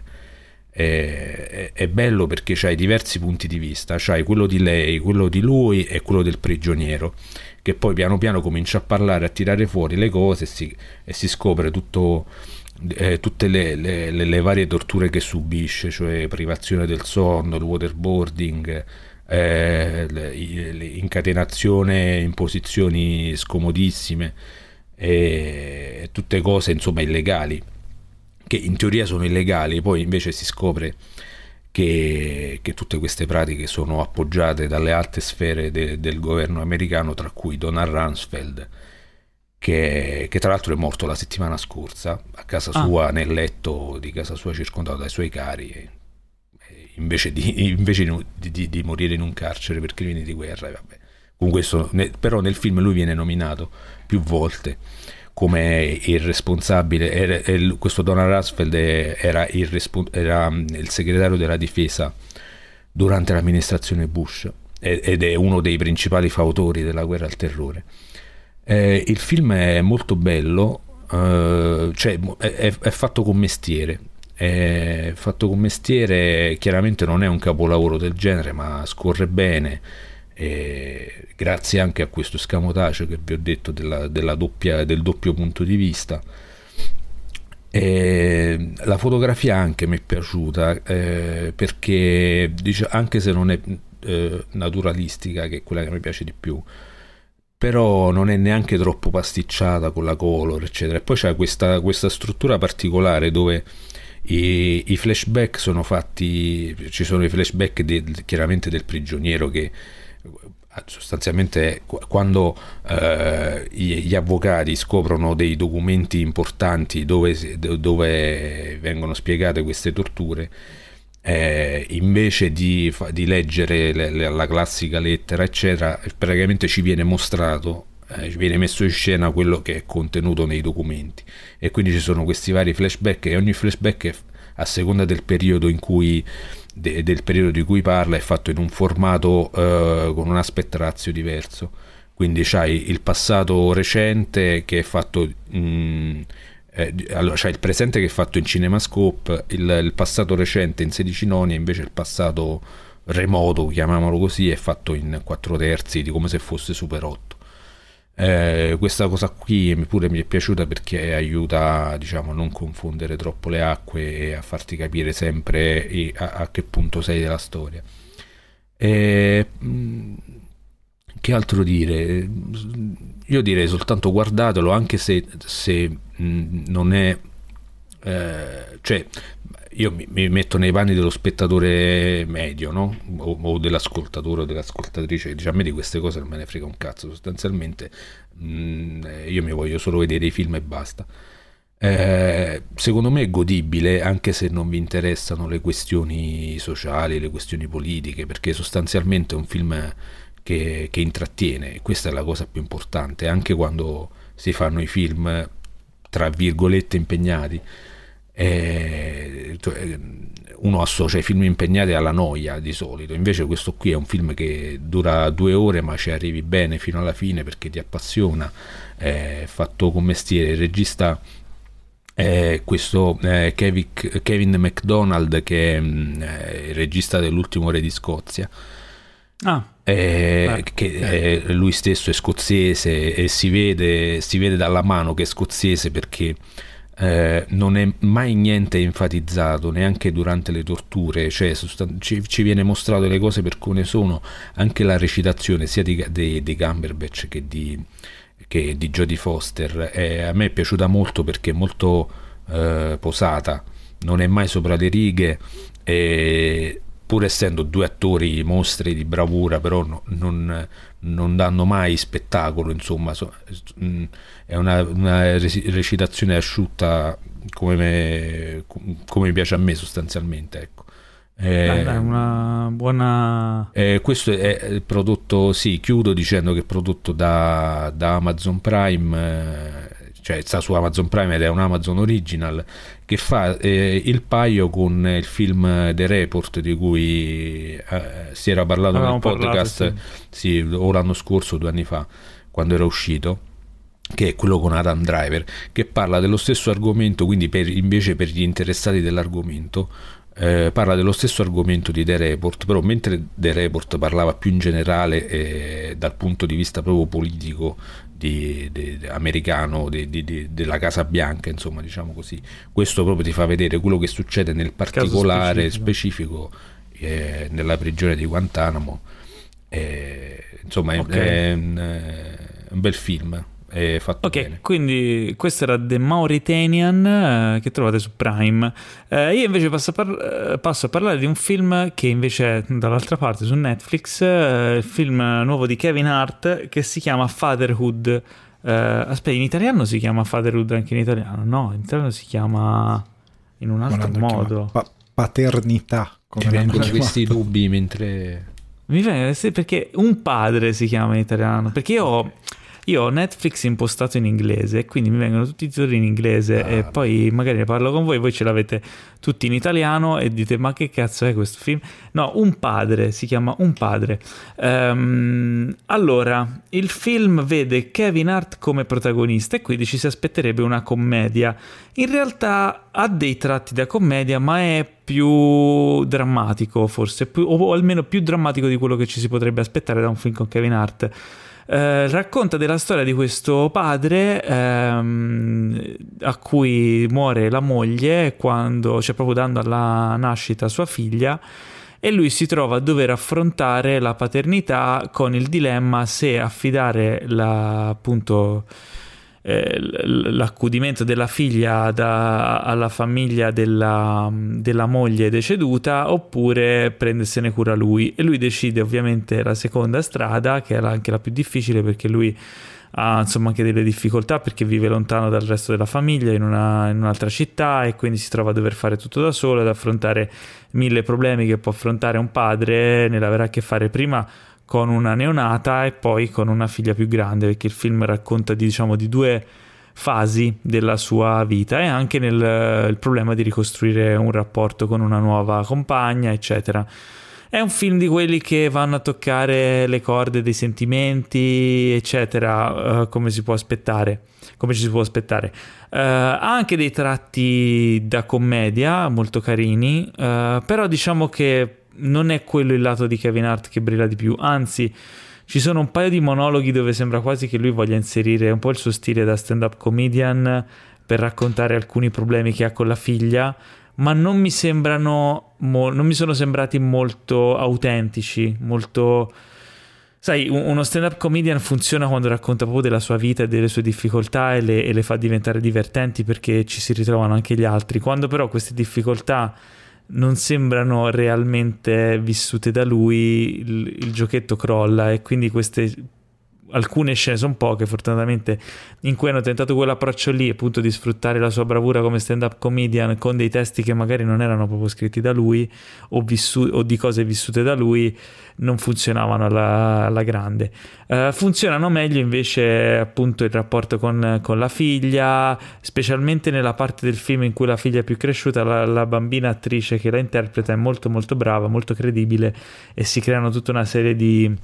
è bello perché c'hai diversi punti di vista, c'hai quello di lei, quello di lui e quello del prigioniero, che poi piano piano comincia a parlare, a tirare fuori le cose e si scopre tutte le varie torture che subisce, cioè privazione del sonno, il waterboarding, l'incatenazione in posizioni scomodissime, e tutte cose insomma illegali, che in teoria sono illegali. Poi invece si scopre che tutte queste pratiche sono appoggiate dalle alte sfere del governo americano, tra cui Donald Rumsfeld, che tra l'altro è morto la settimana scorsa a casa sua, nel letto di casa sua, circondato dai suoi cari, invece di morire in un carcere per crimini di guerra. Vabbè. Con questo, però nel film lui viene nominato più volte come il responsabile. Questo Donald Rumsfeld era il segretario della difesa durante l'amministrazione Bush ed è uno dei principali fautori della guerra al terrore. Il film è molto bello, cioè è fatto con mestiere. È fatto con mestiere, chiaramente non è un capolavoro del genere, ma scorre bene, grazie anche a questo escamotage che vi ho detto del doppio punto di vista. La fotografia anche mi è piaciuta, perché anche se non è naturalistica, che è quella che mi piace di più, però non è neanche troppo pasticciata con la color, eccetera. E poi c'è questa struttura particolare dove I flashback sono fatti, ci sono i flashback chiaramente del prigioniero che sostanzialmente quando gli avvocati scoprono dei documenti importanti dove vengono spiegate queste torture, invece di leggere la classica lettera eccetera, praticamente ci viene mostrato, ci viene messo in scena quello che è contenuto nei documenti, e quindi ci sono questi vari flashback, e ogni flashback a seconda del periodo in cui del periodo di cui parla è fatto in un formato con un aspect ratio diverso. Quindi c'hai il passato recente che è fatto allora c'hai il presente che è fatto in CinemaScope, il passato recente in 16 noni, e invece il passato remoto, chiamiamolo così, è fatto in 4/3 di come se fosse Super 8. Questa cosa qui pure mi è piaciuta perché aiuta, diciamo, a non confondere troppo le acque e a farti capire sempre a che punto sei della storia. Che altro dire? Io direi soltanto guardatelo, anche se non è cioè io mi metto nei panni dello spettatore medio, no? O dell'ascoltatore o dell'ascoltatrice che dice: a me di queste cose non me ne frega un cazzo, sostanzialmente io mi voglio solo vedere i film e basta. Secondo me è godibile, anche se non vi interessano le questioni sociali, le questioni politiche, perché sostanzialmente è un film che intrattiene, e questa è la cosa più importante, anche quando si fanno i film tra virgolette impegnati. Uno associa i film impegnati alla noia di solito, invece questo qui è un film che dura 2 ore ma ci arrivi bene fino alla fine perché ti appassiona, è fatto con mestiere. Il regista è questo Kevin MacDonald, che è il regista dell'Ultimo Re di Scozia. Lui stesso è scozzese e si vede dalla mano che è scozzese, perché non è mai niente enfatizzato, neanche durante le torture, cioè ci viene mostrato le cose per come sono. Anche la recitazione sia di Cumberbatch che di Jodie Foster a me è piaciuta molto, perché è molto posata, non è mai sopra le righe, pur essendo 2 attori mostri di bravura, però non danno mai spettacolo, insomma. È una recitazione asciutta come piace a me, sostanzialmente, ecco. È una buona... questo è prodotto, sì, chiudo dicendo che è prodotto da Amazon Prime, cioè sta su Amazon Prime ed è un Amazon Original, che fa il paio con il film The Report, di cui si era parlato nel podcast, sì, o l'anno scorso o 2 anni fa, quando era uscito, che è quello con Adam Driver, che parla dello stesso argomento, quindi invece per gli interessati dell'argomento, parla dello stesso argomento di The Report, però mentre The Report parlava più in generale dal punto di vista proprio politico americano, della Casa Bianca, insomma, diciamo così, questo proprio ti fa vedere quello che succede nel particolare specifico nella prigione di Guantanamo. Insomma, è un bel film, è fatto bene. Quindi questo era The Mauritanian, che trovate su Prime. Io invece passo a parlare di un film che invece è dall'altra parte su Netflix, il film nuovo di Kevin Hart, che si chiama Fatherhood. Aspetta, in italiano si chiama Fatherhood anche in italiano? No, in italiano si chiama in un altro modo. Paternità. Come questi dubbi mentre... Mi viene, sì, perché Un padre si chiama in italiano, perché io ho Netflix impostato in inglese e quindi mi vengono tutti i titoli in inglese, e poi magari ne parlo con voi ce l'avete tutti in italiano e dite: ma che cazzo è questo film? No, Un padre, si chiama Un padre. Allora, il film vede Kevin Hart come protagonista e quindi ci si aspetterebbe una commedia. In realtà ha dei tratti da commedia, ma è più drammatico, forse, o almeno più drammatico di quello che ci si potrebbe aspettare da un film con Kevin Hart. Racconta della storia di questo padre a cui muore la moglie quando, cioè proprio dando alla nascita sua figlia, e lui si trova a dover affrontare la paternità con il dilemma se affidare appunto l'accudimento della figlia alla famiglia della moglie deceduta, oppure prendersene cura lui. E lui decide ovviamente la seconda strada, che è anche la più difficile, perché lui ha insomma anche delle difficoltà, perché vive lontano dal resto della famiglia in un'altra città, e quindi si trova a dover fare tutto da solo, ad affrontare 1000 problemi che può affrontare un padre nell'avere a che fare prima con una neonata e poi con una figlia più grande, perché il film racconta di 2 fasi della sua vita, e anche il problema di ricostruire un rapporto con una nuova compagna, eccetera. È un film di quelli che vanno a toccare le corde dei sentimenti, eccetera, come ci si può aspettare. Ha anche dei tratti da commedia molto carini, però diciamo che non è quello il lato di Kevin Hart che brilla di più, anzi ci sono un paio di monologhi dove sembra quasi che lui voglia inserire un po' il suo stile da stand-up comedian per raccontare alcuni problemi che ha con la figlia, ma non mi sono sembrati molto autentici, molto... Sai, uno stand-up comedian funziona quando racconta proprio della sua vita e delle sue difficoltà e le fa diventare divertenti, perché ci si ritrovano anche gli altri. Quando però queste difficoltà non sembrano realmente vissute da lui, il giochetto crolla, e quindi alcune scene, sono poche fortunatamente, in cui hanno tentato quell'approccio lì, appunto di sfruttare la sua bravura come stand-up comedian con dei testi che magari non erano proprio scritti da lui o di cose vissute da lui, non funzionavano alla grande. Funzionano meglio invece appunto il rapporto con la figlia, specialmente nella parte del film in cui la figlia è più cresciuta. La bambina attrice che la interpreta è molto molto brava, molto credibile, e si creano tutta una serie di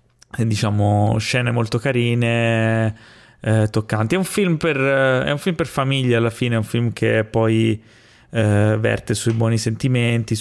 scene molto carine, toccanti. È un film per famiglia, alla fine è un film che poi verte sui buoni sentimenti,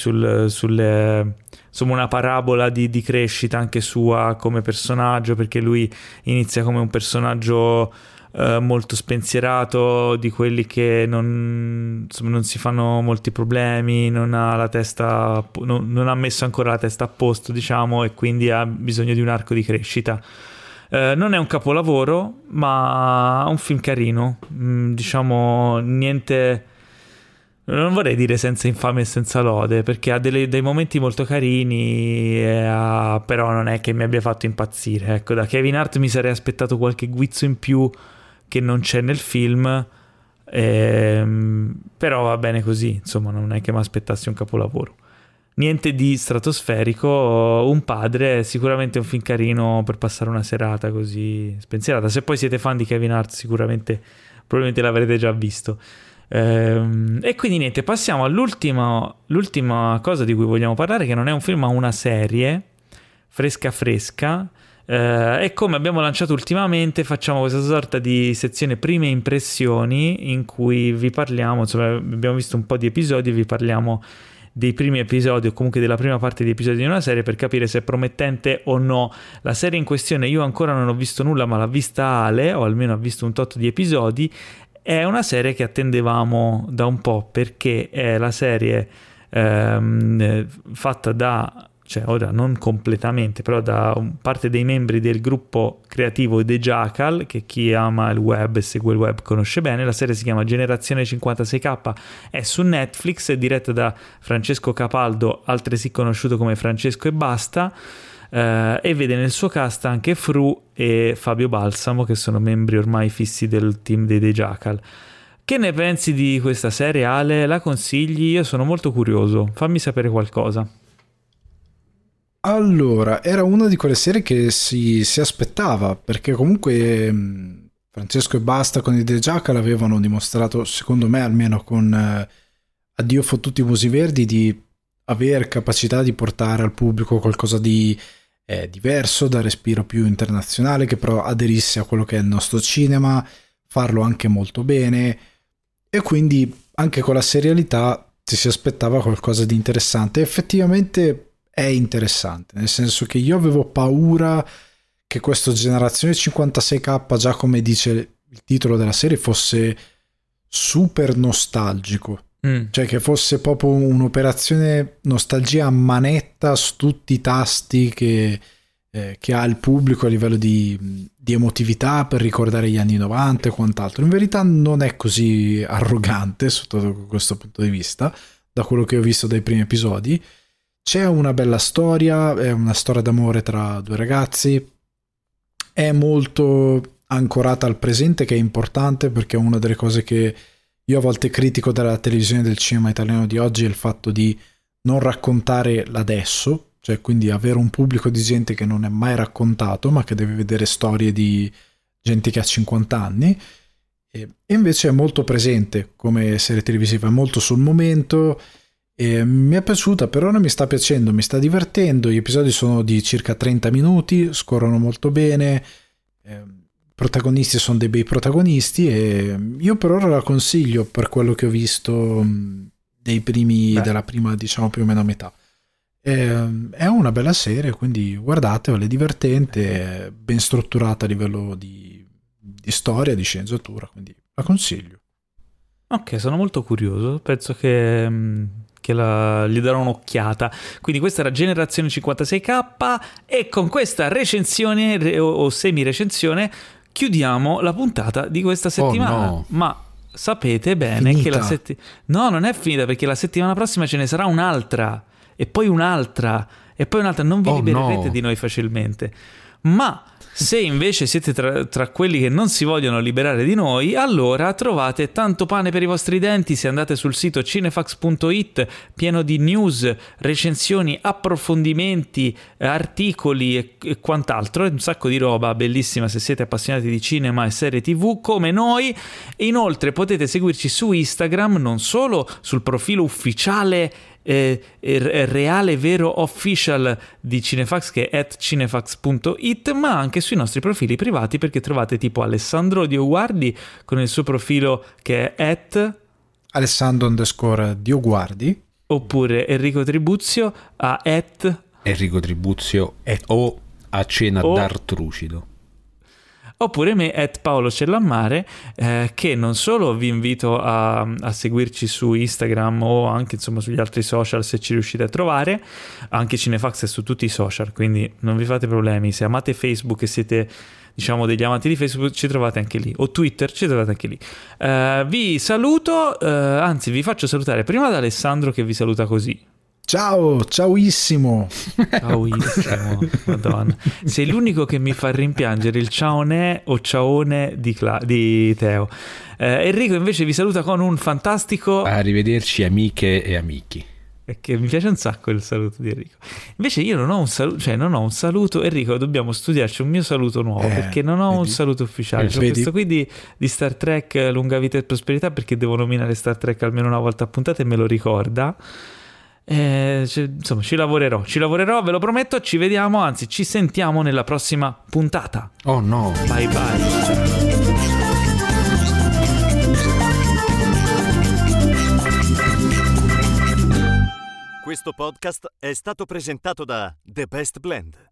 insomma una parabola di crescita anche sua come personaggio, perché lui inizia come un personaggio molto spensierato, di quelli che non si fanno molti problemi, non ha la testa, non ha messo ancora la testa a posto, diciamo, e quindi ha bisogno di un arco di crescita. Non è un capolavoro, ma un film carino, diciamo, niente, non vorrei dire senza infame e senza lode, perché ha dei momenti molto carini, però non è che mi abbia fatto impazzire. Ecco, da Kevin Hart mi sarei aspettato qualche guizzo in più che non c'è nel film, però va bene così, insomma, non è che mi aspettassi un capolavoro. Niente di stratosferico, un padre, sicuramente un film carino per passare una serata così spensierata. Se poi siete fan di Kevin Hart, probabilmente l'avrete già visto. E quindi niente, passiamo all'ultima cosa di cui vogliamo parlare, che non è un film ma una serie fresca. E come abbiamo lanciato ultimamente, facciamo questa sorta di sezione prime impressioni, in cui vi parliamo, insomma, abbiamo visto un po' di episodi e vi parliamo dei primi episodi, o comunque della prima parte di episodi di una serie, per capire se è promettente o no. La serie in questione io ancora non ho visto nulla, ma l'ha vista Ale, o almeno ha visto un tot di episodi. È una serie che attendevamo da un po', perché è la serie fatta ora non completamente, però da parte dei membri del gruppo creativo The Jackal, che chi ama il web e segue il web conosce bene. La serie si chiama Generazione 56K, è su Netflix, è diretta da Francesco Capaldo, altresì conosciuto come Francesco e Basta, e vede nel suo cast anche Fru e Fabio Balsamo, che sono membri ormai fissi del team dei The Jackal. Che ne pensi di questa serie, Ale? La consigli? Io sono molto curioso, fammi sapere qualcosa. Allora, era una di quelle serie che si aspettava, perché comunque Francesco e Basta con i The Jackal avevano dimostrato, secondo me almeno con Addio fottuti i musi verdi, di aver capacità di portare al pubblico qualcosa di diverso, da respiro più internazionale, che però aderisse a quello che è il nostro cinema, farlo anche molto bene, e quindi anche con la serialità ci si aspettava qualcosa di interessante. Effettivamente è interessante, nel senso che io avevo paura che questo Generazione 56K, già come dice il titolo della serie, fosse super nostalgico, cioè che fosse proprio un'operazione nostalgia a manetta su tutti i tasti che che ha il pubblico a livello di emotività per ricordare gli anni 90 e quant'altro. In verità non è così arrogante sotto questo punto di vista, da quello che ho visto dai primi episodi. C'è una bella storia, è una storia d'amore tra due ragazzi, è molto ancorata al presente, che è importante, perché una delle cose che io a volte critico della televisione del cinema italiano di oggi è il fatto di non raccontare l'adesso, cioè quindi avere un pubblico di gente che non è mai raccontato ma che deve vedere storie di gente che ha 50 anni, e invece è molto presente come serie televisiva, è molto sul momento, e mi è piaciuta, per ora mi sta piacendo, mi sta divertendo. Gli episodi sono di circa 30 minuti, scorrono molto bene, protagonisti sono dei bei protagonisti, e io per ora la consiglio per quello che ho visto della prima, diciamo, più o meno metà. È una bella serie, quindi guardatevela, è divertente, è ben strutturata a livello di storia, di sceneggiatura, quindi la consiglio. Ok, sono molto curioso, penso che gli darò un'occhiata. Quindi questa era Generazione 56K, e con questa recensione o semi-recensione chiudiamo la puntata di questa settimana. No. Ma sapete bene finita. che no, non è finita, perché la settimana prossima ce ne sarà un'altra, e poi un'altra, e poi un'altra. Non vi libererete di noi facilmente. Ma se invece siete tra quelli che non si vogliono liberare di noi, allora trovate tanto pane per i vostri denti se andate sul sito cinefax.it, pieno di news, recensioni, approfondimenti, articoli e quant'altro, un sacco di roba bellissima se siete appassionati di cinema e serie TV come noi. Inoltre potete seguirci su Instagram, non solo sul profilo ufficiale reale, vero, official di Cinefax, che è @cinefax.it, ma anche sui nostri profili privati, perché trovate tipo Alessandro Dioguardi con il suo profilo che è @Alessandro_Dioguardi, oppure Enrico Tribuzio a Enrico Tribuzio o a cena d'Artrucido, oppure me Paolo Cellammare, che non solo vi invito a seguirci su Instagram o anche insomma sugli altri social se ci riuscite a trovare. Anche Cinefax è su tutti i social, quindi non vi fate problemi. Se amate Facebook e siete, diciamo, degli amanti di Facebook, ci trovate anche lì, o Twitter, ci trovate anche lì. Vi saluto, anzi vi faccio salutare prima da Alessandro, che vi saluta così. ciaoissimo. Ciaoissimo, madonna. Sei l'unico che mi fa rimpiangere il ciaonè o ciaone di Teo. Enrico invece vi saluta con un fantastico arrivederci amiche e amici. Che mi piace un sacco il saluto di Enrico. Invece io non ho un saluto, Enrico, dobbiamo studiarci un mio saluto nuovo, perché non ho un saluto ufficiale. C'ho questo qui di Star Trek Lunga Vita e Prosperità, perché devo nominare Star Trek almeno una volta a puntata e me lo ricorda. Insomma, ci lavorerò, ve lo prometto. Ci vediamo, anzi ci sentiamo nella prossima puntata. Oh no, bye bye. Questo podcast è stato presentato da The Best Blend.